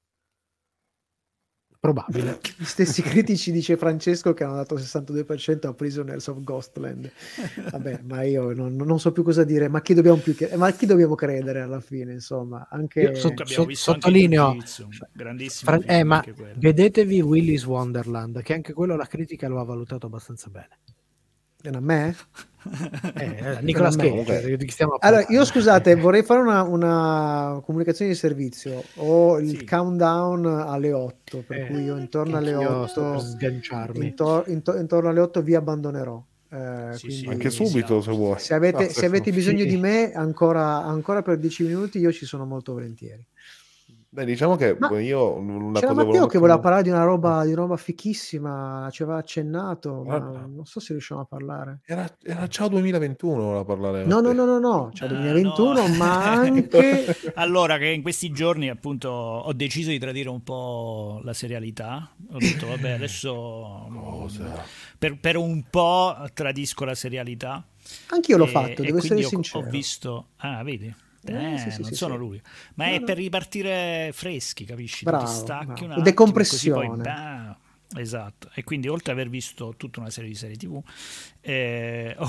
probabile. Gli stessi critici, dice Francesco, che hanno dato 62% a Prisoners of Ghostland. Vabbè, ma io non so più cosa dire, ma a chi dobbiamo credere alla fine, insomma, Io anche Comunque abbiamo visto anche il sottolineo, Jiu-Jitsu, grandissimo film ma anche quello. vedetevi Willy's Wonderland, che anche quello la critica lo ha valutato abbastanza bene. a me? Nicolas me. Cage, Comunque di chi stiamo Allora, parlando? io scusate, vorrei fare una comunicazione di servizio. Ho il Sì. countdown alle 8, per cui io intorno alle Anch'io sto per 8 sganciarmi. intorno alle 8 vi abbandonerò. Sì, sì, anche Quindi subito se vuoi. se avete bisogno Sì. di me ancora per 10 minuti, io ci sono molto volentieri. Beh, diciamo che Ma io una c'era cosa Matteo volevo che voleva mettere. parlare di una roba fichissima, ci aveva accennato, ma non so se riusciamo a parlare. Era Ciao 2021 a parlare No, no, Matteo. no, no, no, c'è No. 2021, ma anche Allora, che in questi giorni appunto ho deciso di tradire un po' la serialità. Ho detto, vabbè, adesso Cosa? per un po' tradisco la serialità. anch'io l'ho fatto, E devo essere quindi ho sincero. visto. Ah, vedi? Sì, sì, Non sì, sono sì. lui, ma No, è no. per ripartire freschi, capisci? Tu ti Bravo, stacchi un bravo. attimo e così poi Decompressione. bam. Esatto, e quindi oltre ad aver visto tutta una serie di serie TV, ho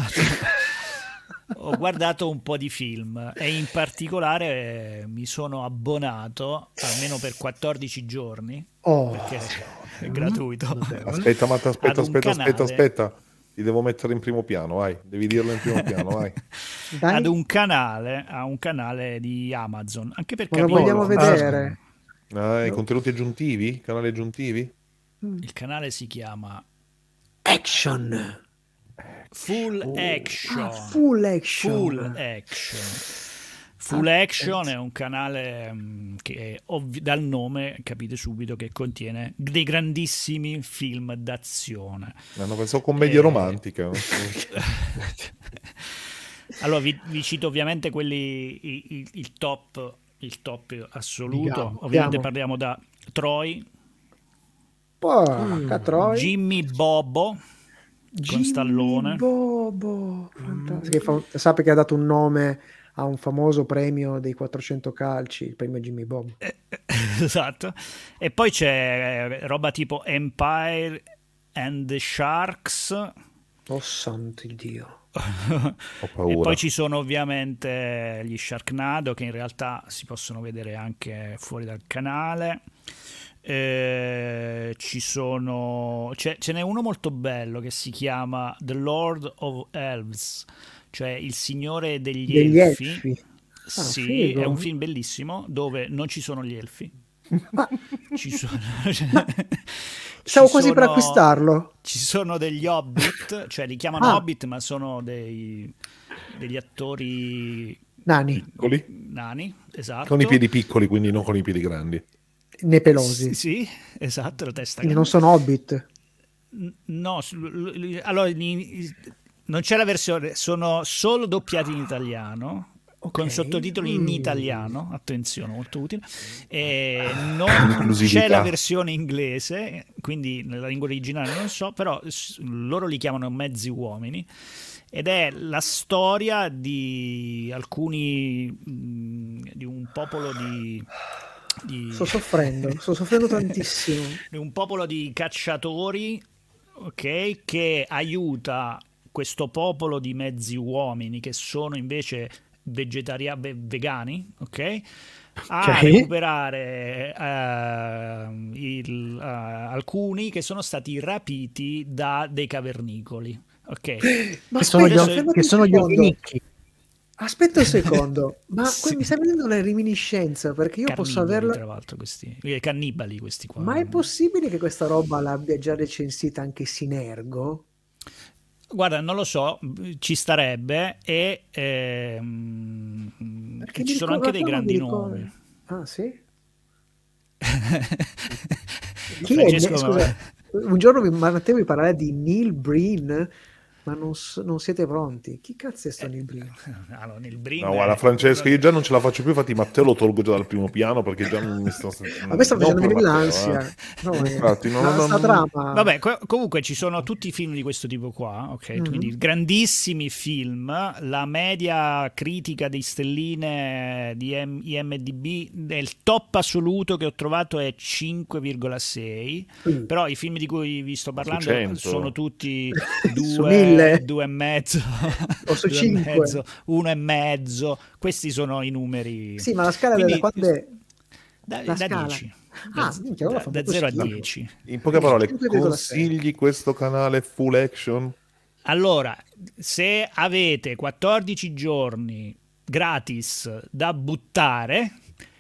ho guardato un po' di film e in particolare mi sono abbonato almeno per 14 giorni, Oh, perché è gratuito, Notevole. Aspetta, Matteo, ad aspetta, un aspetta, aspetta, canale. aspetta. Ti devo mettere in primo piano, vai. Devi dirlo in primo piano, vai. Ad dai, a un canale di Amazon, anche per ma lo capire vogliamo come funziona. vedere? I No. contenuti aggiuntivi? Canali aggiuntivi? Mm. Il canale si chiama Action. Full Action. Full action. Full Action. Full Action è un canale che dal nome capite subito che contiene dei grandissimi film d'azione. No, pensavo commedie romantiche. No? Allora vi cito ovviamente quelli, il top assoluto. Digamos. Ovviamente parliamo da Troy, Porca Troia. Jimmy Bobo con Stallone. Bobo. Fantastico. Che sappi che ha dato un nome a un famoso premio dei 400 calci, il premio Jimmy Bobo. Esatto. E poi c'è roba tipo Empire and the Sharks. Oh santo Dio. Ho E paura. poi ci sono ovviamente gli Sharknado che in realtà si possono vedere anche fuori dal canale. Ci sono ce n'è uno molto bello che si chiama The Lord of Elves, cioè il Signore degli Elfi. Ah, Sì, figo. è un film bellissimo dove non ci sono gli elfi. Ma Ci sono stavo quasi per acquistarlo. ci sono degli hobbit, cioè li chiamano Ah. hobbit, ma sono degli attori Nani, Piccoli? nani, esatto. Con i piedi piccoli, quindi non con i piedi grandi. né pelosi. Sì, esatto, la testa Quindi non grande. sono hobbit. No, allora non c'è la versione, sono solo doppiati in italiano. Ok. Con sottotitoli in italiano, attenzione, molto utile. E non Inclusività. c'è la versione inglese, quindi nella lingua originale non so, però loro li chiamano mezzi uomini. Ed è la storia di alcuni, di un popolo di Sto soffrendo tantissimo. di un popolo di cacciatori, ok, che aiuta questo popolo di mezzi uomini che sono invece vegani, ok, a Ok. recuperare alcuni che sono stati rapiti da dei cavernicoli, ok. Ma Che sono gli, aspetta, Adesso- fermati che un sono gli secondo. ovinicchi. Aspetta un secondo, ma Sì. mi sta venendo una reminiscenza perché io posso Carnivori, averla. tra l'altro, questi cannibali, questi qua. Ma è possibile che questa roba l'abbia già recensita anche Sinergo? Guarda, non lo so, ci starebbe e Perché ci sono anche dei grandi ricordo. nomi. Ah, sì? Chi è? Francesco, Scusa, un giorno Matteo mi parlava di Neil Breen, ma non siete pronti. Chi cazzo è sto Neil Breen? allora, nel Brin No, guarda, Francesco, io già non ce la faccio più, infatti Matteo lo tolgo già dal primo piano perché già non mi sto... A me sta non facendo per venire Matteo, l'ansia. No, Infatti, no, sta trama. Vabbè, comunque ci sono tutti i film di questo tipo qua, ok? Mhm. Quindi grandissimi film, la media critica di stelline di IMDb, il top assoluto che ho trovato è 5,6, Mm. però i film di cui vi sto Ma su parlando 100? sono tutti Su 1000? 2,5, O su 5? 1,5, questi sono i numeri. Sì, ma la scala Quindi, della quando è? da La scala. 10. Ah, minchia, allora fa Da molto 0 a schifo. 10. In poche parole, 5,6. consigli questo canale full action? Allora, se avete 14 giorni gratis da buttare,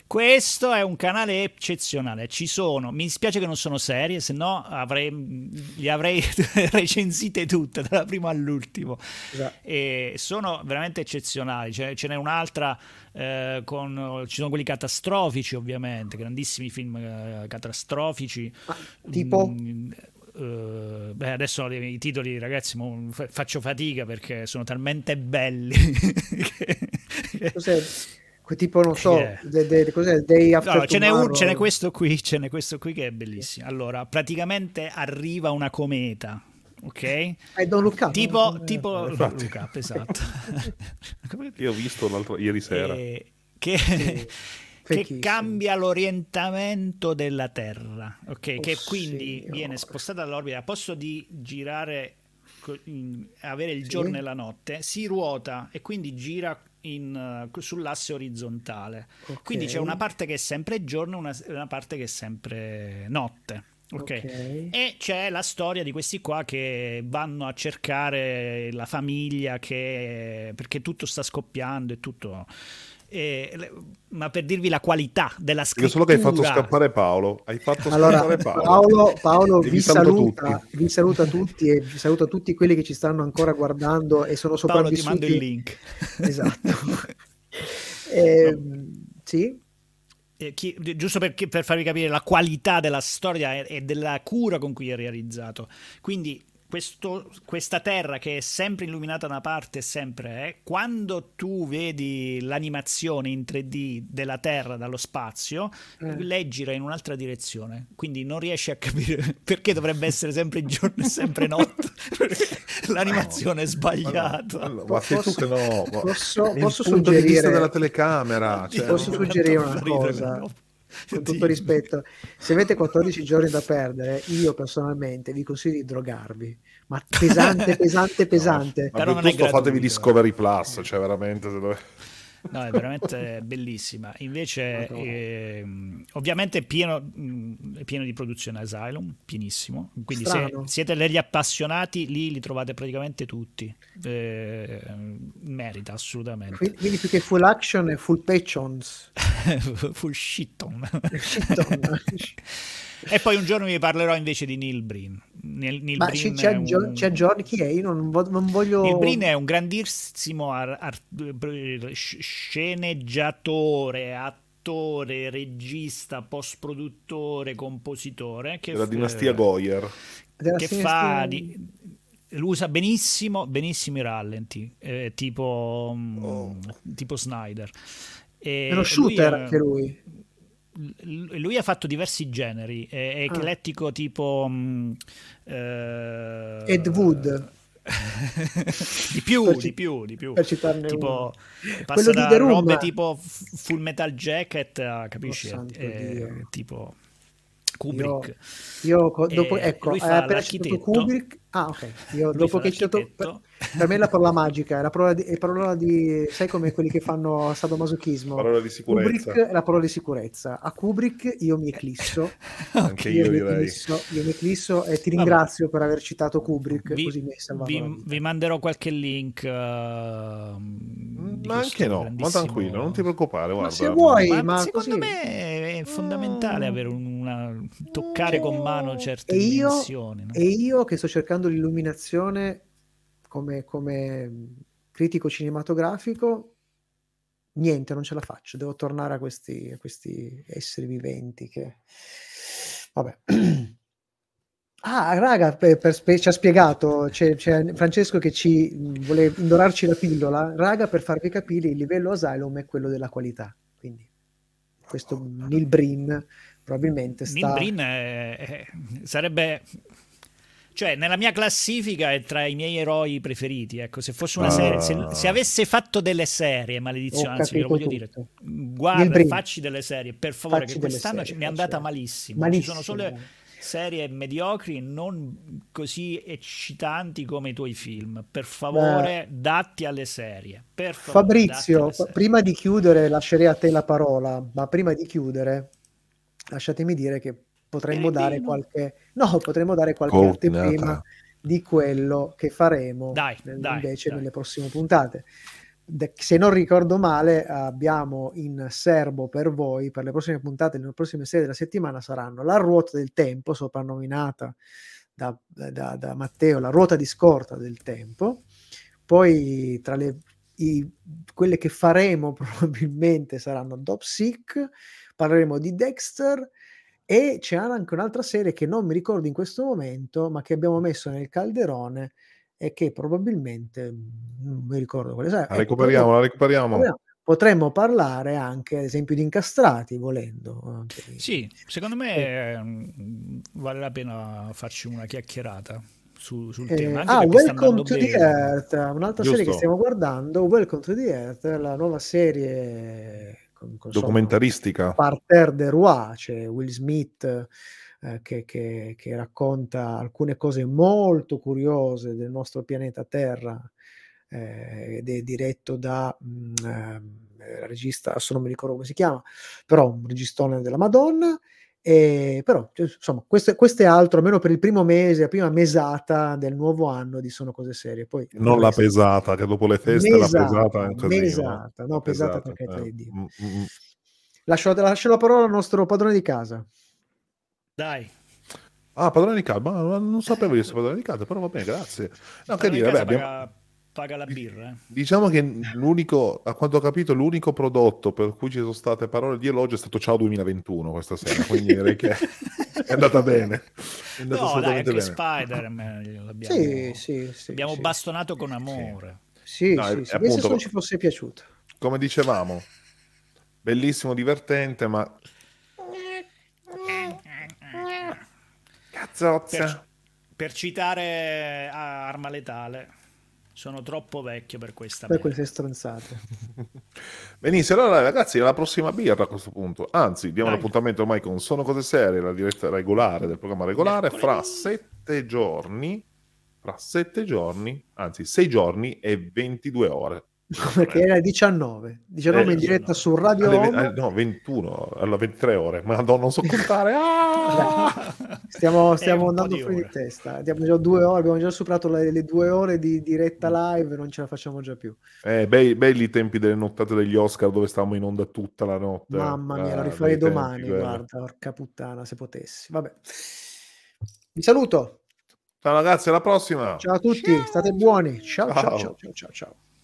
Questo è un canale eccezionale. Ci sono, mi dispiace che non sono serie, se no li avrei recensite tutte, dalla prima all'ultimo. Esatto. E sono veramente eccezionali. Ce n'è un'altra ci sono quelli catastrofici, ovviamente, grandissimi film catastrofici. Tipo? Adesso i titoli, ragazzi, faccio fatica perché sono talmente belli. Cos'è? Tipo, non so, cos'è? Day After No, Tomorrow. ce n'è questo qui che è bellissimo. Allora, praticamente arriva una cometa, ok? È Don't Look Up. Tipo Infatti. Don't Look Up, esatto. Io ho visto ieri sera. Che Fichissimo. cambia l'orientamento della Terra, ok? Che quindi signore. viene spostata dall'orbita, a posto di girare, avere il giorno e la notte, si ruota e quindi gira sull'asse orizzontale. Ok. Quindi c'è una parte che è sempre giorno e una parte che è sempre notte. Okay. Ok. E c'è la storia di questi qua che vanno a cercare la famiglia perché tutto sta scoppiando e tutto. Ma per dirvi la qualità della scrittura, Io solo che hai fatto scappare Paolo. Allora, Paolo E vi saluta tutti e vi saluta tutti quelli che ci stanno ancora guardando e sono Paolo, sopravvissuti. ti mando il link. Esatto. Sì. Giusto per farvi capire la qualità della storia e della cura con cui è realizzato. Quindi questa terra che è sempre illuminata da una parte, sempre quando tu vedi l'animazione in 3D della terra dallo spazio, lei gira in un'altra direzione, quindi non riesci a capire perché dovrebbe essere sempre giorno e sempre notte. L'animazione è sbagliata. Ma sei tu che no. Posso punto di vista suggerire della telecamera. Cioè, posso suggerire una cosa, con tutto rispetto, se avete 14 giorni da perdere, io personalmente vi consiglio di drogarvi, ma pesante. Ma Però non è piuttosto fatevi gratuito. Discovery Plus, cioè veramente. No, è veramente bellissima. Invece, ovviamente è pieno di produzione Asylum, pienissimo. Quindi se Strano. siete degli appassionati, lì li trovate praticamente tutti. Merita assolutamente. Quindi più che full action è full passions. Full shitton. Shitton. E poi un giorno vi parlerò invece di Neil Breen. Neil Ma Breen c'è Giorni, chi è? Io non voglio... Neil Breen è un grandissimo sceneggiatore, attore, regista, post-produttore, compositore Della dinastia Goyer. che fa lui usa benissimo i rallenti, tipo Snyder. È uno shooter anche lui. Lui ha fatto diversi generi, è eclettico, tipo Ed Wood. di più Per citarne tipo uno. passa Quello di da The Room. robe tipo Full Metal Jacket, capisci? santo Dio. Tipo Kubrick. Io dopo, ecco, lui hai fa appena citato l'architetto. Kubrick. Ok, io Lui dopo fa che hai citato, l'architetto. per me è la parola magica, è la parola di, sai, come quelli che fanno sadomasochismo. Parola di sicurezza. Kubrick è la parola di sicurezza. A Kubrick io mi eclisso. Anche io direi. Io mi eclisso e ti ringrazio per aver citato Kubrick, così mi hai salvato la vita. Vi manderò qualche link. Ma anche no, ma tranquillo, non ti preoccupare, guarda. Ma se vuoi, Ma ma secondo così. me è fondamentale avere toccare con mano certe E io, dimensioni, no? e io che sto cercando l'illuminazione come critico cinematografico, niente, non ce la faccio. Devo tornare a questi esseri viventi che... Vabbè. Ah, raga, ci ha spiegato, c'è Francesco che ci vuole indorarci la pillola. Raga, per farvi capire, il livello Asylum è quello della qualità. Quindi questo Neil Breen probabilmente Neil Breen sarebbe, cioè nella mia classifica è tra i miei eroi preferiti, ecco. Se fosse una serie, se avesse fatto delle serie, maledizione, anzi ve lo voglio dire, guarda, facci delle serie per favore, che quest'anno mi è andata malissimo. Ci sono solo serie mediocri, non così eccitanti come i tuoi film. Per favore, datti alle serie. Per favore, Fabrizio, prima di chiudere lascerei a te la parola, ma prima di chiudere lasciatemi dire che potremmo dare qualche anteprima di quello che faremo invece nelle prossime puntate. se non ricordo male, abbiamo in serbo per voi, per le prossime puntate, le prossime serie della settimana saranno La ruota del tempo, soprannominata da Matteo, la ruota di scorta del tempo. Poi tra quelle che faremo probabilmente saranno Dopsic, parleremo di Dexter, e c'è anche un'altra serie che non mi ricordo in questo momento, ma che abbiamo messo nel calderone e che probabilmente non mi ricordo quale sia. La recuperiamo. Potremmo parlare anche, ad esempio, di Incastrati, volendo. Anche Sì, secondo me vale la pena farci una chiacchierata sul tema. Anche perché sta Welcome andando to the bene. Earth, un'altra serie che Giusto. stiamo guardando, Welcome to the Earth, la nuova serie con Documentaristica. Parterre de Roi, c'è Will Smith che racconta alcune cose molto curiose del nostro pianeta Terra, ed è diretto da regista, adesso non mi ricordo come si chiama, però un registone della Madonna. Però insomma questo è altro, almeno per il primo mese, la prima mesata del nuovo anno di Sono Cose Serie. Poi Non la pesata, che dopo le feste la pesata è un casino. mesata, no, pesata per carità di Dio. Mm. Lascio la parola al nostro padrone di casa. Dai. Ah, padrone di casa, ma non sapevo di essere padrone di casa, però va bene, grazie. No, che Padrone di dire, casa paga la birra. Diciamo che a quanto ho capito, l'unico prodotto per cui ci sono state parole di elogio è stato Ciao 2021 questa sera, quindi direi che è andata bene. È andata No, dai, assolutamente anche bene. Spider-Man l'abbiamo Sì, bastonato con amore. Sì, No, sì, appunto, se non ci fosse piaciuto. come dicevamo, bellissimo, divertente, ma cazzozza. Per citare Arma Letale, sono troppo vecchio per questa Per merda. queste stronzate. Benissimo, allora ragazzi, alla prossima birra a questo punto. Anzi, diamo Dai. l'appuntamento ormai con Sono Cose Serie, la diretta regolare del programma regolare, fra 7 giorni, anzi 6 giorni e 22 ore. Perché era 19 in diretta su Radio Home. No, 21, alla 23 ore. Madonna, non so contare. Stiamo un andando po' di fuori di ore. testa. Abbiamo già 2 ore, abbiamo già superato le 2 ore di diretta live, non ce la facciamo già più. Belli i tempi delle nottate degli Oscar dove stavamo in onda tutta la notte. Mamma mia, la rifarei bei tempi domani, quelli. guarda, porca puttana, se potessi. Vabbè. Vi saluto. Ciao ragazzi, alla prossima. Ciao a tutti, state buoni. Ciao.